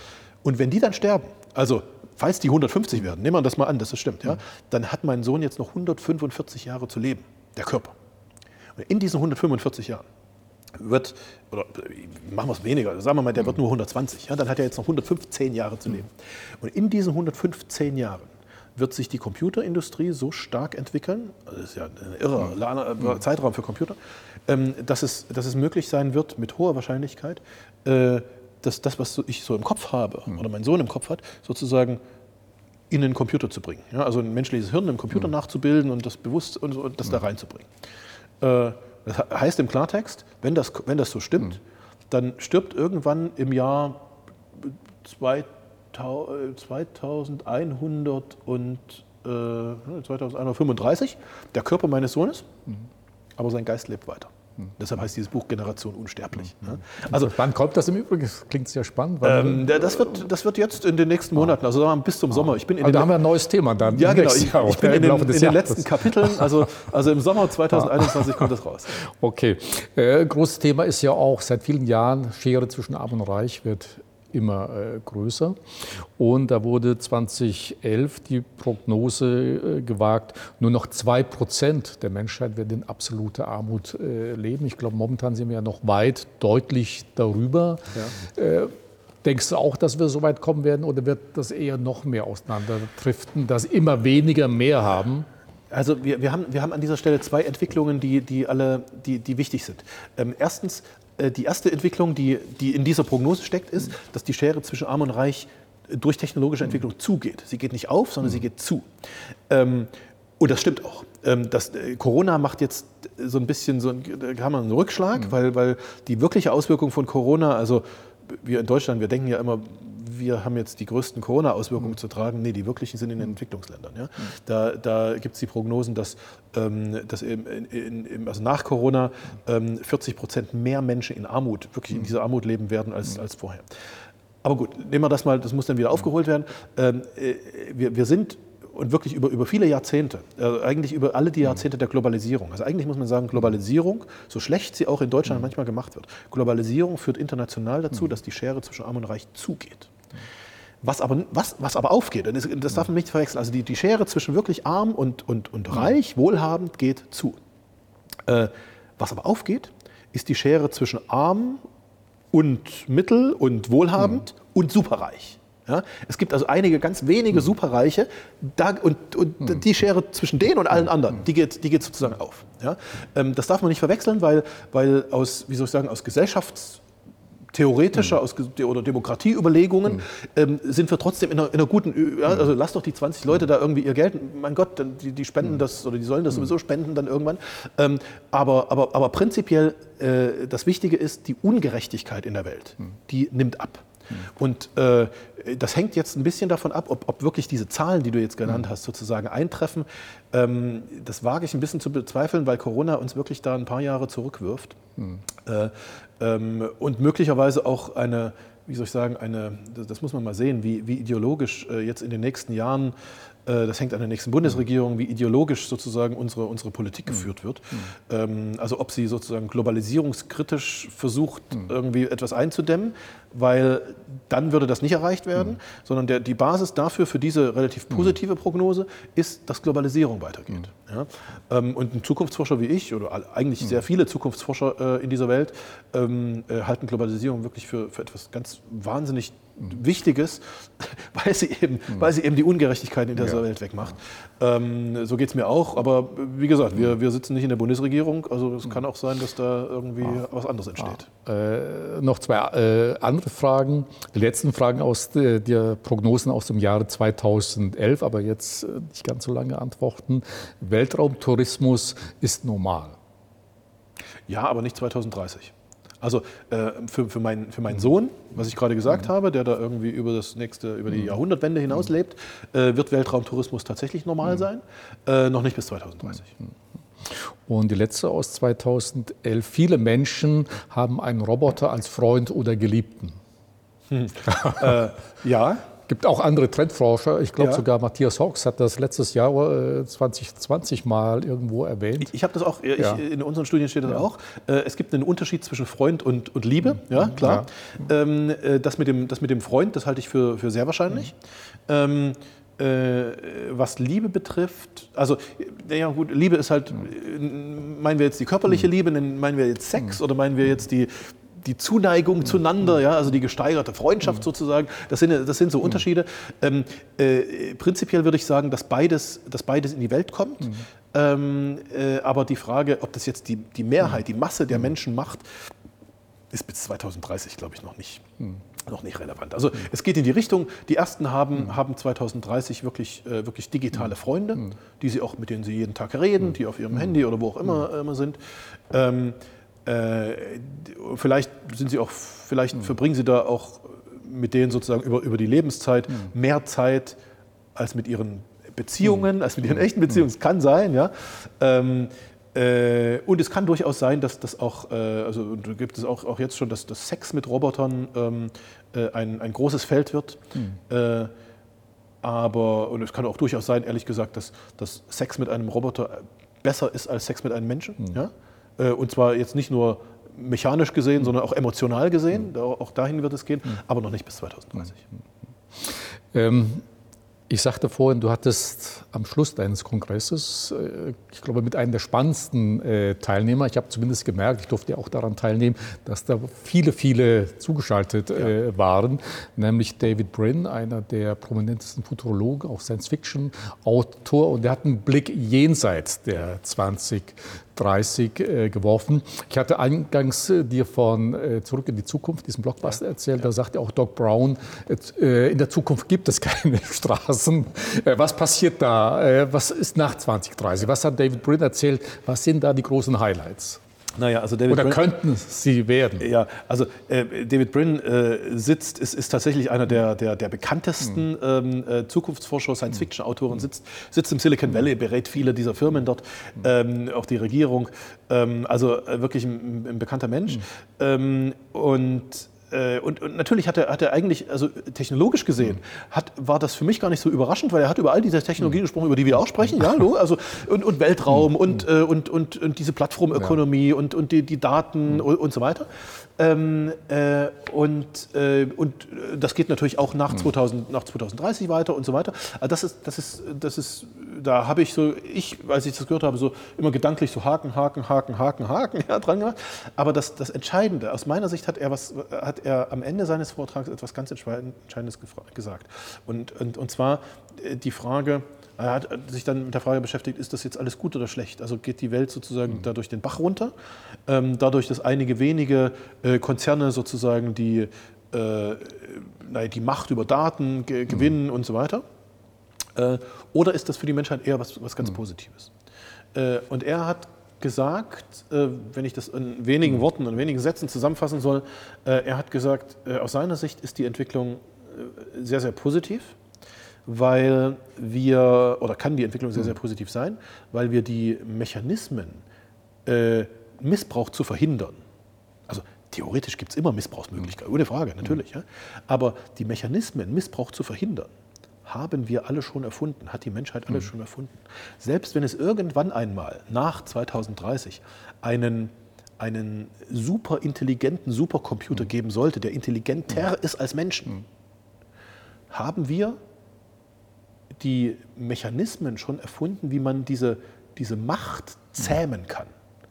Und wenn die dann sterben, also falls die hundertfünfzig werden, nehmen wir das mal an, dass das stimmt, ja, dann hat mein Sohn jetzt noch hundertfünfundvierzig Jahre zu leben, der Körper. Und in diesen hundertfünfundvierzig Jahren wird, oder machen wir es weniger, sagen wir mal, der wird nur hundertzwanzig, ja, dann hat er jetzt noch hundertfünfzehn Jahre zu leben. Und in diesen hundertfünfzehn Jahren wird sich die Computerindustrie so stark entwickeln, also das ist ja ein irrer mhm. Zeitraum für Computer, ähm, dass, es, dass es möglich sein wird, mit hoher Wahrscheinlichkeit, äh, dass das, was ich so im Kopf habe mhm. oder mein Sohn im Kopf hat, sozusagen in den Computer zu bringen. Ja, also ein menschliches Hirn im Computer mhm. nachzubilden und das bewusst und, und das mhm. da reinzubringen. Äh, das heißt im Klartext, wenn das, wenn das so stimmt, mhm. dann stirbt irgendwann im Jahr zweitausendeinhundert und äh, zweitausendeinhundertfünfunddreißig der Körper meines Sohnes, mhm. aber sein Geist lebt weiter. Mhm. Deshalb heißt dieses Buch Generation Unsterblich. Mhm. Ne? Also, wann kommt das im Übrigen? Das klingt sehr spannend. Ähm, das, wird, das wird jetzt in den nächsten Monaten, also sagen wir mal bis zum ah. Sommer. Ich bin in also da haben wir ein neues Thema dann. Ja, genau. Ich, ich bin in den, in den letzten Kapiteln, also, also im Sommer zweitausendeinundzwanzig kommt das raus. Okay. Äh, großes Thema ist ja auch seit vielen Jahren, Schere zwischen Arm und Reich wird immer äh, größer. Und da wurde zweitausendelf die Prognose äh, gewagt, nur noch zwei Prozent der Menschheit wird in absoluter Armut äh, leben. Ich glaube, momentan sind wir ja noch weit, deutlich darüber. Ja. Äh, denkst du auch, dass wir so weit kommen werden oder wird das eher noch mehr auseinanderdriften, dass immer weniger mehr haben? Also wir, wir, haben, wir haben an dieser Stelle zwei Entwicklungen, die, die, alle, die, die wichtig sind. Ähm, erstens, die erste Entwicklung, die, die in dieser Prognose steckt, ist, dass die Schere zwischen Arm und Reich durch technologische Entwicklung zugeht. Sie geht nicht auf, sondern sie geht zu. Ähm, und das stimmt auch. Ähm, das, äh, Corona macht jetzt so ein bisschen so ein, da haben wir einen Rückschlag, mhm. weil, weil die wirkliche Auswirkung von Corona, also wir in Deutschland, wir denken ja immer, wir haben jetzt die größten Corona-Auswirkungen mhm. zu tragen. Nee, die wirklichen sind in den Entwicklungsländern. Ja? Mhm. Da, da gibt es die Prognosen, dass, ähm, dass in, in, in, also nach Corona ähm, vierzig Prozent mehr Menschen in Armut, wirklich mhm. in dieser Armut leben werden als, mhm. als vorher. Aber gut, nehmen wir das mal, das muss dann wieder aufgeholt werden. Ähm, äh, wir, wir sind und wirklich über, über viele Jahrzehnte, äh, eigentlich über alle die Jahrzehnte der Globalisierung. Also eigentlich muss man sagen, Globalisierung, so schlecht sie auch in Deutschland mhm. manchmal gemacht wird, Globalisierung führt international dazu, mhm. dass die Schere zwischen Arm und Reich zugeht. Was aber, was, was aber aufgeht, und das, das darf man nicht verwechseln, also die, die Schere zwischen wirklich arm und, und, und reich, wohlhabend, geht zu. Äh, was aber aufgeht, ist die Schere zwischen arm und mittel und wohlhabend mhm. und superreich. Ja? Es gibt also einige ganz wenige mhm. Superreiche da, und, und mhm. die Schere zwischen denen und allen anderen, die geht, die geht sozusagen auf. Ja? Ähm, das darf man nicht verwechseln, weil, weil aus, wie soll ich sagen, aus Gesellschafts- theoretischer mhm. aus, oder Demokratieüberlegungen mhm. ähm, sind wir trotzdem in einer, in einer guten, ja, also lass doch die zwanzig Leute da irgendwie ihr Geld, mein Gott, die, die spenden mhm. das oder die sollen das sowieso spenden dann irgendwann. Ähm, aber, aber, aber prinzipiell äh, das Wichtige ist, die Ungerechtigkeit in der Welt, mhm. die nimmt ab. Mhm. Und äh, das hängt jetzt ein bisschen davon ab, ob, ob wirklich diese Zahlen, die du jetzt genannt mhm. hast, sozusagen eintreffen. Ähm, das wage ich ein bisschen zu bezweifeln, weil Corona uns wirklich da ein paar Jahre zurückwirft. Mhm. Äh, ähm, und möglicherweise auch eine, wie soll ich sagen, eine, das, das muss man mal sehen, wie, wie ideologisch äh, jetzt in den nächsten Jahren, äh, das hängt an der nächsten Bundesregierung, wie ideologisch sozusagen unsere, unsere Politik mhm. geführt wird. Mhm. Ähm, also ob sie sozusagen globalisierungskritisch versucht, mhm. irgendwie etwas einzudämmen, weil dann würde das nicht erreicht werden, mhm. sondern der, die Basis dafür, für diese relativ positive Prognose, ist, dass Globalisierung weitergeht. Mhm. Ja? Ähm, und ein Zukunftsforscher wie ich, oder eigentlich mhm. sehr viele Zukunftsforscher äh, in dieser Welt, ähm, äh, halten Globalisierung wirklich für, für etwas ganz wahnsinnig mhm. Wichtiges, weil sie, eben, mhm. weil sie eben die Ungerechtigkeit in dieser ja. Welt wegmacht. Ähm, so geht es mir auch, aber wie gesagt, mhm. wir, wir sitzen nicht in der Bundesregierung, also es mhm. kann auch sein, dass da irgendwie ah. was anderes entsteht. Ah. Äh, noch zwei äh, andere Fragen, die letzten Fragen aus der, der Prognosen aus dem Jahre zweitausendelf, aber jetzt äh, nicht ganz so lange antworten. Weltraumtourismus ist normal. Ja, aber nicht zweitausenddreißig. Also äh, für, für, mein, für meinen Sohn, was ich gerade gesagt mhm. habe, der da irgendwie über das nächste, über die Jahrhundertwende hinaus lebt, äh, wird Weltraumtourismus tatsächlich normal mhm. sein, äh, noch nicht bis zweitausenddreißig. Mhm. Und die letzte aus zweitausendelf, viele Menschen haben einen Roboter als Freund oder Geliebten. Hm. äh, ja. Gibt auch andere Trendforscher. Ich glaube ja. sogar Matthias Hawks hat das letztes Jahr äh, zwanzig zwanzig mal irgendwo erwähnt. Ich, ich habe das auch, ich, ja. in unseren Studien steht das ja. auch. Äh, es gibt einen Unterschied zwischen Freund und, und Liebe, mhm. ja klar. Ja. Ähm, äh, das, mit dem, das mit dem Freund, das halte ich für, für sehr wahrscheinlich. Mhm. Ähm, äh, was Liebe betrifft, also ja gut, Liebe ist halt, mhm. meinen wir jetzt die körperliche mhm. Liebe, meinen wir jetzt Sex mhm. oder meinen wir jetzt die die Zuneigung zueinander, ja, also die gesteigerte Freundschaft sozusagen, das sind, das sind so Unterschiede. Ähm, äh, prinzipiell würde ich sagen, dass beides, dass beides in die Welt kommt. Mhm. Ähm, äh, aber die Frage, ob das jetzt die, die Mehrheit, die Masse der Menschen macht, ist bis zweitausenddreißig, glaube ich, noch nicht, mhm. noch nicht relevant. Also mhm. es geht in die Richtung, die Ersten haben, mhm. haben zweitausenddreißig wirklich, äh, wirklich digitale Freunde, mhm. die sie auch, mit denen sie jeden Tag reden, die auf ihrem mhm. Handy oder wo auch immer, mhm. immer sind. Ähm, äh, vielleicht sind sie auch, vielleicht mhm. verbringen sie da auch mit denen sozusagen über, über die Lebenszeit mhm. mehr Zeit als mit ihren Beziehungen, mhm. als mit ihren echten Beziehungen. Es mhm. kann sein, ja. Ähm, Äh, und es kann durchaus sein, dass das auch, äh, also gibt es auch, auch jetzt schon, dass das Sex mit Robotern ähm, äh, ein, ein großes Feld wird. Mhm. Äh, aber, und es kann auch durchaus sein, ehrlich gesagt, dass, dass Sex mit einem Roboter besser ist als Sex mit einem Menschen. Mhm. Ja? Äh, und zwar jetzt nicht nur mechanisch gesehen, mhm. sondern auch emotional gesehen. Mhm. Da, auch dahin wird es gehen, mhm. aber noch nicht bis zweitausenddreißig. Mhm. Ähm. Ich sagte vorhin, du hattest am Schluss deines Kongresses, ich glaube, mit einem der spannendsten Teilnehmer, ich habe zumindest gemerkt, ich durfte ja auch daran teilnehmen, dass da viele, viele zugeschaltet ja. waren, nämlich David Brin, einer der prominentesten Futurologen, auch Science-Fiction-Autor, und der hat einen Blick jenseits der zwanzig dreißig äh, geworfen. Ich hatte eingangs äh, dir von äh, Zurück in die Zukunft, diesem Blockbuster erzählt, da sagte auch Doc Brown, äh, in der Zukunft gibt es keine Straßen. Äh, was passiert da? Äh, was ist nach zwanzig dreißig? Was hat David Brin erzählt? Was sind da die großen Highlights? Naja, also David Oder Brin, könnten sie werden? Ja, also äh, David Brin äh, sitzt, ist, ist tatsächlich einer der, der, der bekanntesten ähm, äh, Zukunftsforscher, Science-Fiction-Autoren, sitzt, sitzt im Silicon Valley, berät viele dieser Firmen dort, ähm, auch die Regierung. Ähm, also äh, wirklich ein, ein bekannter Mensch. Mhm. Ähm, und Und, und natürlich hat er, hat er eigentlich, also technologisch gesehen, hat, war das für mich gar nicht so überraschend, weil er hat über all diese Technologien gesprochen, über die wir auch sprechen, ja, also, und, und Weltraum und, äh, und, und, und diese Plattformökonomie ja. und, und die, die Daten mhm. und, und so weiter. Ähm, äh, und, äh, und das geht natürlich auch nach, zweitausend, nach zweitausenddreißig weiter und so weiter. Also das ist, das ist, das ist, da habe ich so, ich, als ich das gehört habe, so immer gedanklich so Haken, Haken, Haken, Haken, Haken ja, dran gemacht. Aber das, das Entscheidende, aus meiner Sicht hat er, was, hat er am Ende seines Vortrags etwas ganz Entscheidendes gesagt. Und, und, und zwar die Frage, er hat sich dann mit der Frage beschäftigt, ist das jetzt alles gut oder schlecht? Also geht die Welt sozusagen mhm. dadurch den Bach runter, ähm, dadurch, dass einige wenige äh, Konzerne sozusagen die, äh, naja, die Macht über Daten ge gewinnen mhm. und so weiter? Äh, oder ist das für die Menschheit eher was, was ganz mhm. Positives? Äh, und er hat gesagt, äh, wenn ich das in wenigen mhm. Worten, in wenigen Sätzen zusammenfassen soll, äh, er hat gesagt, äh, aus seiner Sicht ist die Entwicklung äh, sehr, sehr positiv. Weil wir, oder kann die Entwicklung sehr, sehr positiv sein, weil wir die Mechanismen, äh, Missbrauch zu verhindern, also theoretisch gibt es immer Missbrauchsmöglichkeiten, ohne Frage, natürlich, ja, aber die Mechanismen, Missbrauch zu verhindern, haben wir alle schon erfunden, hat die Menschheit alle schon erfunden. Selbst wenn es irgendwann einmal nach zweitausenddreißig einen, einen super intelligenten Supercomputer geben sollte, der intelligenter ist als Menschen, haben wir die Mechanismen schon erfunden, wie man diese, diese Macht zähmen kann.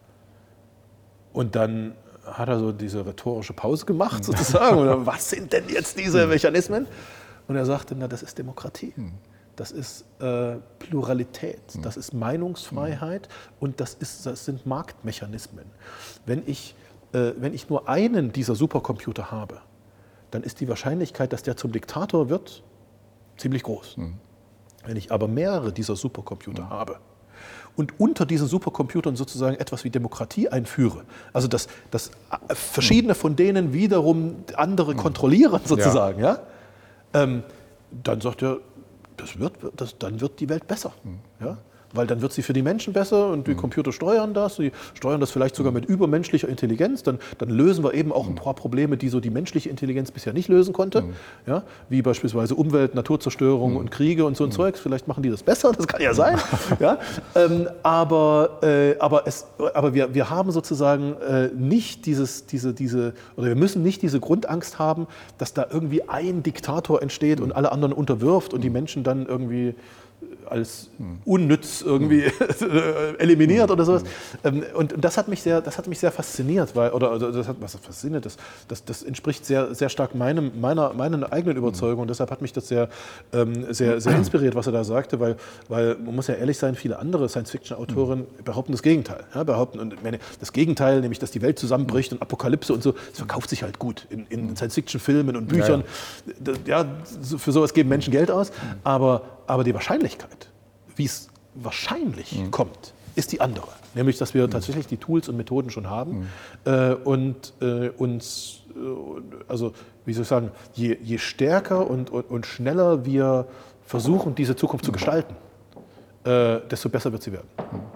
Und dann hat er so diese rhetorische Pause gemacht, sozusagen. Oder was sind denn jetzt diese Mechanismen? Und er sagte, na, das ist Demokratie. Das ist äh, Pluralität, das ist Meinungsfreiheit und das, ist, das sind Marktmechanismen. Wenn ich, äh, wenn ich nur einen dieser Supercomputer habe, dann ist die Wahrscheinlichkeit, dass der zum Diktator wird, ziemlich groß. Wenn ich aber mehrere dieser Supercomputer mhm. habe und unter diesen Supercomputern sozusagen etwas wie Demokratie einführe, also dass, dass verschiedene von denen wiederum andere kontrollieren sozusagen, ja. ja ähm, dann sagt er, das wird, das, dann wird die Welt besser. Mhm. Ja? Weil dann wird sie für die Menschen besser und die mhm. Computer steuern das, die steuern das vielleicht sogar mit übermenschlicher Intelligenz, dann, dann lösen wir eben auch ein paar Probleme, die so die menschliche Intelligenz bisher nicht lösen konnte, mhm. ja? Wie beispielsweise Umwelt, Naturzerstörung mhm. und Kriege und so ein mhm. Zeugs, vielleicht machen die das besser, das kann ja sein, ja? ähm, aber, äh, aber, es, aber wir, wir haben sozusagen äh, nicht dieses, diese, diese, oder wir müssen nicht diese Grundangst haben, dass da irgendwie ein Diktator entsteht mhm. und alle anderen unterwirft und die Menschen dann irgendwie als unnütz irgendwie eliminiert oder sowas. Und das hat mich sehr, das hat mich sehr fasziniert, weil, oder, oder das hat was fasziniert, das, das, das entspricht sehr, sehr stark meinem, meiner, meiner eigenen Überzeugung und deshalb hat mich das sehr, sehr, sehr inspiriert, was er da sagte, weil, weil man muss ja ehrlich sein, viele andere Science-Fiction-Autoren behaupten das Gegenteil. Ja, behaupten, und meine, das Gegenteil, nämlich, dass die Welt zusammenbricht und Apokalypse und so, das verkauft sich halt gut in, in Science-Fiction-Filmen und Büchern. Ja, ja. Ja, für sowas geben Menschen Geld aus, aber, aber die Wahrscheinlichkeit, wie es wahrscheinlich mhm. kommt, ist die andere. Nämlich, dass wir mhm. tatsächlich die Tools und Methoden schon haben mhm. äh, und äh, uns, äh, also wie soll ich sagen, je, je stärker und, und, und schneller wir versuchen, diese Zukunft zu gestalten, äh, desto besser wird sie werden.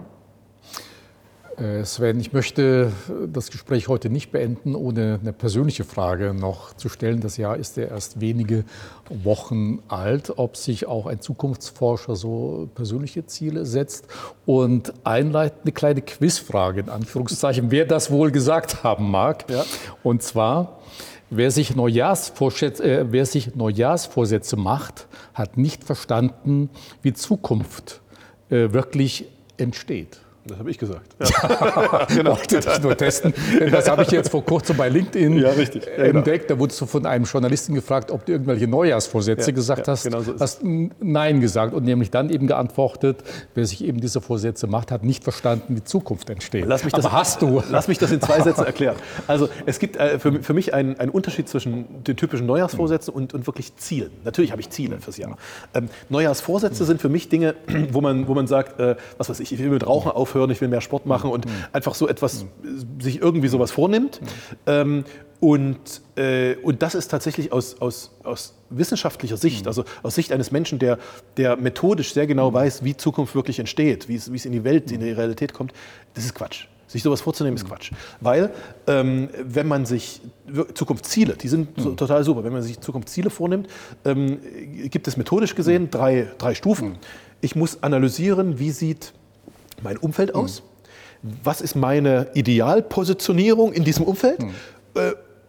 Sven, ich möchte das Gespräch heute nicht beenden, ohne eine persönliche Frage noch zu stellen. Das Jahr ist ja erst wenige Wochen alt, ob sich auch ein Zukunftsforscher so persönliche Ziele setzt. Und einleitend eine kleine Quizfrage, in Anführungszeichen, wer das wohl gesagt haben mag. Ja. Und zwar, wer sich, Neujahrsvorsätze, äh, wer sich Neujahrsvorsätze macht, hat nicht verstanden, wie Zukunft äh, wirklich entsteht. Das habe ich gesagt. Ja. Genau. Wollte dich nur testen. Das habe ich jetzt vor kurzem bei LinkedIn ja, richtig. Ja, genau. entdeckt. Da wurdest du von einem Journalisten gefragt, ob du irgendwelche Neujahrsvorsätze ja, gesagt ja, hast. Genau so hast Nein gesagt und nämlich dann eben geantwortet, wer sich eben diese Vorsätze macht, hat nicht verstanden, wie Zukunft entsteht. Lass mich das, Aber hast du. Lass mich das in zwei Sätzen erklären. Also es gibt äh, für, für mich einen, einen Unterschied zwischen den typischen Neujahrsvorsätzen und, und wirklich Zielen. Natürlich habe ich Ziele fürs Jahr. Ähm, Neujahrsvorsätze sind für mich Dinge, wo man, wo man sagt, äh, was weiß ich, ich will mit Rauchen aufhören, ich will mehr Sport machen und mhm. einfach so etwas, mhm. sich irgendwie sowas vornimmt. Mhm. Ähm, und, äh, und das ist tatsächlich aus, aus, aus wissenschaftlicher Sicht, mhm. also aus Sicht eines Menschen, der, der methodisch sehr genau mhm. weiß, wie Zukunft wirklich entsteht, wie es, wie es in die Welt, in die Realität kommt, das ist Quatsch. Sich sowas vorzunehmen, ist Quatsch. Weil, ähm, wenn man sich Zukunftsziele, die sind so, total super, wenn man sich Zukunftsziele vornimmt, ähm, gibt es methodisch gesehen drei, drei Stufen. Ich muss analysieren, wie sieht mein Umfeld aus? Mhm. Was ist meine Idealpositionierung in diesem Umfeld? Mhm. Äh,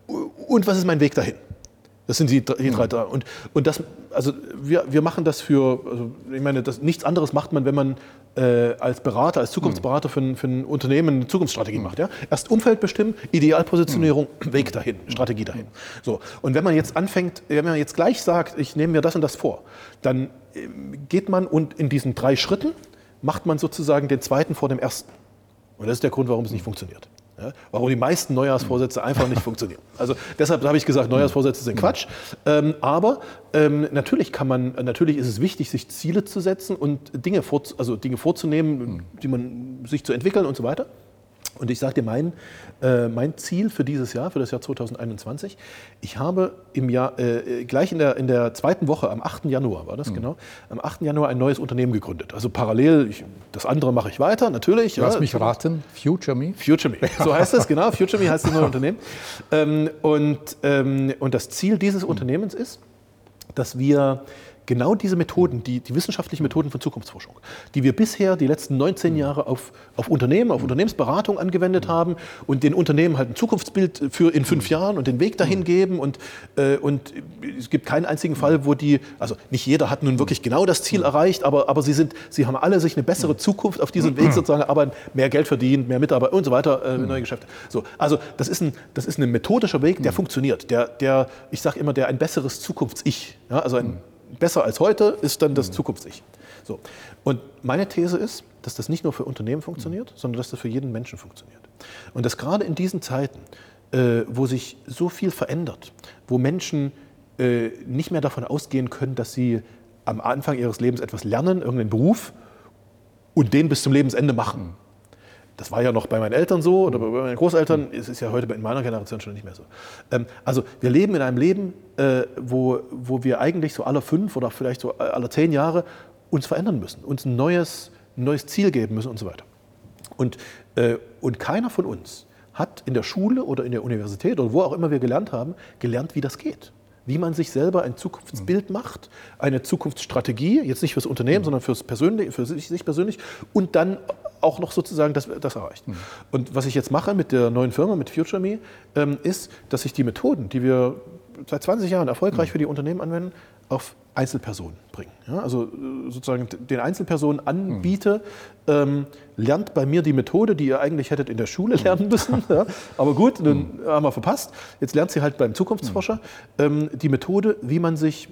und was ist mein Weg dahin? Das sind die, die drei. Mhm. Und, und das, also wir, wir machen das für, also ich meine, das, nichts anderes macht man, wenn man äh, als Berater, als Zukunftsberater für ein, für ein Unternehmen eine Zukunftsstrategie mhm. macht. Ja? Erst Umfeld bestimmen, Idealpositionierung, mhm. Weg dahin, Strategie dahin. So. Und wenn man jetzt anfängt, wenn man jetzt gleich sagt, ich nehme mir das und das vor, dann äh, geht man und in diesen drei Schritten macht man sozusagen den zweiten vor dem ersten. Und das ist der Grund, warum es nicht funktioniert. Ja, warum die meisten Neujahrsvorsätze einfach nicht funktionieren. Also deshalb habe ich gesagt, Neujahrsvorsätze sind Quatsch. Ähm, aber ähm, natürlich kann man, natürlich ist es wichtig, sich Ziele zu setzen und Dinge, vor, also Dinge vorzunehmen, die man sich zu entwickeln und so weiter. Und ich sage dir mein, äh, mein Ziel für dieses Jahr, für das Jahr zweitausendeinundzwanzig, ich habe im Jahr, äh, gleich in der, in der zweiten Woche, am achten Januar war das mhm. genau, am achten Januar ein neues Unternehmen gegründet. Also parallel, ich, das andere mache ich weiter, natürlich. Lass ja, mich raten, Future Me? Future Me, so heißt es, genau, Future Me heißt das neue Unternehmen. Ähm, und, ähm, und das Ziel dieses mhm. Unternehmens ist, dass wir genau diese Methoden, die, die wissenschaftlichen Methoden von Zukunftsforschung, die wir bisher die letzten neunzehn Jahre auf, auf Unternehmen, auf Unternehmensberatung angewendet haben und den Unternehmen halt ein Zukunftsbild für in fünf Jahren und den Weg dahin geben und, äh, und es gibt keinen einzigen Fall, wo die, also nicht jeder hat nun wirklich genau das Ziel erreicht, aber, aber sie, sind, sie haben alle sich eine bessere Zukunft auf diesem Weg sozusagen erarbeiten, mehr Geld verdient, mehr Mitarbeiter und so weiter, äh, neue Geschäfte. So, also das ist, ein, das ist ein methodischer Weg, der funktioniert, der, der ich sage immer, der ein besseres Zukunfts-Ich, ja, also ein besser als heute ist dann das mhm. Zukunfts-Ich. So. Und meine These ist, dass das nicht nur für Unternehmen funktioniert, mhm. sondern dass das für jeden Menschen funktioniert. Und dass gerade in diesen Zeiten, äh, wo sich so viel verändert, wo Menschen äh, nicht mehr davon ausgehen können, dass sie am Anfang ihres Lebens etwas lernen, irgendeinen Beruf und den bis zum Lebensende machen. Mhm. Das war ja noch bei meinen Eltern so oder bei meinen Großeltern. Es ist ja heute in meiner Generation schon nicht mehr so. Also wir leben in einem Leben, wo, wo wir eigentlich so alle fünf oder vielleicht so alle zehn Jahre uns verändern müssen, uns ein neues, ein neues Ziel geben müssen und so weiter. Und, und keiner von uns hat in der Schule oder in der Universität oder wo auch immer wir gelernt haben, gelernt, wie das geht. Wie man sich selber ein Zukunftsbild macht, eine Zukunftsstrategie, jetzt nicht fürs Unternehmen, sondern fürs persönlich, für sich, sich persönlich und dann auch noch sozusagen das, das erreicht. Mhm. Und was ich jetzt mache mit der neuen Firma, mit Future Me, ähm, ist, dass ich die Methoden, die wir seit zwanzig Jahren erfolgreich mhm. für die Unternehmen anwenden, auf Einzelpersonen bringen. Ja, also sozusagen den Einzelpersonen anbiete, mhm. ähm, lernt bei mir die Methode, die ihr eigentlich hättet in der Schule lernen müssen. Ja, aber gut, dann mhm. haben wir verpasst. Jetzt lernt sie halt beim Zukunftsforscher ähm, die Methode, wie man sich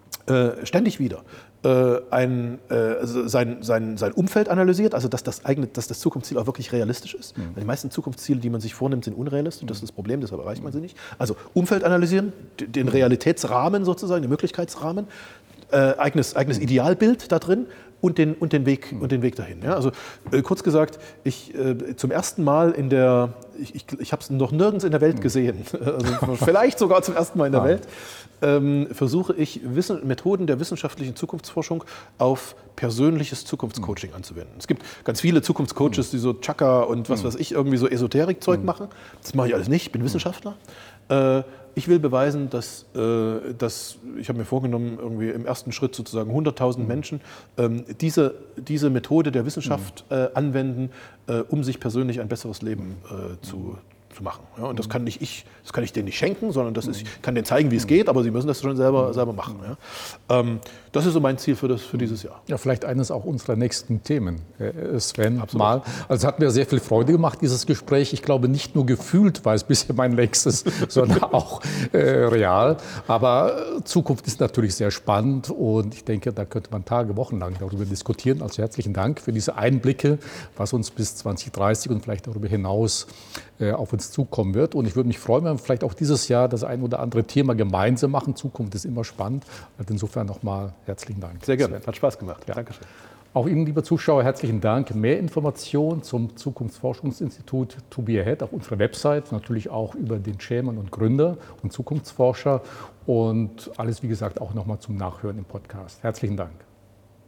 äh, ständig wieder äh, ein, äh, also sein, sein, sein Umfeld analysiert, also dass das, eigene, dass das Zukunftsziel auch wirklich realistisch ist. Mhm. Die meisten Zukunftsziele, die man sich vornimmt, sind unrealistisch. Das ist das Problem, deshalb erreicht man sie nicht. Also Umfeld analysieren, den Realitätsrahmen sozusagen, den Möglichkeitsrahmen, Äh, eigenes, eigenes Idealbild da drin und den, und den, Weg, und den Weg dahin. Ja? Also äh, kurz gesagt, ich äh, zum ersten Mal in der, ich, ich, ich habe es noch nirgends in der Welt gesehen, also vielleicht sogar zum ersten Mal in der Welt, ähm, versuche ich Wissen, Methoden der wissenschaftlichen Zukunftsforschung auf persönliches Zukunftscoaching anzuwenden. Es gibt ganz viele Zukunftscoaches, die so Chaka und was weiß ich, irgendwie so Esoterik-Zeug machen. Das mache ich alles nicht, ich bin Wissenschaftler. Äh, Ich will beweisen, dass, äh, dass ich habe mir vorgenommen, irgendwie im ersten Schritt sozusagen hunderttausend Menschen ähm, diese, diese Methode der Wissenschaft äh, anwenden, äh, um sich persönlich ein besseres Leben äh, zu, zu machen. Ja, und das kann nicht ich, das kann ich denen nicht schenken, sondern das ist, ich kann denen zeigen, wie es geht, aber sie müssen das schon selber, selber machen. Ja. Ähm, das ist so mein Ziel für, das, für dieses Jahr. Ja, vielleicht eines auch unserer nächsten Themen, Sven. Absolut. Mal. Also es hat mir sehr viel Freude gemacht, dieses Gespräch. Ich glaube, nicht nur gefühlt war es bisher mein längstes, sondern auch äh, real. Aber Zukunft ist natürlich sehr spannend und ich denke, da könnte man Tage, Wochen lang darüber diskutieren. Also herzlichen Dank für diese Einblicke, was uns bis zwanzig dreißig und vielleicht darüber hinaus äh, auf uns zukommen wird. Und ich würde mich freuen, wenn wir vielleicht auch dieses Jahr das ein oder andere Thema gemeinsam machen. Zukunft ist immer spannend. Also insofern nochmal herzlichen Dank. Sehr gerne, hat Spaß gemacht. Ja. Dankeschön. Auch Ihnen, liebe Zuschauer, herzlichen Dank. Mehr Informationen zum Zukunftsforschungsinstitut To Be Ahead auf unserer Website, natürlich auch über den Chairman und Gründer und Zukunftsforscher und alles, wie gesagt, auch nochmal zum Nachhören im Podcast. Herzlichen Dank.